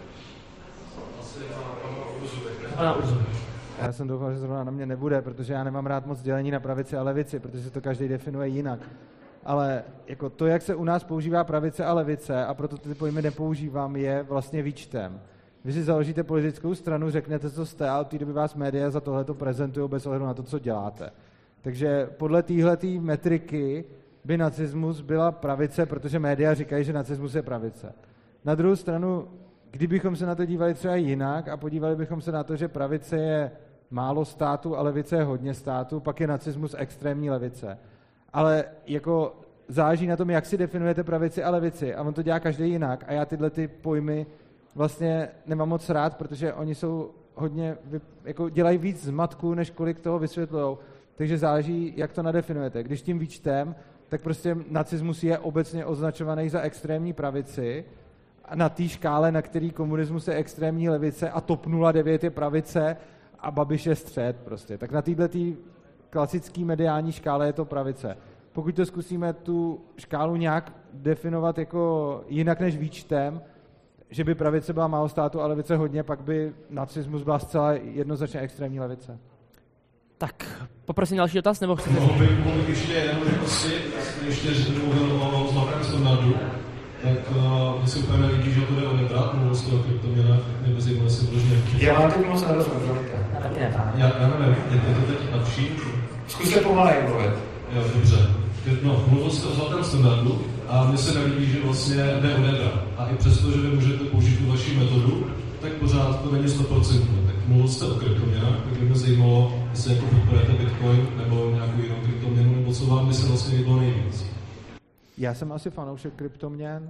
Pana Urzu. Já jsem doufal, že zrovna na mě nebude, protože já nemám rád moc dělení na pravici a levici, protože se to každý definuje jinak. Ale jako to, jak se u nás používá pravice a levice, a proto ty pojmy nepoužívám, je vlastně výčtem. Vy si založíte politickou stranu, řeknete, co jste, a od té doby vás média za tohleto prezentují bez ohledu na to, co děláte. Takže podle téhletý metriky by nacismus byla pravice, protože média říkají, že nacismus je pravice. Na druhou stranu, kdybychom se na to dívali třeba jinak a podívali bychom se na to, že pravice je málo států a levice je hodně států, pak je nacismus extrémní levice. Ale jako záleží na tom, jak si definujete pravici a levici, a on to dělá každý jinak, a já tyhle ty pojmy vlastně nemám moc rád, protože oni jsou hodně, jako dělají víc zmatku, než kolik toho vysvětlujou. Takže záleží, jak to nadefinujete. Když tím výčtem, tak prostě nacismus je obecně označovaný za extrémní pravici, a na té škále, na který komunismus je extrémní levice a TOP 09 je pravice a Babiš je střed prostě. Tak na této klasické mediální škále je to pravice. Pokud to zkusíme tu škálu nějak definovat jako jinak než výčtem, že by pravice byla málo státu a levice hodně, pak by nacismus byla zcela jednoznačně extrémní levice. Tak, poprosím další dotaz, nebo chcete? Mohl bych ještě jenom ještě mluvil o zlatém standardu, tak mě se úplně nelíbí, že to jde odebrat, mluvil z toho kryptoměna, tak mě zajímalo, jestli vložně. Já mám teď moc nerozumím, já nevím, je to teď napší? Zkuste pomalej mluvit. Jo, dobře. No, mluvil jste o zlatém standardu a mně se nelíbí, že vlastně jde odebrat. A i přesto, že vy můžete použít tu vaši metodu, tak pořád to není 100%. Tak mluvil jste o kryptoměnách, tak by mě zajímalo, jestli jako podporujete Bitcoin nebo nějakou jinou kryptoměnu, nebo co vám by se vlastně líbilo nejvíc. Já jsem asi fanoušek kryptoměn.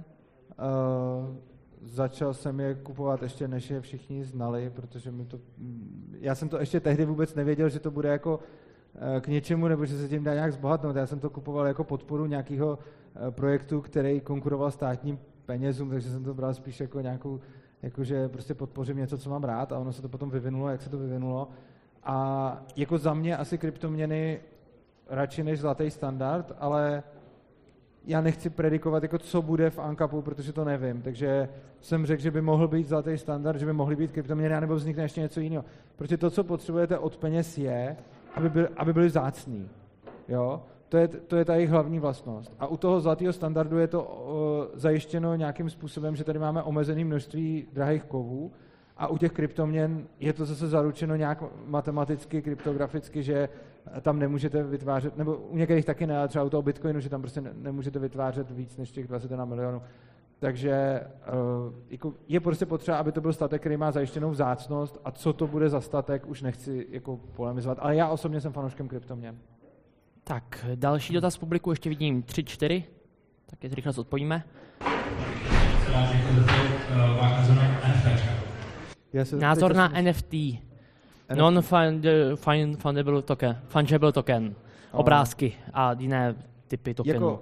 Začal jsem je kupovat ještě, než je všichni znali, protože mi to... Já jsem to ještě tehdy vůbec nevěděl, že to bude jako k něčemu, nebo že se tím dá nějak zbohatnout. Já jsem to kupoval jako podporu nějakého projektu, který konkuroval státním penězům, takže jsem to bral spíš jako nějakou, jakože prostě podpořím něco, co mám rád, a ono se to potom vyvinulo, jak se to vyvinulo. A jako za mě asi kryptoměny radši než zlatý standard, ale já nechci predikovat, jako co bude v ANCAPu, protože to nevím. Takže jsem řekl, že by mohl být zlatý standard, že by mohly být kryptoměny, nebo vznikne ještě něco jiného. Protože to, co potřebujete od peněz, je, aby byly vzácný. Jo? To je ta jejich hlavní vlastnost. A u toho zlatého standardu je to zajištěno nějakým způsobem, že tady máme omezené množství drahých kovů, a u těch kryptoměn je to zase zaručeno nějak matematicky, kryptograficky, že tam nemůžete vytvářet, nebo u některých taky ne, ale třeba u toho Bitcoinu, že tam prostě nemůžete vytvářet víc než těch 21 milionů. Takže jako je prostě potřeba, aby to byl statek, který má zajištěnou vzácnost, a co to bude za statek, už nechci jako polemizovat, ale já osobně jsem fanouškem kryptoměn. Tak, další dotaz z publiku, ještě vidím 3-4, tak je rychle odpovíme. Názor na NFT. Non-fungible token. Obrázky a jiné typy tokenů. Jako,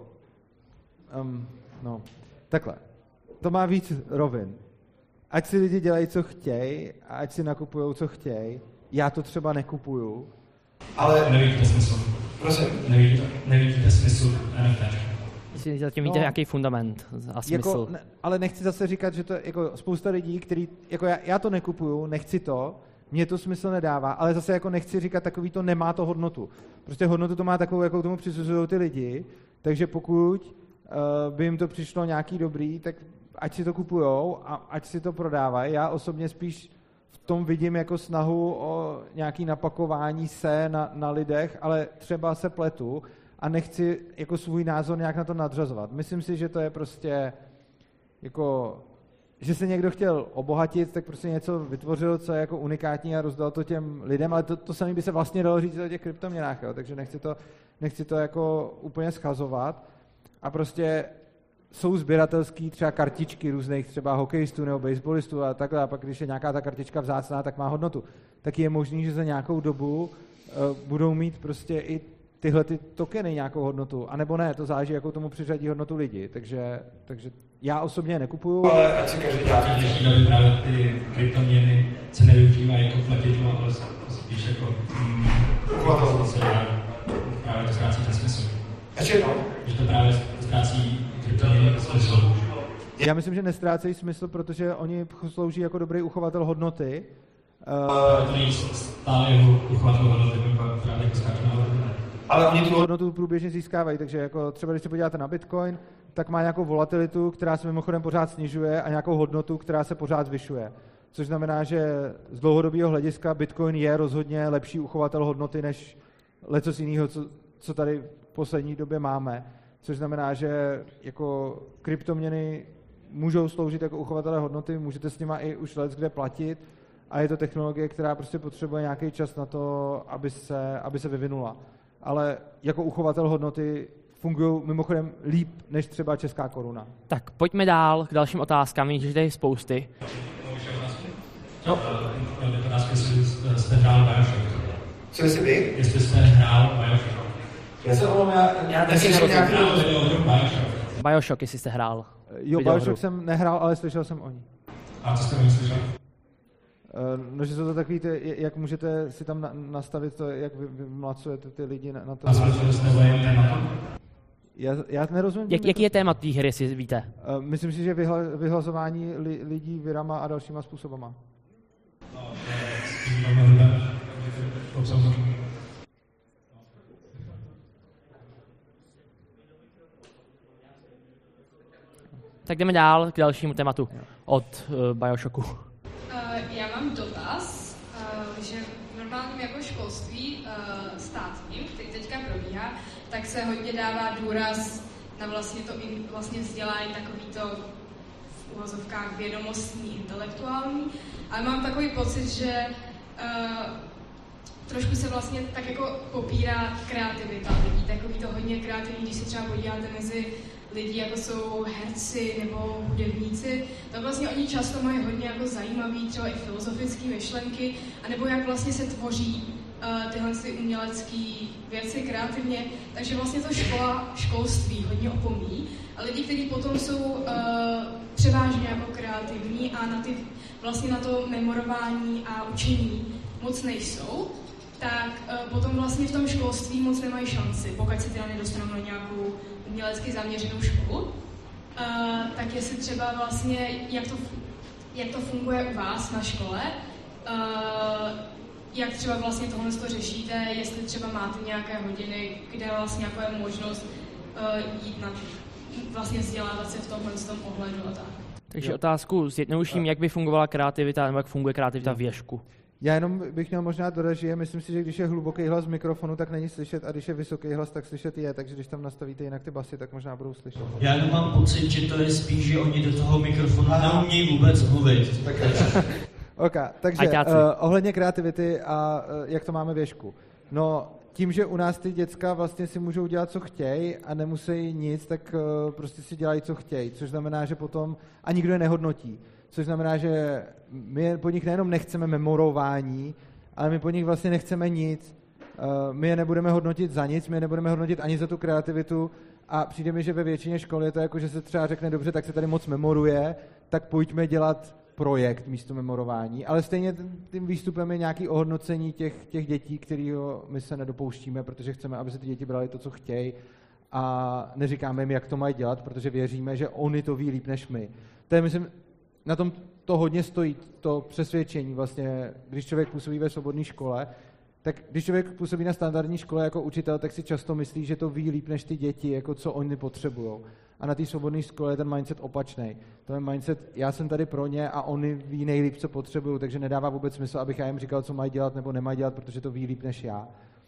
takhle. To má víc rovin. Ať si lidi dělají, co chtějí, a ať si nakupujou, co chtějí. Já to třeba nekupuju. Ale nevidíte smysl. Prosím. Nevidíte smysl NFT. Jestli zatím víte, jaký fundament a smysl. Jako, ale nechci zase říkat, že to jako spousta lidí, který, jako já to nekupuju, nechci to, mně to smysl nedává, ale zase jako nechci říkat takový to nemá to hodnotu. Prostě hodnotu to má takovou, jakou tomu přisuzují ty lidi, takže pokud by jim to přišlo nějaký dobrý, tak ať si to kupujou a ať si to prodávají. Já osobně spíš v tom vidím jako snahu o nějaké napakování se na lidech, ale třeba se pletu a nechci jako svůj názor nějak na to nadřazovat. Myslím si, že to je prostě jako, že se někdo chtěl obohatit, tak prostě něco vytvořil, co je jako unikátní a rozdal to těm lidem, ale to samé by se vlastně dalo říct o těch kryptoměnách, jo? Takže nechci to jako úplně schazovat. A prostě jsou sběratelský třeba kartičky různých třeba hokejistů nebo baseballistů a takhle, a pak když je nějaká ta kartička vzácná, tak má hodnotu. Tak je možný, že za nějakou dobu budou mít prostě i tyhle ty tokeny nějakou hodnotu, anebo ne, to záleží, jakou tomu přiřadí hodnotu lidi. Takže já osobně nekupuju. Ale ať si každý dělá. V dnešní době právě ty kryptoměny se nevyužívají jako platidlo, ale spíš jako právě to ztrácí ten smysl. Že to právě ztrácí kryptoměny smysl. Já myslím, že nestrácejí smysl, protože oni slouží jako dobrý uchovatel hodnoty. To není stále jeho uchovatel hodnoty, právě jako ztrácí hodnoty. Ale oni tu hodnotu průběžně získávají, takže jako třeba když se podíváte na Bitcoin, tak má nějakou volatilitu, která se mimochodem pořád snižuje, a nějakou hodnotu, která se pořád zvyšuje. Což znamená, že z dlouhodobého hlediska Bitcoin je rozhodně lepší uchovatel hodnoty než lecos jiného, co tady v poslední době máme. Což znamená, že jako kryptoměny můžou sloužit jako uchovatele hodnoty, můžete s nima i už kde platit, a je to technologie, která prostě potřebuje nějaký čas na to, aby se vyvinula. Ale jako uchovatel hodnoty fungují mimochodem líp než třeba česká koruna. Tak pojďme dál k dalším otázkám, vidíš, že tady je spousty. No. Otázka, jestli jste hrál Bioshock. Co jsi vy? Jestli jste hrál Bioshock. Já se omlouvám, já taky Bioshock, jestli jste hrál. Jo, Bioshock jsem nehrál, ale slyšel jsem o ní. A co jste o ní slyšel? No, že jsou to takový, jak můžete si tam nastavit to, jak vymlacujete ty lidi na to. A slyšeli jste o tématu? Já nerozumím. Jaký je téma té hry, jestli víte? Myslím si, že vyhlazování lidí virama a dalšíma způsobama. Tak jdeme dál k dalšímu tématu od Bioshocku. Já mám dotaz, že normálním jako školství státním, který teďka probíhá, tak se hodně dává důraz na vlastně to vlastně vzdělání takovýto v uvozovkách vědomostní, intelektuální, ale mám takový pocit, že trošku se vlastně tak jako popírá kreativita lidí, takový to hodně kreativní, když se třeba podíváte mezi lidi, jako jsou herci nebo hudebníci, tak vlastně oni často mají hodně jako zajímavý třeba i filozofické myšlenky, anebo jak vlastně se tvoří tyhle umělecké věci kreativně, takže vlastně to školství hodně opomíjí. A lidi, kteří potom jsou převážně jako kreativní a vlastně na to memorování a učení moc nejsou, tak potom vlastně v tom školství moc nemají šanci, pokud se teda nedostanou na nějakou umělecky zaměřenou školu. Tak jestli třeba vlastně, jak to funguje u vás na škole, jak třeba vlastně tohle to řešíte, jestli třeba máte nějaké hodiny, kde vlastně jako je možnost jít na vlastně vzdělávat se v tomhle tom ohledu a tak. Takže otázku zjednoduším, jak by fungovala kreativita, nebo jak funguje kreativita v Ježku. Já jenom bych měl možná dodat, že myslím si, že když je hluboký hlas z mikrofonu, tak není slyšet, a když je vysoký hlas, tak slyšet je, takže když tam nastavíte jinak ty basy, tak možná budou slyšet. Já jenom mám pocit, že to je spíš, že oni do toho mikrofonu neumějí vůbec mluvit. OK, takže ohledně kreativity a jak to máme věšku. No, tím, že u nás ty děcka vlastně si můžou dělat, co chtějí a nemusí nic, tak prostě si dělají, co chtějí, což znamená, že potom a nikdo je nehodnotí. Což znamená, že my po nich nejenom nechceme memorování, ale my po nich vlastně nechceme nic. My je nebudeme hodnotit za nic, my je nebudeme hodnotit ani za tu kreativitu a přijde mi, že ve většině škol je to jako, že se třeba řekne, dobře, tak se tady moc memoruje, tak pojďme dělat projekt místo memorování, ale stejně tím výstupem je nějaké ohodnocení těch dětí, kterého my se nedopouštíme, protože chceme, aby se ty děti brali to, co chtějí a neříkáme jim, jak to mají dělat, protože věříme, že oni to ví líp než my. To je, myslím, na tom to hodně stojí, to přesvědčení vlastně, když člověk působí ve svobodné škole, tak když člověk působí na standardní škole jako učitel, tak si často myslí, že to ví líp než ty děti, jako co oni potřebují. A na té svobodné škole je ten mindset opačný. To je mindset, já jsem tady pro ně a oni ví nejlíp, co potřebují, takže nedává vůbec smysl, abych já jim říkal, co mají dělat nebo nemají dělat, protože to ví líp než já.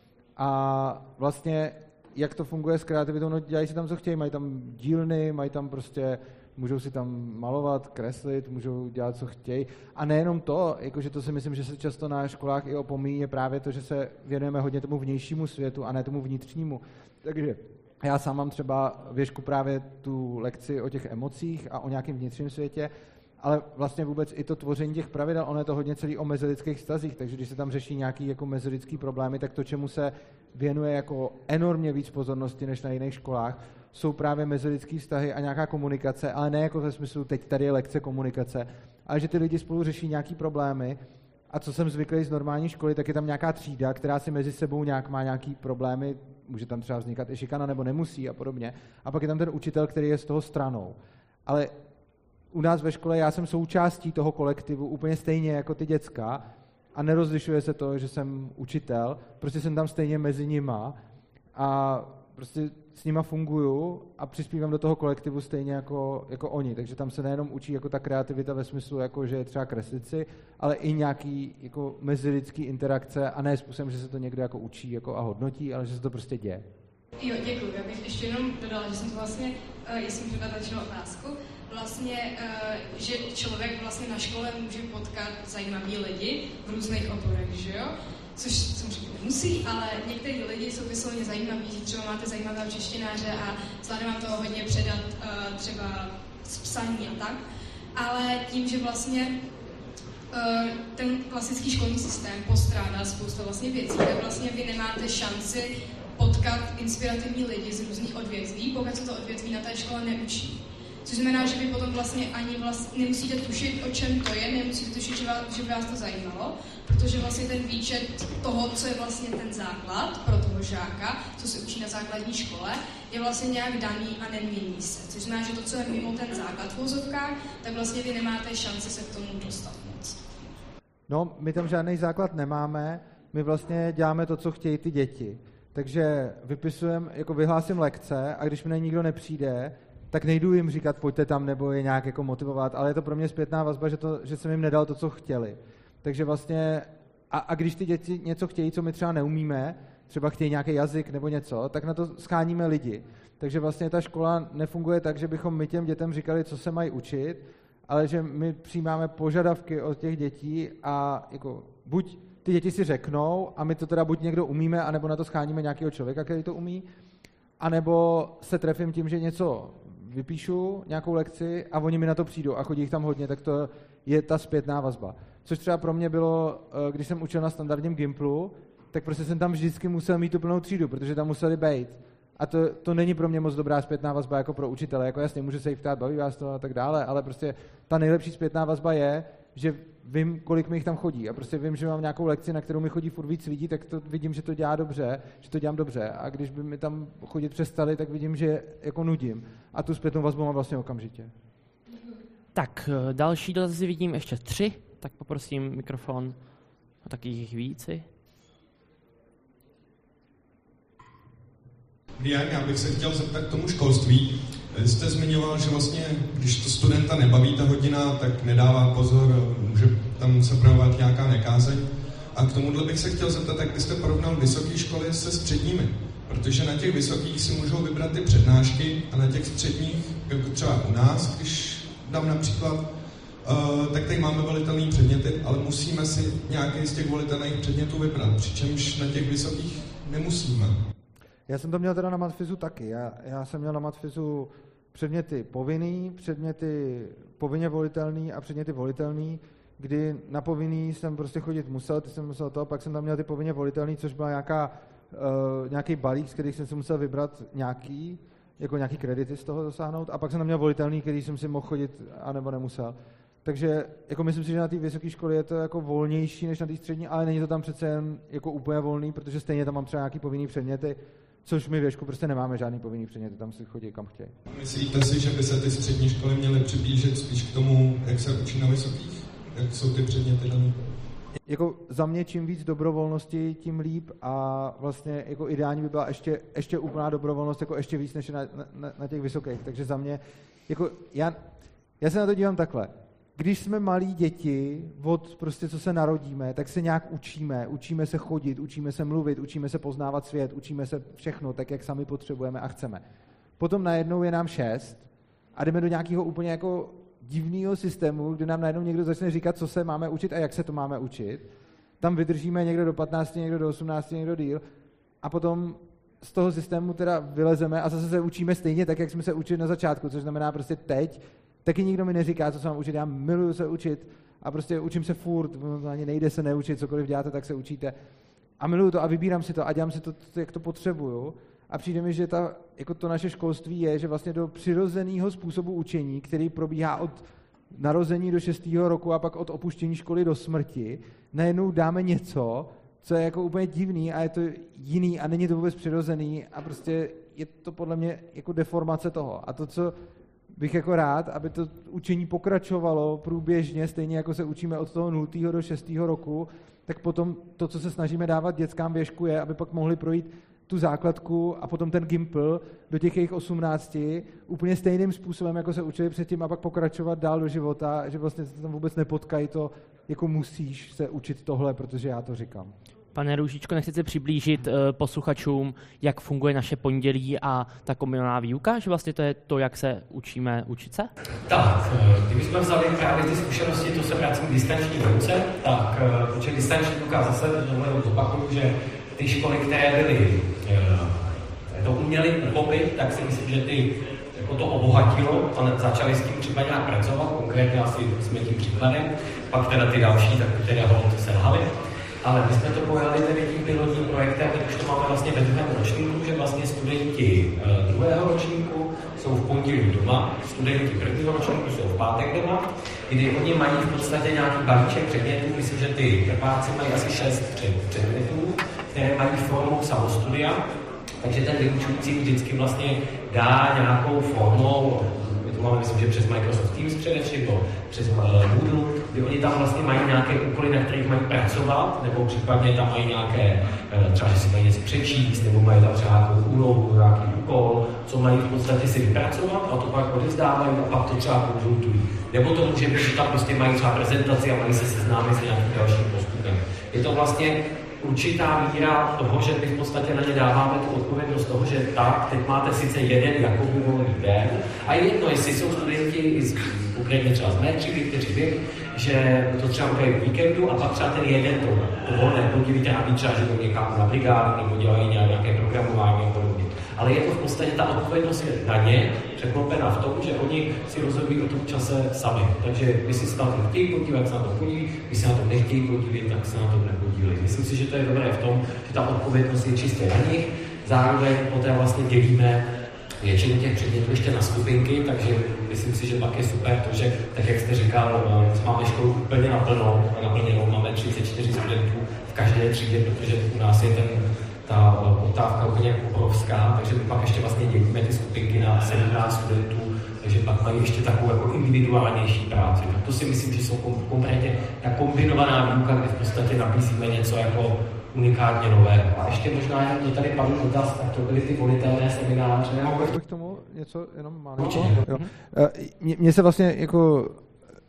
A vlastně, jak to funguje s kreativitou, no dělají si tam, co chtějí, mají tam dílny, mají tam prostě, můžou si tam malovat, kreslit, můžou dělat, co chtějí. A nejenom to, jakože to si myslím, že se často na školách i opomíjí, je právě to, že se věnujeme hodně tomu vnějšímu světu a ne tomu vnitřnímu. Takže já sám mám třeba věšku právě tu lekci o těch emocích a o nějakém vnitřním světě, ale vlastně vůbec i to tvoření těch pravidel, ono je to hodně celý o mezilidských vztazích, takže když se tam řeší nějaký jako mezilidský problémy, tak to, čemu se věnuje jako enormně víc pozornosti než na jiných školách, jsou právě mezilidský vztahy a nějaká komunikace, ale ne jako ve smyslu, teď tady je lekce komunikace, ale že ty lidi spolu řeší nějaký problémy a co jsem zvyklý z normální školy, tak je tam nějaká třída, která si mezi sebou má nějaký problémy, může tam třeba vznikat i šikana nebo nemusí a podobně. A pak je tam ten učitel, který je z toho stranou. Ale u nás ve škole já jsem součástí toho kolektivu úplně stejně jako ty děcka a nerozlišuje se to, že jsem učitel, prostě jsem tam stejně mezi nima a prostě s nima funguju a přispívám do toho kolektivu stejně jako oni. Takže tam se nejenom učí jako ta kreativita ve smyslu, jako že je třeba kreslici, ale i nějaký jako mezilidský interakce a ne způsobem, že se to někdo jako učí jako a hodnotí, ale že se to prostě děje. Jo, děkuji. Já bych ještě jenom dodala, že jsem to vlastně, jestli můžu dát začnou otázku, vlastně, že člověk vlastně na škole může potkat zajímavý lidi v různých oborech, že jo? Což samozřejmě nemusí, ale některý lidi jsou vysloveně zajímaví, že třeba máte zajímavého češtináře a zvládne vám toho hodně předat třeba z psaní a tak. Ale tím, že vlastně ten klasický školní systém postrádá spousta vlastně věcí, tak vlastně vy nemáte šanci potkat inspirativní lidi z různých odvětví, pokud se to odvětví na té škole neučí. Což znamená, že vy potom vlastně ani nemusíte tušit, o čem to je, nemusíte tušit, že by vás to zajímalo, protože vlastně ten výčet toho, co je vlastně ten základ pro toho žáka, co se učí na základní škole, je vlastně nějak daný a nemění se. Což znamená, že to, co je mimo ten základ v uvozovkách, tak vlastně vy nemáte šanci se k tomu dostat moc. No, my tam žádný základ nemáme, my vlastně děláme to, co chtějí ty děti. Takže vyhlásím lekce a když mi na nikdo nepřijde, tak nejdu jim říkat, pojďte tam, nebo je nějak jako motivovat, ale je to pro mě zpětná vazba, že jsem jim nedal to, co chtěli. Takže vlastně, a když ty děti něco chtějí, co my třeba neumíme, třeba chtějí nějaký jazyk nebo něco, tak na to scháníme lidi. Takže vlastně ta škola nefunguje tak, že bychom my těm dětem říkali, co se mají učit, ale že my přijímáme požadavky od těch dětí a jako buď ty děti si řeknou a my to teda buď někdo umíme, anebo na to scháníme nějakého člověka, který to umí, anebo se trefím tím, že něco vypíšu, nějakou lekci a oni mi na to přijdou a chodí jich tam hodně, tak to je ta zpětná vazba. Což třeba pro mě bylo, když jsem učil na standardním Gimplu, tak prostě jsem tam vždycky musel mít tu plnou třídu, protože tam museli být. A to není pro mě moc dobrá zpětná vazba jako pro učitele. Jako jasně, můžu se jich ptát, baví vás to a tak dále, ale prostě ta nejlepší zpětná vazba je, že vím, kolik mi jich tam chodí. A prostě vím, že mám nějakou lekci, na kterou mi chodí furt víc lidí, tak to vidím, že to dělá dobře, že to dělám dobře. A když by mi tam chodit přestali, tak vidím, že jako nudím. A tu zpětnou vazbu mám vlastně okamžitě. Tak další dotazy vidím ještě 3, tak poprosím mikrofon a taky jich víci. Já bych se chtěl zeptat k tomu školství. Jste zmiňoval, že vlastně, když to studenta nebaví ta hodina, tak nedává pozor, může tam se projevovat nějaká nekázeň. A k tomuhle bych se chtěl zeptat, jak byste porovnal vysoké školy se středními. Protože na těch vysokých si můžou vybrat ty přednášky a na těch středních, jako třeba u nás, když dám například, tak tady máme volitelné předměty, ale musíme si nějaký z těch volitelných předmětů vybrat, přičemž na těch vysokých nemusíme. Já jsem to měl teda na matfizu taky. Já jsem měl na matfizu předměty povinný, předměty povinně volitelný a předměty volitelný, kdy na povinný jsem prostě chodit musel, pak jsem tam měl ty povinně volitelný, což byla nějaký balík, z kterých jsem si musel vybrat nějaký kredity z toho dosáhnout, a pak jsem tam měl volitelný, který jsem si mohl chodit, anebo nemusel. Takže jako myslím si, že na té vysoké školy je to jako volnější než na té střední, ale není to tam přece jen jako úplně volný, protože stejně tam mám třeba nějaký povinný předměty, což my v Ježku prostě nemáme žádný povinný předměty, tam si chodí kam chtějí. Myslíte si, že by se ty střední školy měly přiblížit spíš k tomu, jak se učí na vysokých? Jak jsou ty předměty dané? Jako za mě čím víc dobrovolnosti, tím líp, a vlastně jako ideální by byla ještě úplná dobrovolnost, jako ještě víc než na těch vysokých. Takže za mě, jako já se na to dívám takhle. Když jsme malí děti, od prostě co se narodíme, tak se nějak učíme se chodit, učíme se mluvit, učíme se poznávat svět, učíme se všechno tak, jak sami potřebujeme a chceme. Potom najednou je nám 6 a jdeme do nějakého úplně jako divného systému, kde nám najednou někdo začne říkat, co se máme učit a jak se to máme učit. Tam vydržíme někdo do 15, někdo do 18, někdo díl, a potom z toho systému teda vylezeme a zase se učíme stejně tak, jak jsme se učili na začátku, což znamená prostě teď taky nikdo mi neříká, co se mám učit, já miluju se učit a prostě učím se furt, ani nejde se neučit, cokoliv děláte, tak se učíte. A miluju to a vybírám si to a dělám si to, jak to potřebuju. A přijde mi, že jako to naše školství je, že vlastně do přirozeného způsobu učení, který probíhá od narození do 6. roku a pak od opuštění školy do smrti, najednou dáme něco, co je jako úplně divný a je to jiný a není to vůbec přirozený a prostě je to podle mě jako deformace toho. A to, co bych jako rád, aby to učení pokračovalo průběžně, stejně jako se učíme od toho 0. do 6. roku, tak potom to, co se snažíme dávat dětskám v Ježku, je, aby pak mohli projít tu základku a potom ten gimpl do těch jejich 18 úplně stejným způsobem, jako se učili předtím, a pak pokračovat dál do života, že vlastně se tam vůbec nepotkají to, jako musíš se učit tohle, protože já to říkám. Pane Růžičko, nechcete přiblížit posluchačům, jak funguje naše pondělí a ta kombinovaná výuka, že vlastně to je to, jak se učíme učit se? Tak, kdybychom vzali právě ty zkušenosti, to se vracím k distanční výuce, tak protože distanční výuka zase, opakuju, že ty školy, které byly, to uměly uchopit, tak si myslím, že ty jako to obohatilo a začali s tím třeba nějak pracovat, konkrétně asi jsme tím příkladem, pak teda ty další, tak které hodně selhaly. Ale my jsme to pojali tedy tím pilotním projektem, když to máme vlastně ve 2. ročníku, že vlastně studenti 2. ročníku jsou v pondělí doma, studenti 1. ročníku jsou v pátek doma, kdy oni mají v podstatě nějaký balíček předmětů, myslím, že ty prváci mají asi 6 předmětů, které mají formou samostudia, takže ten vyučující vždycky vlastně dá nějakou formou, my to máme, myslím, že přes Microsoft Teams především, nebo přes Moodle, kdy oni tam vlastně mají nějaké úkoly, na kterých mají pracovat, nebo případně tam mají nějaké, třeba, že si mají něco přečíst, nebo mají tam třeba nějakou úlohu, nějaký úkol, co mají v podstatě si vypracovat a to pak odevzdávají a pak to třeba konzultují. Nebo to může být, že tam prostě mají třeba prezentaci a mají se seznámit s nějakým dalším postupem. Je to vlastně určitá míra toho, že my v podstatě na ně dáváme tu odpovědnost toho, že tak, teď máte sice jeden jakoby volný den a jedno, jestli jsou studenti, konkrétně třeba z mé třídy, kteří vím, že to třeba udělají v víkendu a pak třeba ten jeden to volné podíví tráví třeba, že jdou někam na brigádu nebo dělají nějaké programování a podobně. Ale je to v podstatě ta odpovědnost je na ně překlopená v tom, že oni si rozhodují o tom čase sami. Takže vy si na to chtějí podívat, tak se na to podíví, když se na to nechtějí podívat, tak se na to nepodívají. Myslím si, že to je dobré v tom, že ta odpovědnost je čistě na nich. Zároveň poté vlastně dělíme většinu těch předmětů ještě na skupinky, takže myslím si, že pak je super to, že tak jak jste říkal, máme školu úplně naplněnou, máme 34 studentů v každé třídě, protože u nás je ta poptávka úplně obrovská, takže my pak ještě vlastně dělíme ty skupinky na 17 studentů, takže pak mají ještě takovou jako individuálnější práci. Tak to si myslím, že jsou konkrétně ta kombinovaná výuka, kde v podstatě nabízíme něco jako unikátně nové. A ještě možná jenom to tady padl dotaz, tak to byly ty volitelné semináře. Mohl bych k tomu něco jenom málo? Mně se vlastně jako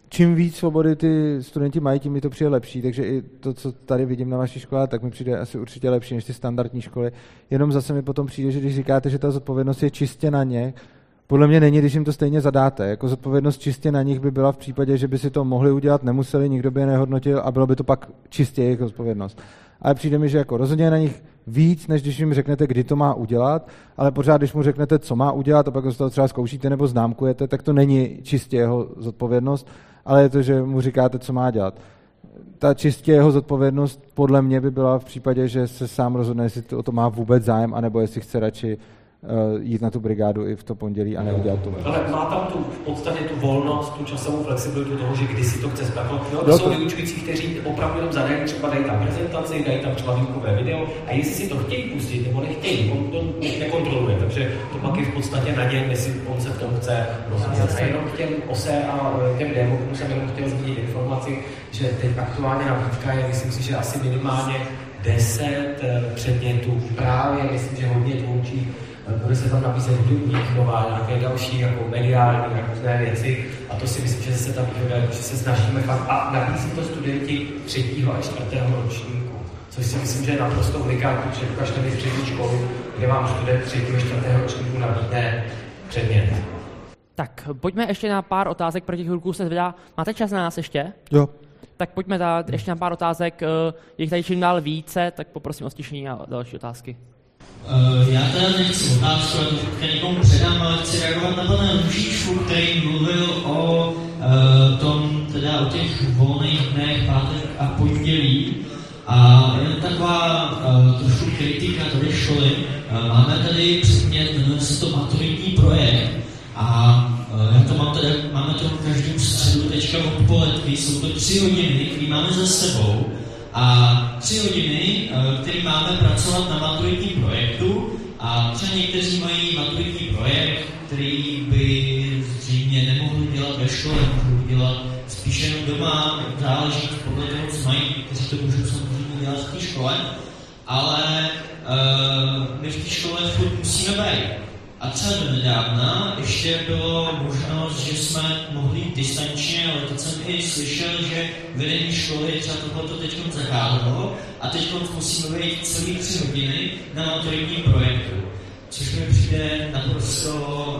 čím víc svobody ty studenti mají, tím mi to přijde lepší, takže i to, co tady vidím na vaší škole, tak mi přijde asi určitě lepší než ty standardní školy. Jenom zase mi potom přijde, že když říkáte, že ta zodpovědnost je čistě na ně, podle mě není, když jim to stejně zadáte. Jako zodpovědnost čistě na nich by byla v případě, že by si to mohli udělat, nemuseli, nikdo by je nehodnotil a bylo by to pak čistě jejich zodpovědnost. Ale přijde mi, že jako rozhodně na nich víc, než když jim řeknete, kdy to má udělat, ale pořád, když mu řeknete, co má udělat a pak z toho třeba zkoušíte nebo známkujete, tak to není čistě jeho zodpovědnost, ale je to, že mu říkáte, co má dělat. Ta čistě jeho zodpovědnost podle mě by byla v případě, že se sám rozhodne, jestli o to má vůbec zájem, anebo jestli chce radši jít na tu brigádu i v to pondělí a neudělat to. Ale má tam v podstatě tu volnost, tu časovou flexibilitu toho, že když si to chce zpracovat. To jsou vyučující, kteří opravdu jenom za den třeba dají tam prezentaci, dají tam třeba výukové video a jestli si to chtějí pustit nebo nechtějí, on to nekontroluje, takže to pak je v podstatě na něm, jestli on se v tom chce rozvíjet. A jenom k těm OSE a těm demokům jsem jenom chtěl zmínit informaci, že teď aktuálně nabídka je, myslím si, že asi minimálně 10 předmětů právě, myslím, že hodně tvůrčí. Bude se tam nabízet hudební, nová, nějaké další jako mediální a různé věci a to si myslím, že se tam výhoduje, že se snažíme fakt a nabízí to studenti 3. a 4. ročníku, což si myslím, že je naprosto unikátní, že ukažte mi střední školu, kde vám student 3. a 4. ročníku nabídne předmět. Tak pojďme ještě na pár otázek, pro těch chvilku se zvedá. Máte čas na nás ještě? Jo. Tak pojďme dát ještě na pár otázek, je jich tady čím dál více, tak poprosím o stišení a další otázky. Já teda nechci otázku, já to teďka někomu předám, ale chci reagovat na pana Růžičku, který mluvil o tom, teda o těch volných dnech, pátek a pondělí. A jen taková trošku kritika tady školy. Máme tady předmět, jmenuje se to maturitní projekt a já to mám tady, máme to každou středu teďka odpoledky, jsou to 3 hodiny, které máme za sebou. A 3 hodiny, které máme pracovat na maturitní projektu a třeba někteří mají maturitní projekt, který by zřejmě nemohli dělat ve škole, mohli dělat spíš jenom doma, záleží podle toho, co mají, kteří to můžou samozřejmě dělat v té škole, ale my v té škole furt musíme být. A třeba do nedávna ještě bylo možnost, že jsme mohli jít distančně, ale teď jsem i slyšel, že vedení školy třeba tohleto teď zakázalo a teď musíme být celý 3 hodiny na maturitním projektu. Což mi přijde naprosto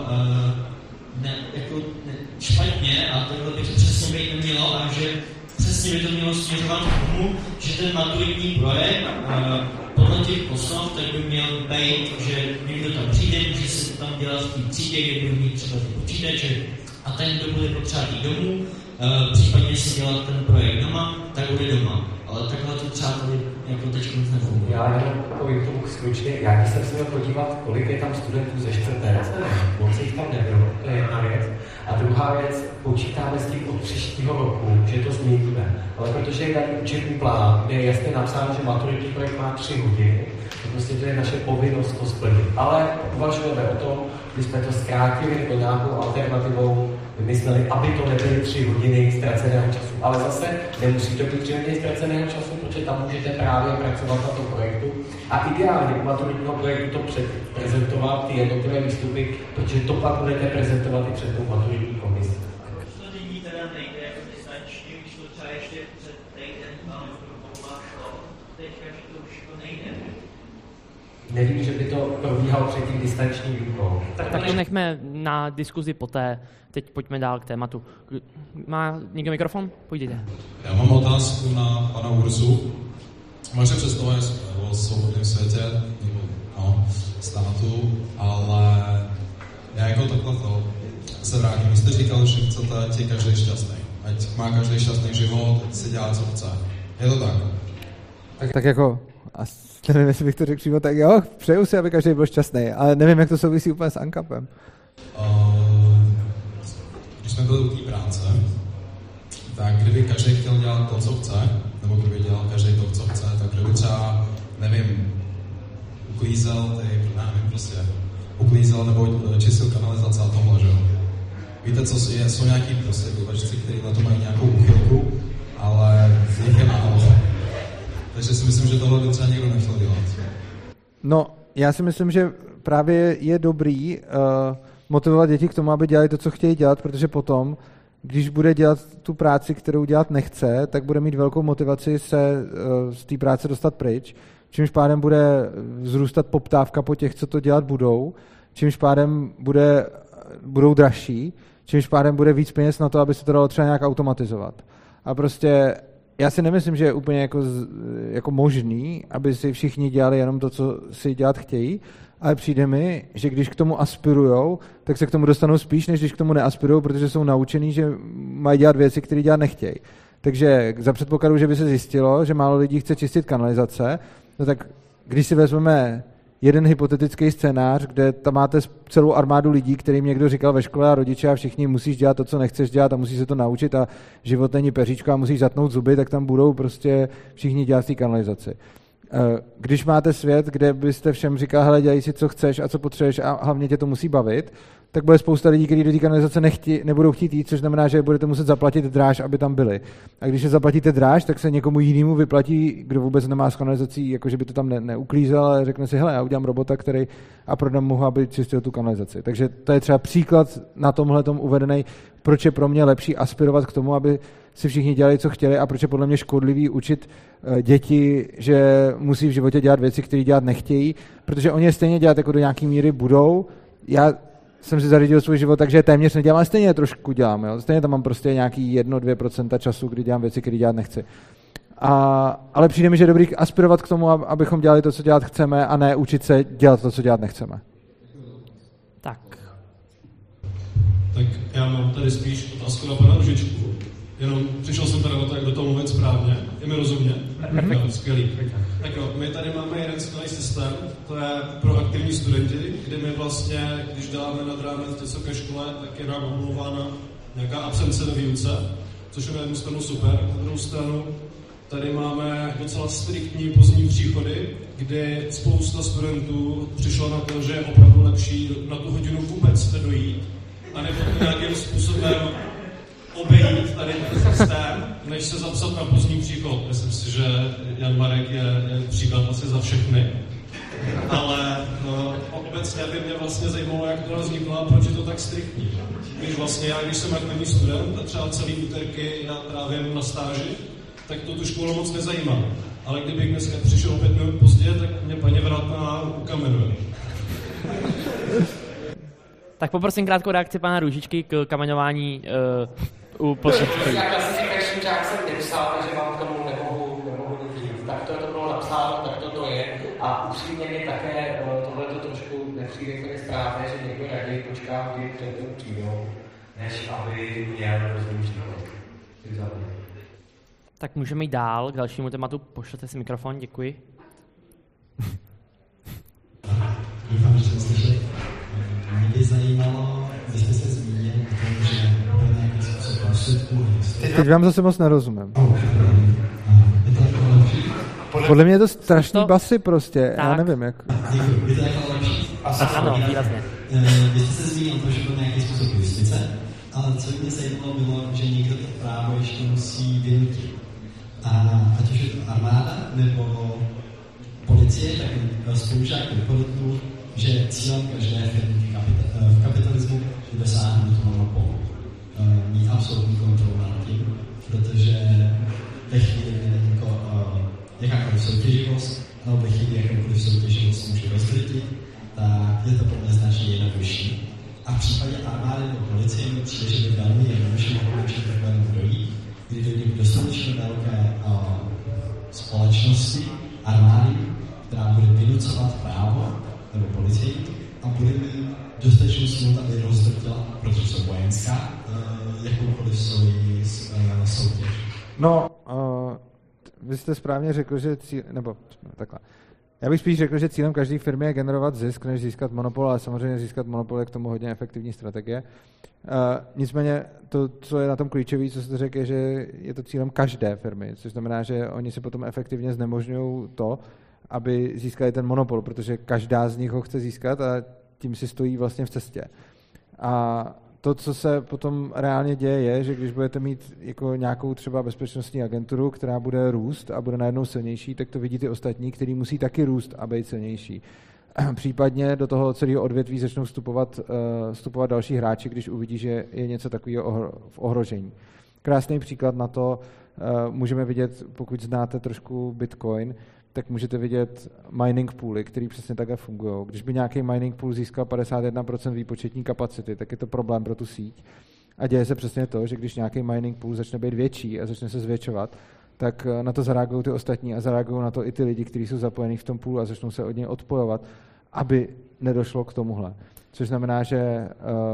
špatně a takhle by to přesně být nemělo a že přesně by to mělo směřovat k tomu, že ten maturitní projekt podle těch poslov tak by měl být, že někdo tam přijde, může se tam dělat v té třídě, kde bude mít třeba ty počítače a ten, kdo bude potřebovat jít domů, případně si dělat ten projekt doma, tak bude doma. Ale takhle to třeba tady jako teď nefunguje. Já jenom povím tomu stručně, já když jsem se měl podívat, kolik je tam studentů ze 4. moc jich tam nebylo, to je jedna věc. A druhá věc, počítáme s tím od příštího roku, že to změníme. Ale protože je tady učební plán, kde je jasně napsáno, že maturitní projekt má 3 hodiny, to prostě to je naše povinnost to splnit. Ale uvažujeme o tom, že jsme to zkrátili nebo nějakou alternativou vymysleli, aby to nebyly 3 hodiny ztraceného času. Ale zase nemusí to být 3 hodiny ztraceného času, protože tam můžete právě pracovat na tom projektu. A ideálně u maturitního projektu to prezentovat ty jednotlivé výstupy, protože to pak budete prezentovat i před tou maturitní komisí. To nyní teda nejde jako distančně, když to třeba ještě před týden máme šlo, teďka, že to už nejde. Nevím, že by to probíhalo před tím distančním výukou. Tak to nechme na diskuzi poté. Teď pojďme dál k tématu. Má někdo mikrofon? Pojďte. Já mám otázku na pana Urzu. Máš představu o svobodném světě, nebo státu, ale já jako takhle to se vrátím. Vy jste říkal, že chcete, ať je každý šťastný. Ať má každý šťastný život, ať si dělá, co chce. Je to tak? Tak jako, nevím, jestli bych to řekl přímo, tak jo, přeju si, aby každý byl šťastný, ale nevím, jak to souvisí úplně s ANCAPem. Když jsme byli u té práce, tak kdyby každý chtěl dělat to, co chce, nebo kdyby dělal každý to, co chce, tak kdyby třeba, nevím, uklízel nebo čistil kanalizace a tohle, že jo. Víte, co jsou nějaký prostě blbečci, kteří na to mají nějakou úchylku, ale z nich je málo. Takže si myslím, že tohle by třeba někdo nechtěl dělat. No, já si myslím, že právě je dobrý motivovat děti k tomu, aby dělali to, co chtějí dělat, protože potom když bude dělat tu práci, kterou dělat nechce, tak bude mít velkou motivaci se z té práce dostat pryč, čímž pádem bude vzrůstat poptávka po těch, co to dělat budou, čímž pádem budou dražší, čímž pádem bude víc peněz na to, aby se to dalo třeba nějak automatizovat. A prostě já si nemyslím, že je úplně jako možný, aby si všichni dělali jenom to, co si dělat chtějí, ale přijde mi, že když k tomu aspirujou, tak se k tomu dostanou spíš, než když k tomu neaspirujou, protože jsou naučený, že mají dělat věci, které dělat nechtějí. Takže za předpokladu, že by se zjistilo, že málo lidí chce čistit kanalizace, no tak když si vezmeme jeden hypotetický scénář, kde tam máte celou armádu lidí, kterým někdo říkal ve škole a rodiče a všichni musíš dělat to, co nechceš dělat a musíš se to naučit a život není peříčko a musíš zatnout zuby, tak tam budou prostě všichni dělat v té kanalizaci. Když máte svět, kde byste všem říkal, hele, dělej si, co chceš a co potřebuješ a hlavně tě to musí bavit, tak bude spousta lidí, kteří do té kanalizace nebudou chtít jít, což znamená, že budete muset zaplatit dráž, aby tam byli. A když je zaplatíte dráž, tak se někomu jinému vyplatí, kdo vůbec nemá s kanalizací, jakože by to tam neuklízel, ale řekne si, hele, já udělám robota, který a prodám mu, aby čistil tu kanalizaci. Takže to je třeba příklad na tomhletom uvedený, proč je pro mě lepší aspirovat k tomu, aby si všichni dělali, co chtěli, a proč je podle mě škodlivý učit děti, že musí v životě dělat věci, které dělat nechtějí, protože oni je stejně dělat jako do nějaký míry budou. Já jsem si zařídil svůj život, takže téměř nedělám, ale stejně trošku dělám. Jo? Stejně tam mám prostě nějaký 1-2% času, kdy dělám věci, které dělat nechci. Ale přijde mi, že je dobrý aspirovat k tomu, abychom dělali to, co dělat chceme, a ne učit se dělat to, co dělat nechceme. Tak já mám tady spíš otázku na pana Růžičku. Jenom přišel jsem teda na to, jak do toho mluvit správně. Je mi rozumě? Skvělý. Tak jo, my tady máme jeden skvělý systém, to je pro aktivní studenti, kdy my vlastně, když dáme nad rámec něco ke škole, tak je nám omlouvána nějaká absence ve výuce, což je na jednu stranu super. Na druhou stranu tady máme docela striktní pozdní příchody, kdy spousta studentů přišlo na to, že je opravdu lepší na tu hodinu vůbec nedojít, a nebo nějakým způsobem obejít tady ten systém, než se zapsat na pozdní příchod. Myslím si, že Jan Marek je příklad asi za všechny. Ale obecně by mě vlastně zajímalo, jak to vzniklo a proč je to tak striktní. Když vlastně já, když jsem aktivní student a třeba celý úterky já trávím na stáži, tak to tu školu moc nezajímá. Ale kdybych dneska přišel o 5 minut pozdě, tak mě paní Vratná ukamenuje. Tak poprosím krátkou reakci pana Růžičky k kamenování u posledních. Já klasifikační žák jsem nepsal, takže vám k tomu nemohu nic říct. Tak to bylo napsáno, tak to je. A upřímně mi také tohleto trošku nepřijde úplně správné, že někdo raději počká hodiny před tou třídou, než aby měl rozumný život. Tak můžeme jít dál k dalšímu tématu. Pošlete si mikrofon, děkuji. Doufám, že jste slyšeli. Mě by zajímalo, když jste se zmínil o tom, že bude nějaký způsob prostředků. Teď vám zase moc nerozumím. Podle mě je to strašný basy prostě, tak. Já nevím jak. Děkuji, je to jako lepší? Ano, výrazně. Vy jste se zmínil o tom, že bude nějaký způsob justice, ale co mě zajímalo bylo, že někdo to právo ještě musí vynutit. A ať už je to armáda nebo policie, tak spolužák vypodotknul, že cílem každé firmy v kapitalismu je dosáhnout monopolu. Mít absolutní kontrolu nad tím, protože ve chvíli, kdy není jakákoliv soutěživost, nebo ve chvíli, jakákoliv soutěživost může rozdrtit, tak je to pro mě značně jednodušší. A v případě armády nebo policie mi přijde, že by velmi jednoduše mohlo určitě problému dojít, kdy dojde k dostatečně velké společnosti, armády, která bude vynucovat právo nebo policii a bude mít dostatečnou sílu, aby rozdrtila, protože jsou vojenská, jakoukoliv svoji soutěž. No, vy jste správně řekl, že takhle. Já bych spíš řekl, že cílem každé firmy je generovat zisk, než získat monopol, ale samozřejmě získat monopol je k tomu hodně efektivní strategie. Nicméně to, co je na tom klíčové, co jste řekl, je, že je to cílem každé firmy, což znamená, že oni si potom efektivně znemožňují to, aby získali ten monopol, protože každá z nich ho chce získat a tím si stojí vlastně v cestě. A to, co se potom reálně děje, je, že když budete mít jako nějakou třeba bezpečnostní agenturu, která bude růst a bude najednou silnější, tak to vidí ty ostatní, kteří musí taky růst a být silnější. případně do toho celého odvětví začnou vstupovat další hráči, když uvidí, že je něco takového v ohrožení. Krásný příklad na to můžeme vidět, pokud znáte trošku Bitcoin, tak můžete vidět mining pooly, které přesně takhle fungují. Když by nějaký mining pool získal 51% výpočetní kapacity, tak je to problém pro tu síť. A děje se přesně to, že když nějaký mining pool začne být větší a začne se zvětšovat, tak na to zareagují ty ostatní a zareagují na to i ty lidi, kteří jsou zapojení v tom poolu a začnou se od něj odpojovat, aby nedošlo k tomuhle. Což znamená, že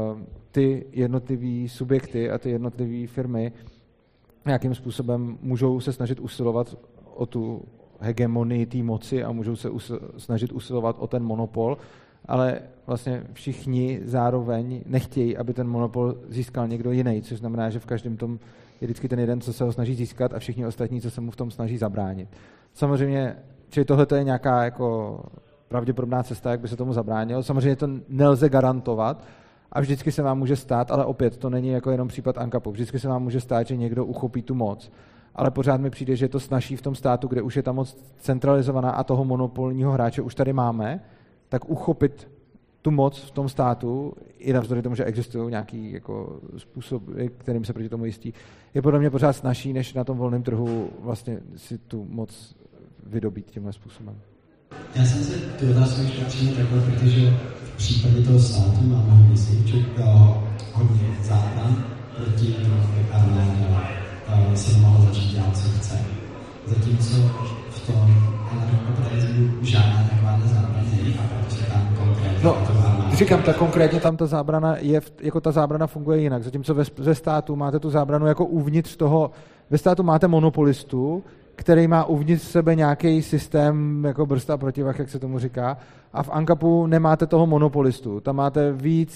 ty jednotlivý subjekty a ty jednotlivé firmy nějakým způsobem můžou se snažit usilovat o tu hegemonii té moci a můžou se snažit usilovat o ten monopol, ale vlastně všichni zároveň nechtějí, aby ten monopol získal někdo jiný, což znamená, že v každém tom je vždycky ten jeden, co se ho snaží získat a všichni ostatní, co se mu v tom snaží zabránit. Samozřejmě, že tohle je nějaká jako pravděpodobná cesta, jak by se tomu zabránilo. Samozřejmě to nelze garantovat a vždycky se vám může stát, ale opět to není jako jenom případ ANCAPu. Vždycky se vám může stát, že někdo uchopí tu moc. Ale pořád mi přijde, že je to snazší v tom státu, kde už je ta moc centralizovaná a toho monopolního hráče už tady máme, tak uchopit tu moc v tom státu, i navzdory tomu, že existují nějaký jako způsoby, kterým se proti tomu jistí, je podle mě pořád snazší, než na tom volném trhu vlastně si tu moc vydobít tímhle způsobem. Já jsem si tu otázku ještě přímo takhle, protože v případě toho státu máme hodně svědček, hodně zábran proti armádě, si nemohl začít dělat, co chce. Zatímco v tom anarchokapitalismu žádná taková zábrana není, a protože tam konkrétně říkám, tak konkrétně tam ta zábrana je, jako ta zábrana funguje jinak. Zatímco ve státu máte tu zábranu jako uvnitř toho, ve státu máte monopolistu, který má uvnitř sebe nějaký systém jako brzd a protivah, jak se tomu říká, a v ANCAPu nemáte toho monopolistu. Tam máte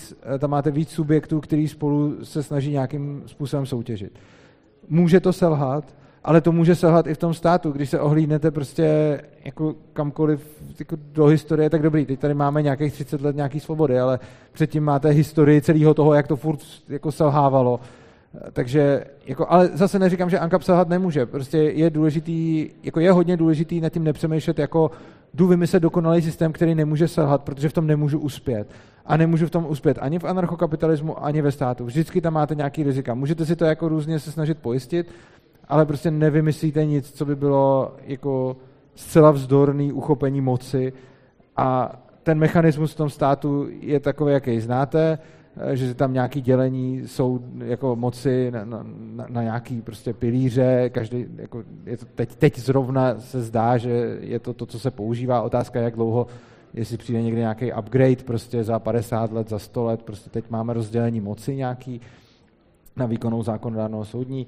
víc subjektů, který spolu se snaží nějakým způsobem soutěžit. Může to selhat, ale to může selhat i v tom státu. Když se ohlídnete prostě jako kamkoliv jako do historie, tak dobrý, teď tady máme nějakých 30 let nějaký svobody, ale předtím máte historii celého toho, jak to furt jako selhávalo. Takže, jako, ale zase neříkám, že ANCAP selhat nemůže. Prostě je důležitý, jako je hodně důležitý nad tím nepřemýšlet, jako jdu vymyslet dokonalý systém, který nemůže selhat, protože v tom nemůžu uspět. A nemůžu v tom uspět ani v anarchokapitalismu, ani ve státu. Vždycky tam máte nějaký rizika. Můžete si to jako různě se snažit pojistit, ale prostě nevymyslíte nic, co by bylo jako zcela vzdorný uchopení moci. A ten mechanismus v tom státu je takový, jaký znáte, že tam nějaký dělení jsou jako moci na nějaký prostě pilíře, každý, jako je to teď zrovna se zdá, že je to, co se používá, otázka jak dlouho, jestli přijde někdy nějaký upgrade, prostě za 50 let, za 100 let, prostě teď máme rozdělení moci nějaký na výkonnou, zákonodárnou, soudní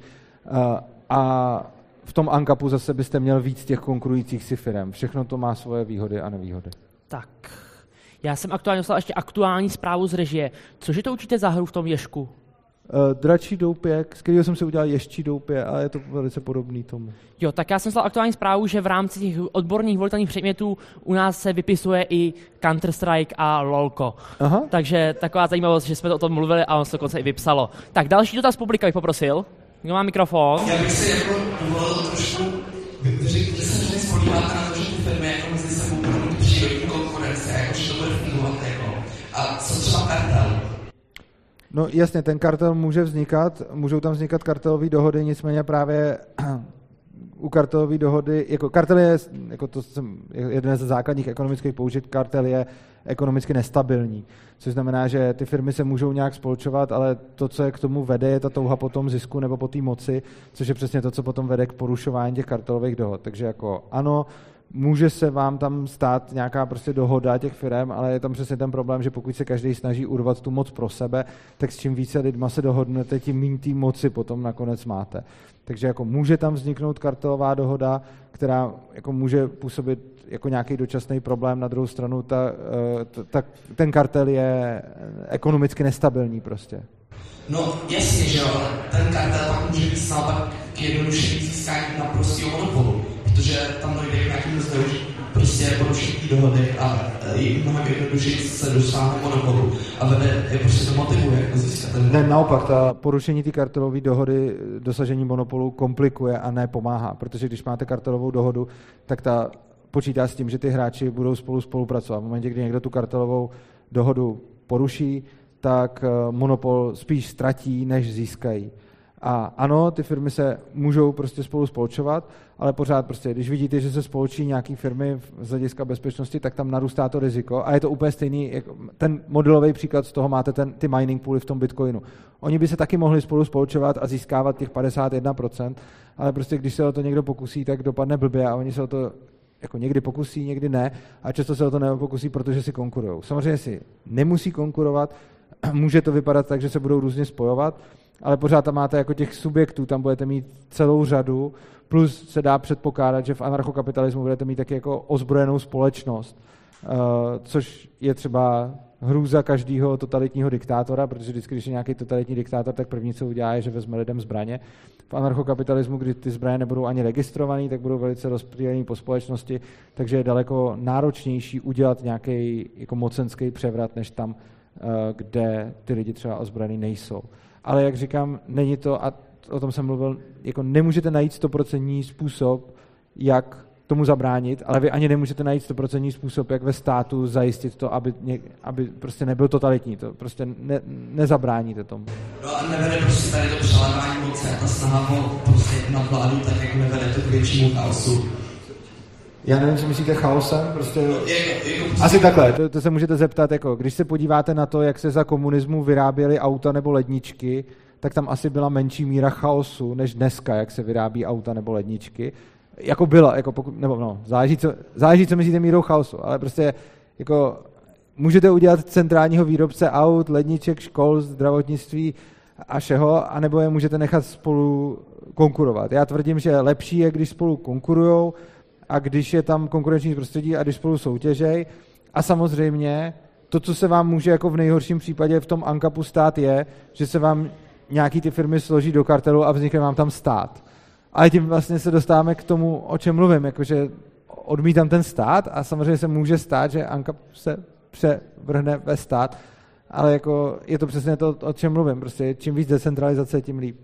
a v tom ANCAPu zase byste měl víc těch konkurujících si firem. Všechno to má svoje výhody a nevýhody. Tak. Já jsem aktuálně dostal ještě aktuální zprávu z režie. Cože to učíte za hru v tom ježku? Dračí doupěk, z kterého jsem si udělal ještí doupě, ale je to velice podobný tomu. Jo, tak já jsem dostal aktuální zprávu, že v rámci těch odborných volitelných předmětů u nás se vypisuje i Counter-Strike a LOLko. Aha. Takže taková zajímavost, že jsme o tom mluvili a on se dokonce i vypsalo. Tak další dotaz publika bych poprosil. Kdo má mikrofon? Já bych si jako dovolil trošku vyřekl, že se tady spodíváte na to, že ty firmy jako mezi sebou budou mít přírodní konkurence, jako že to bude fungovat jako. A co třeba kartel? No jasně, ten kartel může vznikat, můžou tam vznikat kartelové dohody, nicméně právě u kartelové dohody, jako kartel je, jako to jsem jeden ze základních ekonomických použit, kartel je ekonomicky nestabilní, což znamená, že ty firmy se můžou nějak spolčovat, ale to, co je k tomu vede, je ta touha po tom zisku nebo po té moci, což je přesně to, co potom vede k porušování těch kartelových dohod. Takže jako ano, může se vám tam stát nějaká prostě dohoda těch firm, ale je tam přesně ten problém, že pokud se každý snaží urvat tu moc pro sebe, tak s čím více lidma se dohodnete, tím méně té moci potom nakonec máte. Takže jako může tam vzniknout kartelová dohoda, která jako může působit jako nějaký dočasný problém, na druhou stranu ten kartel je ekonomicky nestabilní prostě. No jasně, že jo, ale ten kartel pak může být naopak k jednodušení získání naprostého monopolu, protože tam dojde k nějakým prostě porušení dohody a je mnohem jednodušší se dostávat monopolu a vede je prostě to motivuje jako získat ten monopol. Ne, naopak, ta porušení té kartelové dohody dosažení monopolu komplikuje a ne pomáhá, protože když máte kartelovou dohodu, tak ta počítá s tím, že ty hráči budou spolupracovat. V momentě, kdy někdo tu kartelovou dohodu poruší, tak monopol spíš ztratí, než získají. A ano, ty firmy se můžou prostě spolu spolčovat, ale pořád prostě, když vidíte, že se spolčí nějaký firmy z hlediska bezpečnosti, tak tam narůstá to riziko a je to úplně stejný, jako ten modelový příklad z toho máte ty mining pooly v tom Bitcoinu. Oni by se taky mohli spolu spolčovat a získávat těch 51%, ale prostě když se o to někdo pokusí, tak dopadne blbě a oni se o to jako někdy pokusí, někdy ne a často se o to nepokusí, protože si konkurujou. Samozřejmě si nemusí konkurovat, může to vypadat tak, že se budou různě spojovat, ale pořád tam máte jako těch subjektů, tam budete mít celou řadu, plus se dá předpokládat, že v anarchokapitalismu budete mít taky jako ozbrojenou společnost, což je třeba hrůza každého totalitního diktátora, protože vždycky, když je nějaký totalitní diktátor, tak první, co udělá, je, že vezme lidem zbraně. V anarchokapitalismu, kdy ty zbraně nebudou ani registrované, tak budou velice rozptýlený po společnosti, takže je daleko náročnější udělat nějaký jako mocenský převrat, než tam, kde ty lidi třeba ozbrojení nejsou. Ale jak říkám, není to, a o tom jsem mluvil, jako nemůžete najít 100% způsob, jak tomu zabránit, ale vy ani nemůžete najít 100% způsob, jak ve státu zajistit to, aby prostě nebyl totalitní. To prostě nezabráníte tomu. No a nevede prostě tady to přelévání moci a ta snaha o prostě nadvládu, tak jak nevede to k většímu chaosu. Já nevím, co myslíte chaosem, prostě... Asi takhle, to se můžete zeptat, jako, když se podíváte na to, jak se za komunismu vyráběly auta nebo ledničky, tak tam asi byla menší míra chaosu, než dneska, jak se vyrábí auta nebo ledničky. Jako byla, jako záleží, co myslíte mírou chaosu, ale prostě jako můžete udělat centrálního výrobce aut, ledniček, škol, zdravotnictví a všeho, anebo je můžete nechat spolu konkurovat. Já tvrdím, že lepší je, když spolu konkurujou, a když je tam konkurenční prostředí a když spolu soutěžej. A samozřejmě to, co se vám může jako v nejhorším případě v tom ANCAPu stát, je, že se vám nějaký ty firmy složí do kartelu a vznikne vám tam stát. Ale tím vlastně se dostáváme k tomu, o čem mluvím, jakože odmítám ten stát a samozřejmě se může stát, že ANCAP se převrhne ve stát, ale jako je to přesně to, o čem mluvím. Prostě čím víc decentralizace, tím líp.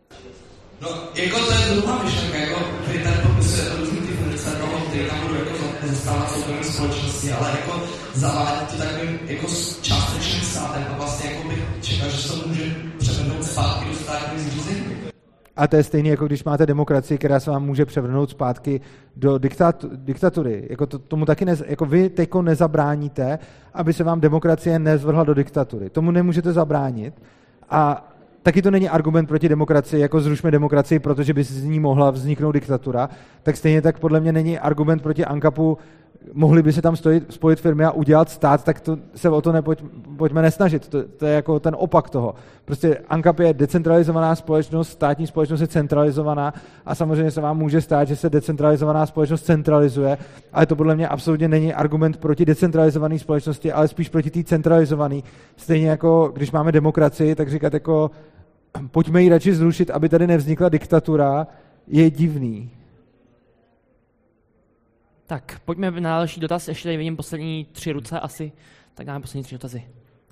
No, jako to je druhá myšlenka, jako který tady popisuje různý ty funkce toho, který tam budou jako zastávat soukromé společnosti, ale jako zavádit to takovým jako částečným státem a vlastně jako bych čekal, že se to může převrhnout zpátky do státního zřízení. A to je stejný, jako když máte demokracii, která se vám může převrhnout zpátky do diktatury. Jako tomu taky jako vy teďko nezabráníte, aby se vám demokracie nezvrhla do diktatury. Tomu nemůžete zabránit a taky to není argument proti demokracii, jako zrušme demokracii, protože by z ní mohla vzniknout diktatura, tak stejně tak podle mě není argument proti ANCAPu, mohli by se tam spojit firmy a udělat stát, tak to se o to pojďme nesnažit. To je jako ten opak toho. Prostě ANCAP je decentralizovaná společnost, státní společnost je centralizovaná a samozřejmě se vám může stát, že se decentralizovaná společnost centralizuje, ale to podle mě absolutně není argument proti decentralizované společnosti, ale spíš proti té centralizované. Stejně jako když máme demokracii, tak říkat jako pojďme ji radši zrušit, aby tady nevznikla diktatura, je divný. Tak, pojďme na další dotaz. Ještě tady vidím poslední 3 ruce asi. Tak dáme poslední 3 dotazy.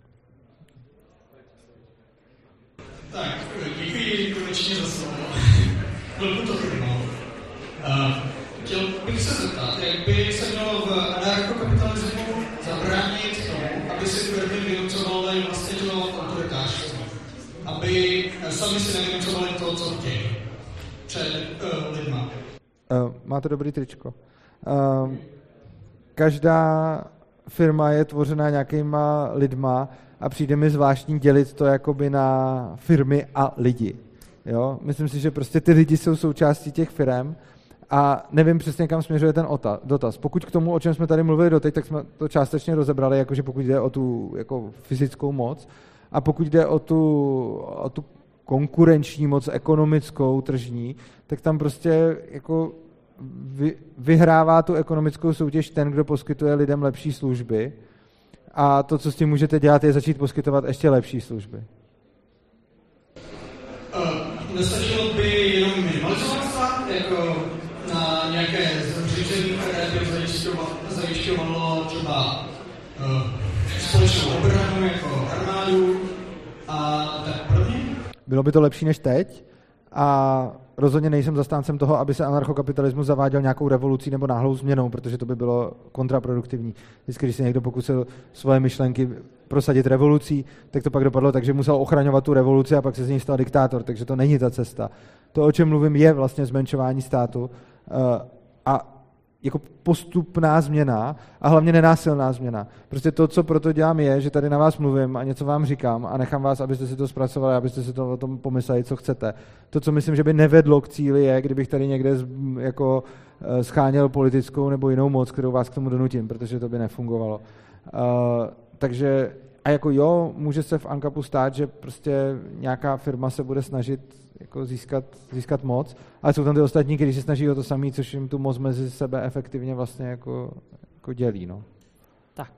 Tak, děkuji konečně za slovo. Chvilku to trvalo. Chtěl bych se zeptat, jak by se mělo v anarchokapitalismu zabránit tomu, aby si firmy vynucovaly vlastně to autoritářství. Aby sami si nevynucovali to, co chtějí před lidma. Máte dobrý tričko. Každá firma je tvořena nějakýma lidma a přijde mi zvláštní dělit to jakoby na firmy a lidi. Jo? Myslím si, že prostě ty lidi jsou součástí těch firm a nevím přesně, kam směřuje ten dotaz. Pokud k tomu, o čem jsme tady mluvili doteď, tak jsme to částečně rozebrali, jakože pokud jde o tu jako fyzickou moc a pokud jde o tu konkurenční moc ekonomickou, tržní, tak tam prostě jako vyhrává tu ekonomickou soutěž ten, kdo poskytuje lidem lepší služby a to, co s tím můžete dělat, je začít poskytovat ještě lepší služby. Nestačilo by jenom minimalizovat stát, jako na nějaké zřízení, které by zajišťovalo třeba společnou obranu, jako armádu a tak podobně? Bylo by to lepší než teď, A rozhodně nejsem zastáncem toho, aby se anarchokapitalismus zaváděl nějakou revolucí nebo náhlou změnou, protože to by bylo kontraproduktivní. Vždycky, když se někdo pokusil svoje myšlenky prosadit revolucí, tak to pak dopadlo tak, že musel ochraňovat tu revoluci a pak se z něj stal diktátor, takže to není ta cesta. To, o čem mluvím, je vlastně zmenšování státu a jako postupná změna a hlavně nenásilná změna. Prostě to, co proto dělám, je, že tady na vás mluvím a něco vám říkám a nechám vás, abyste si to zpracovali, abyste si to o tom pomysleli, co chcete. To, co myslím, že by nevedlo k cíli, je, kdybych tady někde jako scháněl politickou nebo jinou moc, kterou vás k tomu donutím, protože to by nefungovalo. Takže a jako jo, může se v ANCAPu stát, že prostě nějaká firma se bude snažit jako získat moc, ale jsou tam ty ostatní, kteří se snaží o to samé, což jim tu moc mezi sebe efektivně vlastně jako dělí. No. Tak.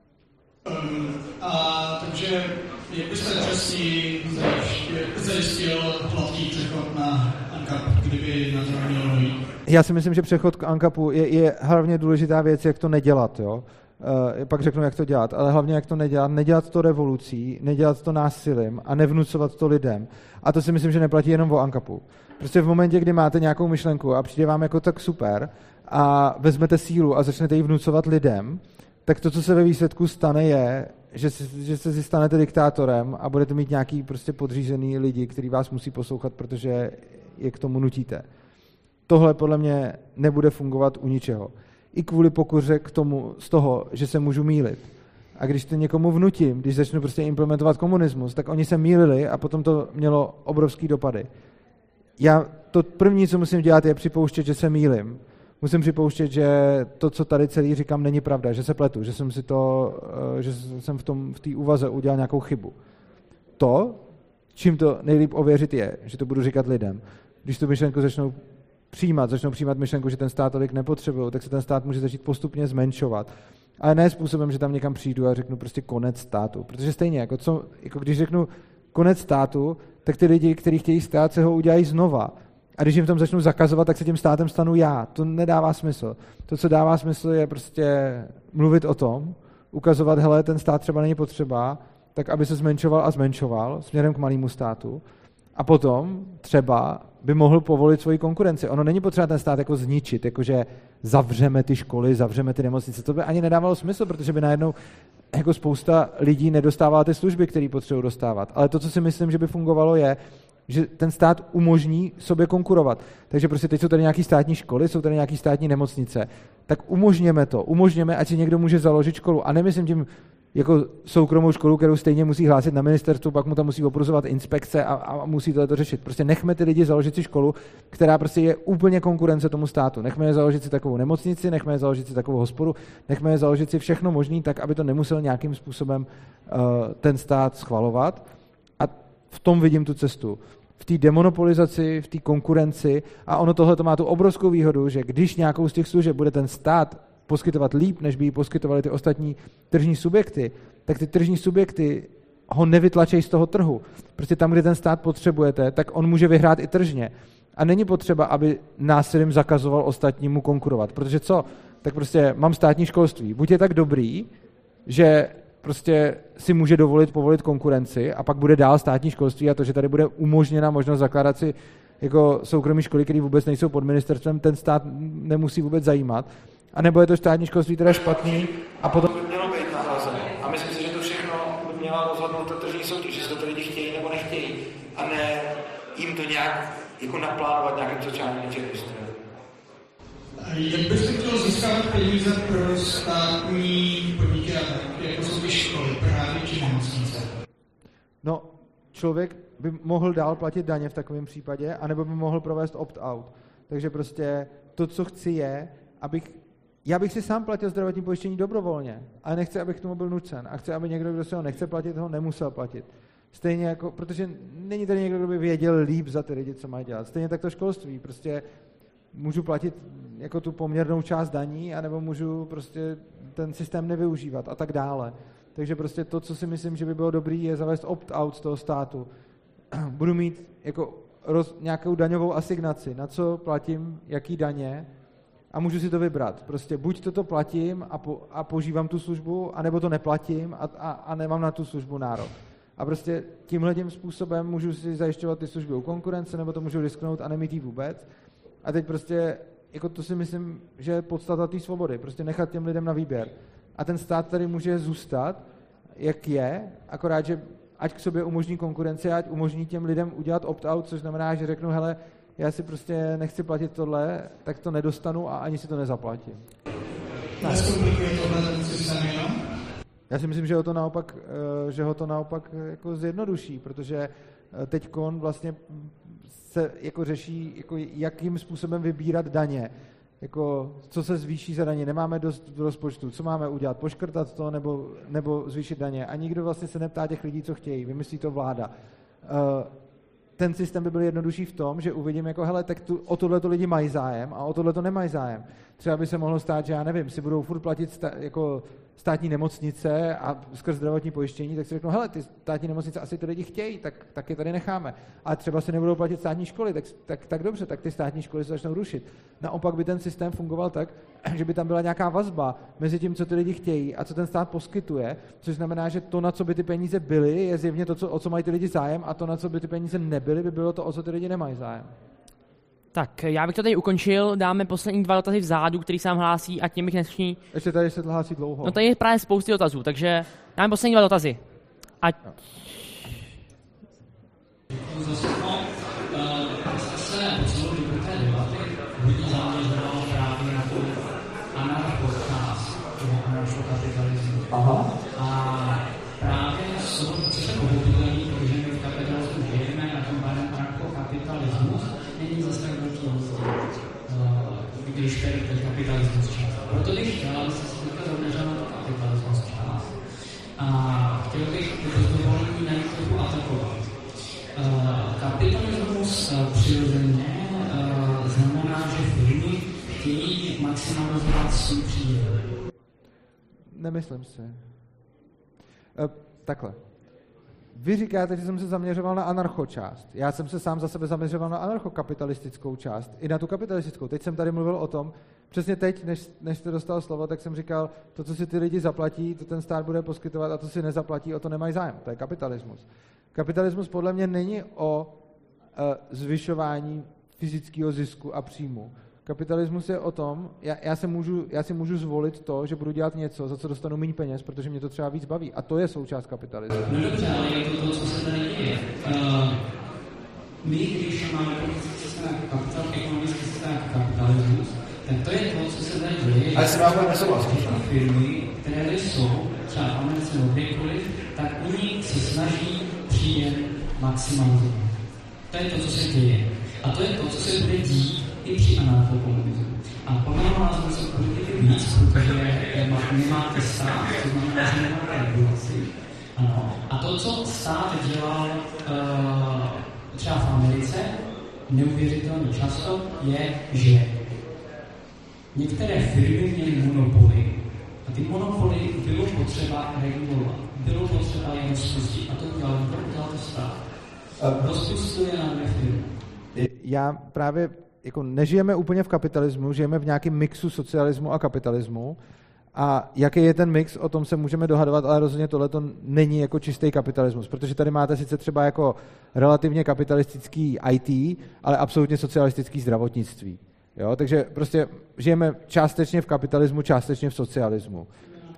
Takže jak byste časí zajistil hladký přechod na ANCAP, kdyby na to mělo dojít? Já si myslím, že přechod k ANCAPu je hlavně důležitá věc, jak to nedělat, jo. Pak řeknu, jak to dělat, ale hlavně jak to nedělat to revolucí, nedělat to násilím a nevnucovat to lidem. A to si myslím, že neplatí jenom o ANCAPu. Prostě v momentě, kdy máte nějakou myšlenku a přijde vám jako tak super a vezmete sílu a začnete ji vnucovat lidem, tak to, co se ve výsledku stane, je, že se stanete diktátorem a budete mít nějaký prostě podřízený lidi, kteří vás musí poslouchat, protože je k tomu nutíte. Tohle podle mě nebude fungovat u ničeho. I kvůli pokoře k tomu, z toho, že se můžu mýlit. A když to někomu vnutím, když začnu prostě implementovat komunismus, tak oni se mýlili a potom to mělo obrovský dopady. To první, co musím dělat, je připouštět, že se mýlim. Musím připouštět, že to, co tady celý říkám, není pravda, že se pletu, že jsem v té úvaze udělal nějakou chybu. To, čím to nejlíp ověřit, je, že to budu říkat lidem. Když tu myšlenku začnou přijímat myšlenku, že ten stát tolik nepotřebují, tak se ten stát může začít postupně zmenšovat. Ale ne způsobem, že tam někam přijdu a řeknu prostě konec státu. Protože stejně, jako když řeknu konec státu, tak ty lidi, kteří chtějí stát, se ho udělají znova. A když jim tam začnu zakazovat, tak se tím státem stanu já. To nedává smysl. To, co dává smysl, je prostě mluvit o tom, ukazovat, hele, ten stát třeba není potřeba, tak aby se zmenšoval a zmenšoval směrem k malému státu. A potom třeba by mohl povolit svoji konkurenci. Ono není potřeba ten stát jako zničit, jakože zavřeme ty školy, zavřeme ty nemocnice. To by ani nedávalo smysl, protože by najednou jako spousta lidí nedostávala ty služby, které potřebují dostávat. Ale to, co si myslím, že by fungovalo, je, že ten stát umožní sobě konkurovat. Takže prostě teď jsou tady nějaké státní školy, jsou tady nějaké státní nemocnice. Tak umožněme, ať si někdo může založit školu. A nemyslím tím jako soukromou školu, kterou stejně musí hlásit na ministerstvu, pak mu tam musí opruzovat inspekce a musí to řešit. Prostě nechme ty lidi založit si školu, která prostě je úplně konkurence tomu státu. Nechme je založit si takovou nemocnici, nechme je založit si takovou hospodu, nechme je založit si všechno možné tak, aby to nemusel nějakým způsobem ten stát schvalovat. A v tom vidím tu cestu. V té demonopolizaci, v té konkurenci a ono tohle to má tu obrovskou výhodu, že když nějakou z těch služeb bude ten stát poskytovat líp, než by ji poskytovaly ty ostatní tržní subjekty, tak ty tržní subjekty ho nevytlačejí z toho trhu. Prostě tam, kde ten stát potřebujete, tak on může vyhrát i tržně. A není potřeba, aby násilím zakazoval ostatnímu konkurovat. Protože co? Tak prostě mám státní školství. Buď je tak dobrý, že prostě si může povolit konkurenci a pak bude dál státní školství a to, že tady bude umožněna možnost zakládat si jako soukromé školy, které vůbec nejsou pod ministerstvem, ten stát nemusí vůbec zajímat. A nebo je to státní školství, které je špatný a potom by mělo být nahrazeno. A myslím si, že to všechno by měla rozhodnout ta tržní soutěž, jestli to lidi chtějí nebo nechtějí. A ne jim to nějak jako naplánovat nějakým sociálním černostem. Jak byste chtěl získávat peníze pro státní podniky, jako jsou ty školy, právě či nemocnice? No, člověk by mohl dál platit daně v takovém případě, anebo by mohl provést opt-out. Takže prostě to, co chci, je, já bych si sám platil zdravotní pojištění dobrovolně, ale nechci, abych k tomu byl nucen. A chci, aby někdo, kdo se ho nechce platit, ho nemusel platit. Stejně jako, protože není tady někdo, kdo by věděl líp za ty lidi, co mají dělat. Stejně tak to školství. Prostě můžu platit jako tu poměrnou část daní, anebo můžu prostě ten systém nevyužívat a tak dále. Takže prostě to, co si myslím, že by bylo dobrý, je zavést opt-out z toho státu. Budu mít jako nějakou daňovou asignaci, na co platím, jaký daně, a můžu si to vybrat. Prostě buď toto platím a požívám tu službu, anebo to neplatím a nemám na tu službu nárok. A prostě tímhletím způsobem můžu si zajišťovat ty služby u konkurence, nebo to můžu risknout a nemít jí vůbec. A teď prostě, jako to si myslím, že je podstata té svobody, prostě nechat těm lidem na výběr. A ten stát tady může zůstat, jak je, akorát, že ať k sobě umožní konkurenci, ať umožní těm lidem udělat opt-out, což znamená, že řeknu, hele, já si prostě nechci platit tohle, tak to nedostanu a ani si to nezaplatím. Já si myslím, že ho to naopak jako zjednoduší, protože teďkon vlastně se jako řeší, jako jakým způsobem vybírat daně. Jako, co se zvýší za daně, nemáme dost v rozpočtu, co máme udělat, poškrtat to nebo zvýšit daně. A nikdo vlastně se neptá těch lidí, co chtějí, vymyslí to vláda. Ten systém by byl jednodušší v tom, že uvidím, jako hele, tak o tohleto lidi mají zájem a o tohleto nemají zájem. Třeba by se mohlo stát, že já nevím, si budou furt platit jako státní nemocnice a skrz zdravotní pojištění, tak si řeknou, hele, ty státní nemocnice asi ty lidi chtějí, tak je tady necháme. A třeba si nebudou platit státní školy, tak dobře, tak ty státní školy se začnou rušit. Naopak by ten systém fungoval tak, že by tam byla nějaká vazba mezi tím, co ty lidi chtějí a co ten stát poskytuje, což znamená, že to, na co by ty peníze byly, je zjevně to, o co mají ty lidi zájem, a to, na co by ty peníze nebyly, by bylo to, o co ty lidi nemají zájem. Tak, já bych to tady ukončil, dáme poslední 2 dotazy vzadu, který se nám hlásí, a tím bych dnešní... Ještě tady se hlásí dlouho. No tady je právě spousty dotazů, takže dáme poslední 2 dotazy. Ať... Děkuji za slovo. Jste se po celou dobu té debaty hodně zaměřoval právě na tu anarchočást toho anarchokapitalismu. Aha. A právě co se pochopitelný, protože my v kapitalismu žijeme, na tom pádem anarchokapitalismus není zase tak velký rozdíl, když tady ten kapitalismus část. Proto bych chtěl, aby se teďka zaměřil na to kapitalismus část. A chtěl bych to dovolení najít trochu atakovat. Kapitalismus přirozeně znamená, že firmy chtějí maximalizovat svůj příjem. Nemyslím si. Takhle. Vy říkáte, že jsem se zaměřoval na anarchočást. Já jsem se sám za sebe zaměřoval na anarchokapitalistickou část. I na tu kapitalistickou. Teď jsem tady mluvil o tom, přesně teď, než jste dostal slovo, tak jsem říkal, to, co si ty lidi zaplatí, to ten stát bude poskytovat, a to si nezaplatí, o to nemají zájem. To je kapitalismus. Kapitalismus podle mě není o zvyšování fyzického zisku a příjmu. Kapitalismus je o tom, já si můžu zvolit to, že budu dělat něco, za co dostanu méně peněz, protože mě to třeba víc baví. A to je součást kapitalismu. No dobře, ale je to, co se tady děje. My, když máme politický systém jako kapitál, ekonomický systém jako kapitalismus, tak to je to, co se tady děje. Ale se vám bude nesouhlasí. Firmy, které jsou třeba v Americe nebo kdekoliv, tak oni se snaží příjem maximalizovat. To je to, co se děje. A to je to, co se bude dít i při anarchokomunismu. A podle nás se politiky víc, protože nemáte stát, to znamená, že nemáte regulaci. Ano. A to, co stát dělal třeba v Americe, neuvěřitelně často, je, že některé firmy měly monopoly. A ty monopoly bylo potřeba regulovat. Bylo potřeba je rozpustit. A to udělal to stát. Rozpustil je na 2 firmy. Já právě jako nežijeme úplně v kapitalismu, žijeme v nějakém mixu socialismu a kapitalismu. A jaký je ten mix, o tom se můžeme dohadovat, ale rozhodně tohleto není jako čistý kapitalismus, protože tady máte sice třeba jako relativně kapitalistický IT, ale absolutně socialistický zdravotnictví. Jo? Takže prostě žijeme částečně v kapitalismu, částečně v socialismu.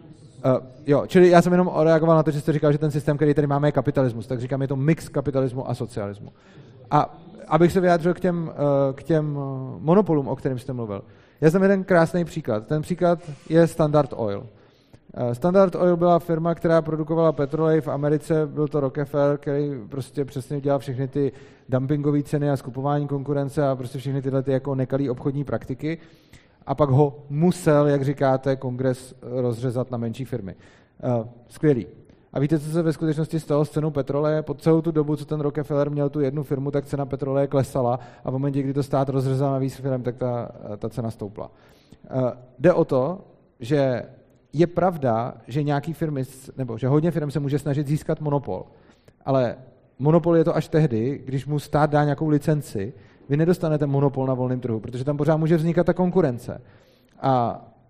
Čili já jsem jenom reagoval na to, že jste říkal, že ten systém, který tady máme, je kapitalismus, tak říkám, je to mix kapitalismu a socialismu. A abych se vyjádřil k těm monopolům, o kterém jste mluvil. Já jsem jeden krásný příklad. Ten příklad je Standard Oil. Standard Oil byla firma, která produkovala petrolej v Americe, byl to Rockefeller, který prostě přesně dělal všechny ty dumpingové ceny a skupování konkurence a prostě všechny tyhle ty jako nekalý obchodní praktiky. A pak ho musel, jak říkáte, kongres rozřezat na menší firmy. Skvělý. A víte, co se ve skutečnosti stalo s cenou petroleje? Po celou tu dobu, co ten Rockefeller měl tu jednu firmu, tak cena petroleje klesala a v momentě, kdy to stát rozřezal na víc firm, tak ta cena stoupla. Jde o to, že je pravda, že nějaký firmy, nebo že hodně firm se může snažit získat monopol, ale monopol je to až tehdy, když mu stát dá nějakou licenci, vy nedostanete monopol na volném trhu, protože tam pořád může vznikat ta konkurence. A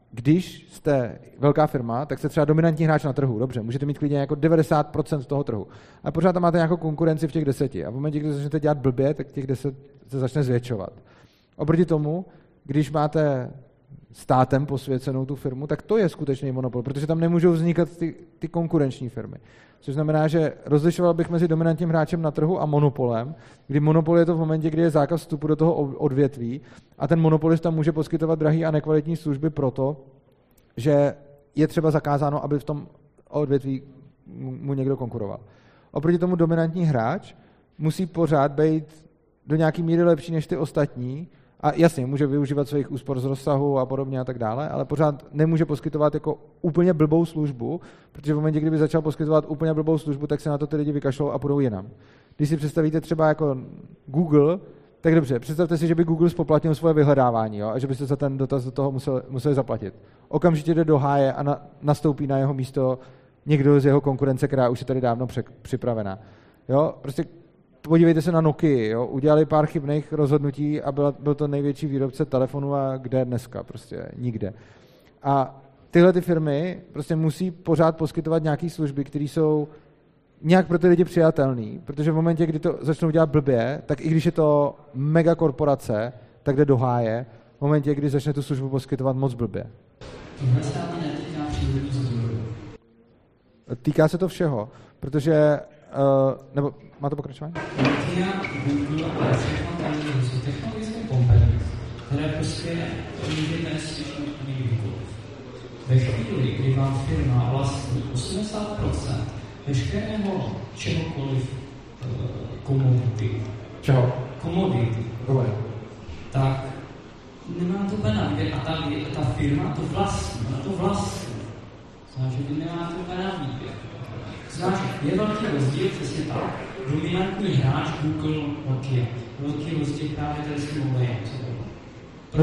když jste velká firma, tak jste třeba dominantní hráč na trhu. Dobře, můžete mít klidně jako 90% toho trhu. A pořád tam máte nějakou konkurenci v těch 10. A v momentě, kdy začnete dělat blbě, tak těch 10 se začne zvětšovat. Oproti tomu, když máte státem posvěcenou tu firmu, tak to je skutečný monopol, protože tam nemůžou vznikat ty konkurenční firmy. Což znamená, že rozlišoval bych mezi dominantním hráčem na trhu a monopolem, kdy monopol je to v momentě, kdy je zákaz vstupu do toho odvětví a ten monopolista může poskytovat drahý a nekvalitní služby proto, že je třeba zakázáno, aby v tom odvětví mu někdo konkuroval. Oproti tomu dominantní hráč musí pořád být do nějaký míry lepší než ty ostatní a jasně, může využívat svých úspor z rozsahu a podobně a tak dále, ale pořád nemůže poskytovat jako úplně blbou službu, protože v momentě, kdyby začal poskytovat úplně blbou službu, tak se na to ty lidi vykašlou a půjdou jinam. Když si představíte třeba jako Google, tak dobře, představte si, že by Google spoplatnil svoje vyhledávání, jo, a že byste za ten dotaz do toho museli zaplatit. Okamžitě jde do háje a nastoupí na jeho místo někdo z jeho konkurence, která už je tady dávno připravená. Jo, prostě podívejte se na Nokia, jo? Udělali pár chybných rozhodnutí a byl to největší výrobce telefonu a kde dneska? Prostě nikde. A tyhle ty firmy prostě musí pořád poskytovat nějaké služby, které jsou nějak pro ty lidi přijatelné, protože v momentě, kdy to začnou dělat blbě, tak i když je to mega korporace, tak jde do háje, v momentě, kdy začne tu službu poskytovat moc blbě. Týká se to všeho, protože nebo má to pokračování? Které prostě můžete neslyšet výkon. Ve chvíli, kdy vám firma vlastní 80% veškerého čehokoliv komodity, tak nemá to benefit a ta firma to vlastní, ona to vlastní. Znamená, že vy nemáte benefit. Znamená, je velký rozdíl, přesně tak, dominantní hráč Google, Nokia. Velký rozdíl právě tady s tím mobilem. No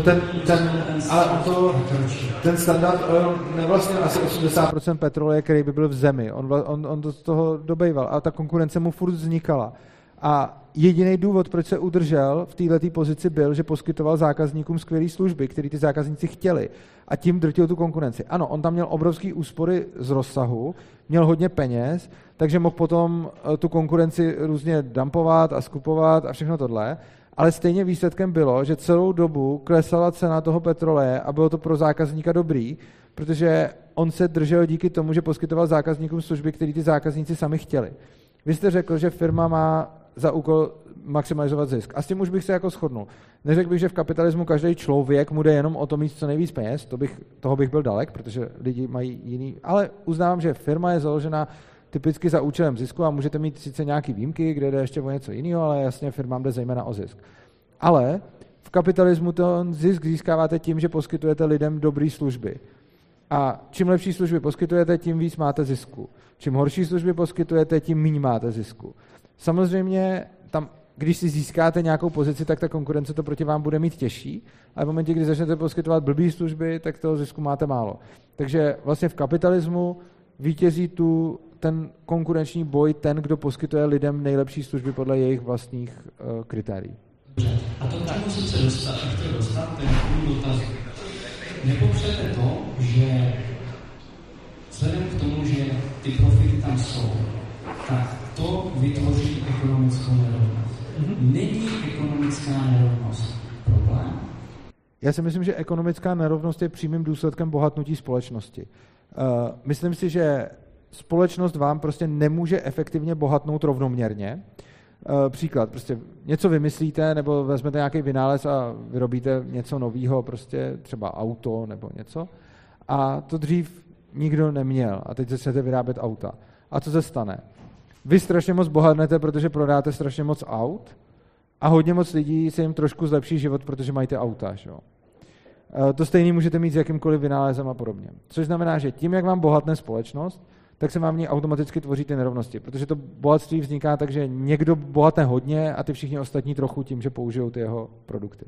ten standard nevlastnil asi 80% petroleje, který by byl v zemi. On do toho dobejval a ta konkurence mu furt vznikala. A jediný důvod, proč se udržel v této pozici, byl, že poskytoval zákazníkům skvělé služby, které ty zákazníci chtěli. A tím drtil tu konkurenci. Ano, on tam měl obrovský úspory z rozsahu, měl hodně peněz, takže mohl potom tu konkurenci různě dumpovat a skupovat a všechno tohle. Ale stejně výsledkem bylo, že celou dobu klesala cena toho petroleje a bylo to pro zákazníka dobrý, protože on se držel díky tomu, že poskytoval zákazníkům služby, které ty zákazníci sami chtěli. Vy jste řekl, že firma má za úkol maximalizovat zisk. A s tím už bych se jako shodnul. Neřekl bych, že v kapitalismu každý člověk mu jde jenom o to mít co nejvíc peněz, toho bych byl dalek, protože lidi mají jiný, ale uznávám, že firma je založena typicky za účelem zisku a můžete mít sice nějaký výjimky, kde jde ještě o něco jiného, ale jasně firmám jde zejména o zisk. Ale v kapitalismu ten zisk získáváte tím, že poskytujete lidem dobré služby. A čím lepší služby poskytujete, tím víc máte zisku. Čím horší služby poskytujete, tím méně máte zisku. Samozřejmě tam, když si získáte nějakou pozici, tak ta konkurence to proti vám bude mít těžší, ale v momentě, kdy začnete poskytovat blbý služby, tak toho zisku máte málo. Takže vlastně v kapitalismu vítězí ten konkurenční boj ten, kdo poskytuje lidem nejlepší služby podle jejich vlastních kritérií. A to, k čemu jsem se chtěl dostat, ten dotaz. Nepopřete to, že vzhledem k tomu, že ty profity tam jsou, tak to vytvoří ekonomickou nerovnost. Není ekonomická nerovnost problém? Já si myslím, že ekonomická nerovnost je přímým důsledkem bohatnutí společnosti. Myslím si, že společnost vám prostě nemůže efektivně bohatnout rovnoměrně. Příklad, prostě něco vymyslíte, nebo vezmete nějaký vynález a vyrobíte něco nového, prostě třeba auto nebo něco. A to dřív nikdo neměl. A teď začnete vyrábět auta. A co se stane? Vy strašně moc bohatnete, protože prodáte strašně moc aut a hodně moc lidí se jim trošku zlepší život, protože mají ty auta. Že? To stejný můžete mít s jakýmkoliv vynálezem a podobně. Což znamená, že tím, jak vám bohatne společnost, tak se vám v ní automaticky tvoří ty nerovnosti, protože to bohatství vzniká tak, že někdo bohatne hodně a ty všichni ostatní trochu tím, že použijou ty jeho produkty.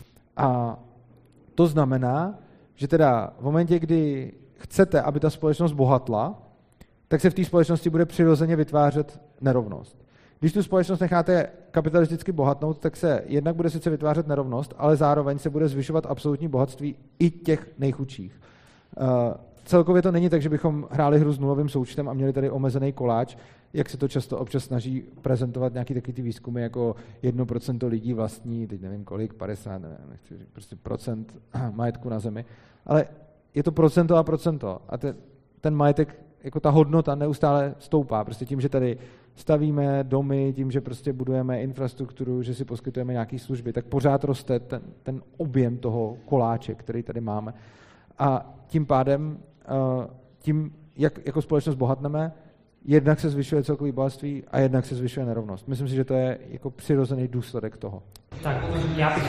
A to znamená, že teda v momentě, kdy chcete, aby ta společnost bohatla, tak se v té společnosti bude přirozeně vytvářet nerovnost. Když tu společnost necháte kapitalisticky bohatnout, tak se jednak bude sice vytvářet nerovnost, ale zároveň se bude zvyšovat absolutní bohatství i těch nejchudších. Celkově to není tak, že bychom hráli hru s nulovým součtem a měli tady omezený koláč, jak se to často občas snaží prezentovat nějaký taky ty výzkumy, jako 1% lidí vlastní, teď nevím kolik, 50, nevím, nechci říct, prostě procent majetku na zemi, ale je to procento a procento a ten majetek, jako ta hodnota neustále stoupá, prostě tím, že tady stavíme domy, tím, že prostě budujeme infrastrukturu, že si poskytujeme nějaké služby, tak pořád roste ten objem toho koláče, který tady máme. A tím pádem, tím, jak jako společnost bohatneme, jednak se zvyšuje celkový bohatství a jednak se zvyšuje nerovnost. Myslím si, že to je jako přirozený důsledek toho. Tak, já bych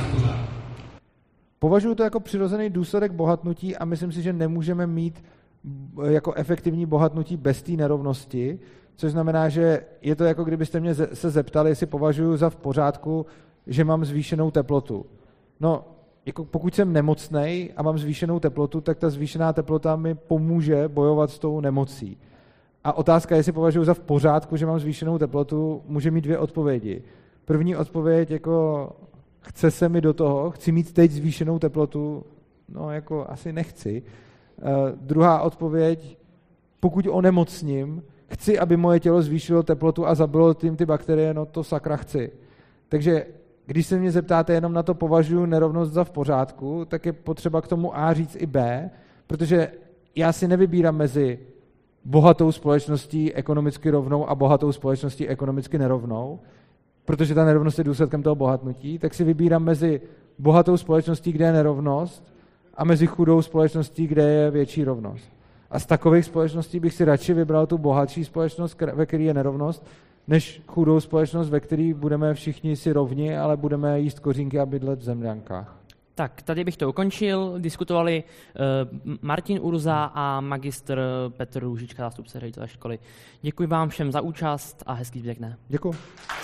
Považuji to jako přirozený důsledek bohatnutí a myslím si, že nemůžeme mít jako efektivní bohatnutí bez té nerovnosti, což znamená, že je to jako kdybyste mě se zeptali, jestli považuji za v pořádku, že mám zvýšenou teplotu. No, jako pokud jsem nemocnej a mám zvýšenou teplotu, tak ta zvýšená teplota mi pomůže bojovat s tou nemocí. A otázka, jestli považuji za v pořádku, že mám zvýšenou teplotu, může mít dvě odpovědi. První odpověď, jako chce se mi do toho, chci mít teď zvýšenou teplotu, no jako asi nechci. Druhá odpověď, pokud onemocním, chci, aby moje tělo zvýšilo teplotu a zabilo tím ty bakterie, no to sakra chci. Takže když se mě zeptáte jenom na to, považuji nerovnost za v pořádku, tak je potřeba k tomu A říct i B, protože já si nevybírám mezi bohatou společností ekonomicky rovnou a bohatou společností ekonomicky nerovnou, protože ta nerovnost je důsledkem toho bohatnutí, tak si vybírám mezi bohatou společností, kde je nerovnost, a mezi chudou společností, kde je větší rovnost. A z takových společností bych si radši vybral tu bohatší společnost, ve které je nerovnost, než chudou společnost, ve které budeme všichni si rovni, ale budeme jíst kořínky a bydlet v zemňankách. Tak, tady bych to ukončil. Diskutovali Martin Urza a magistr Petr Růžička, zástupce ředitele školy. Děkuji vám všem za účast a hezký zbytek dne. Děkuji.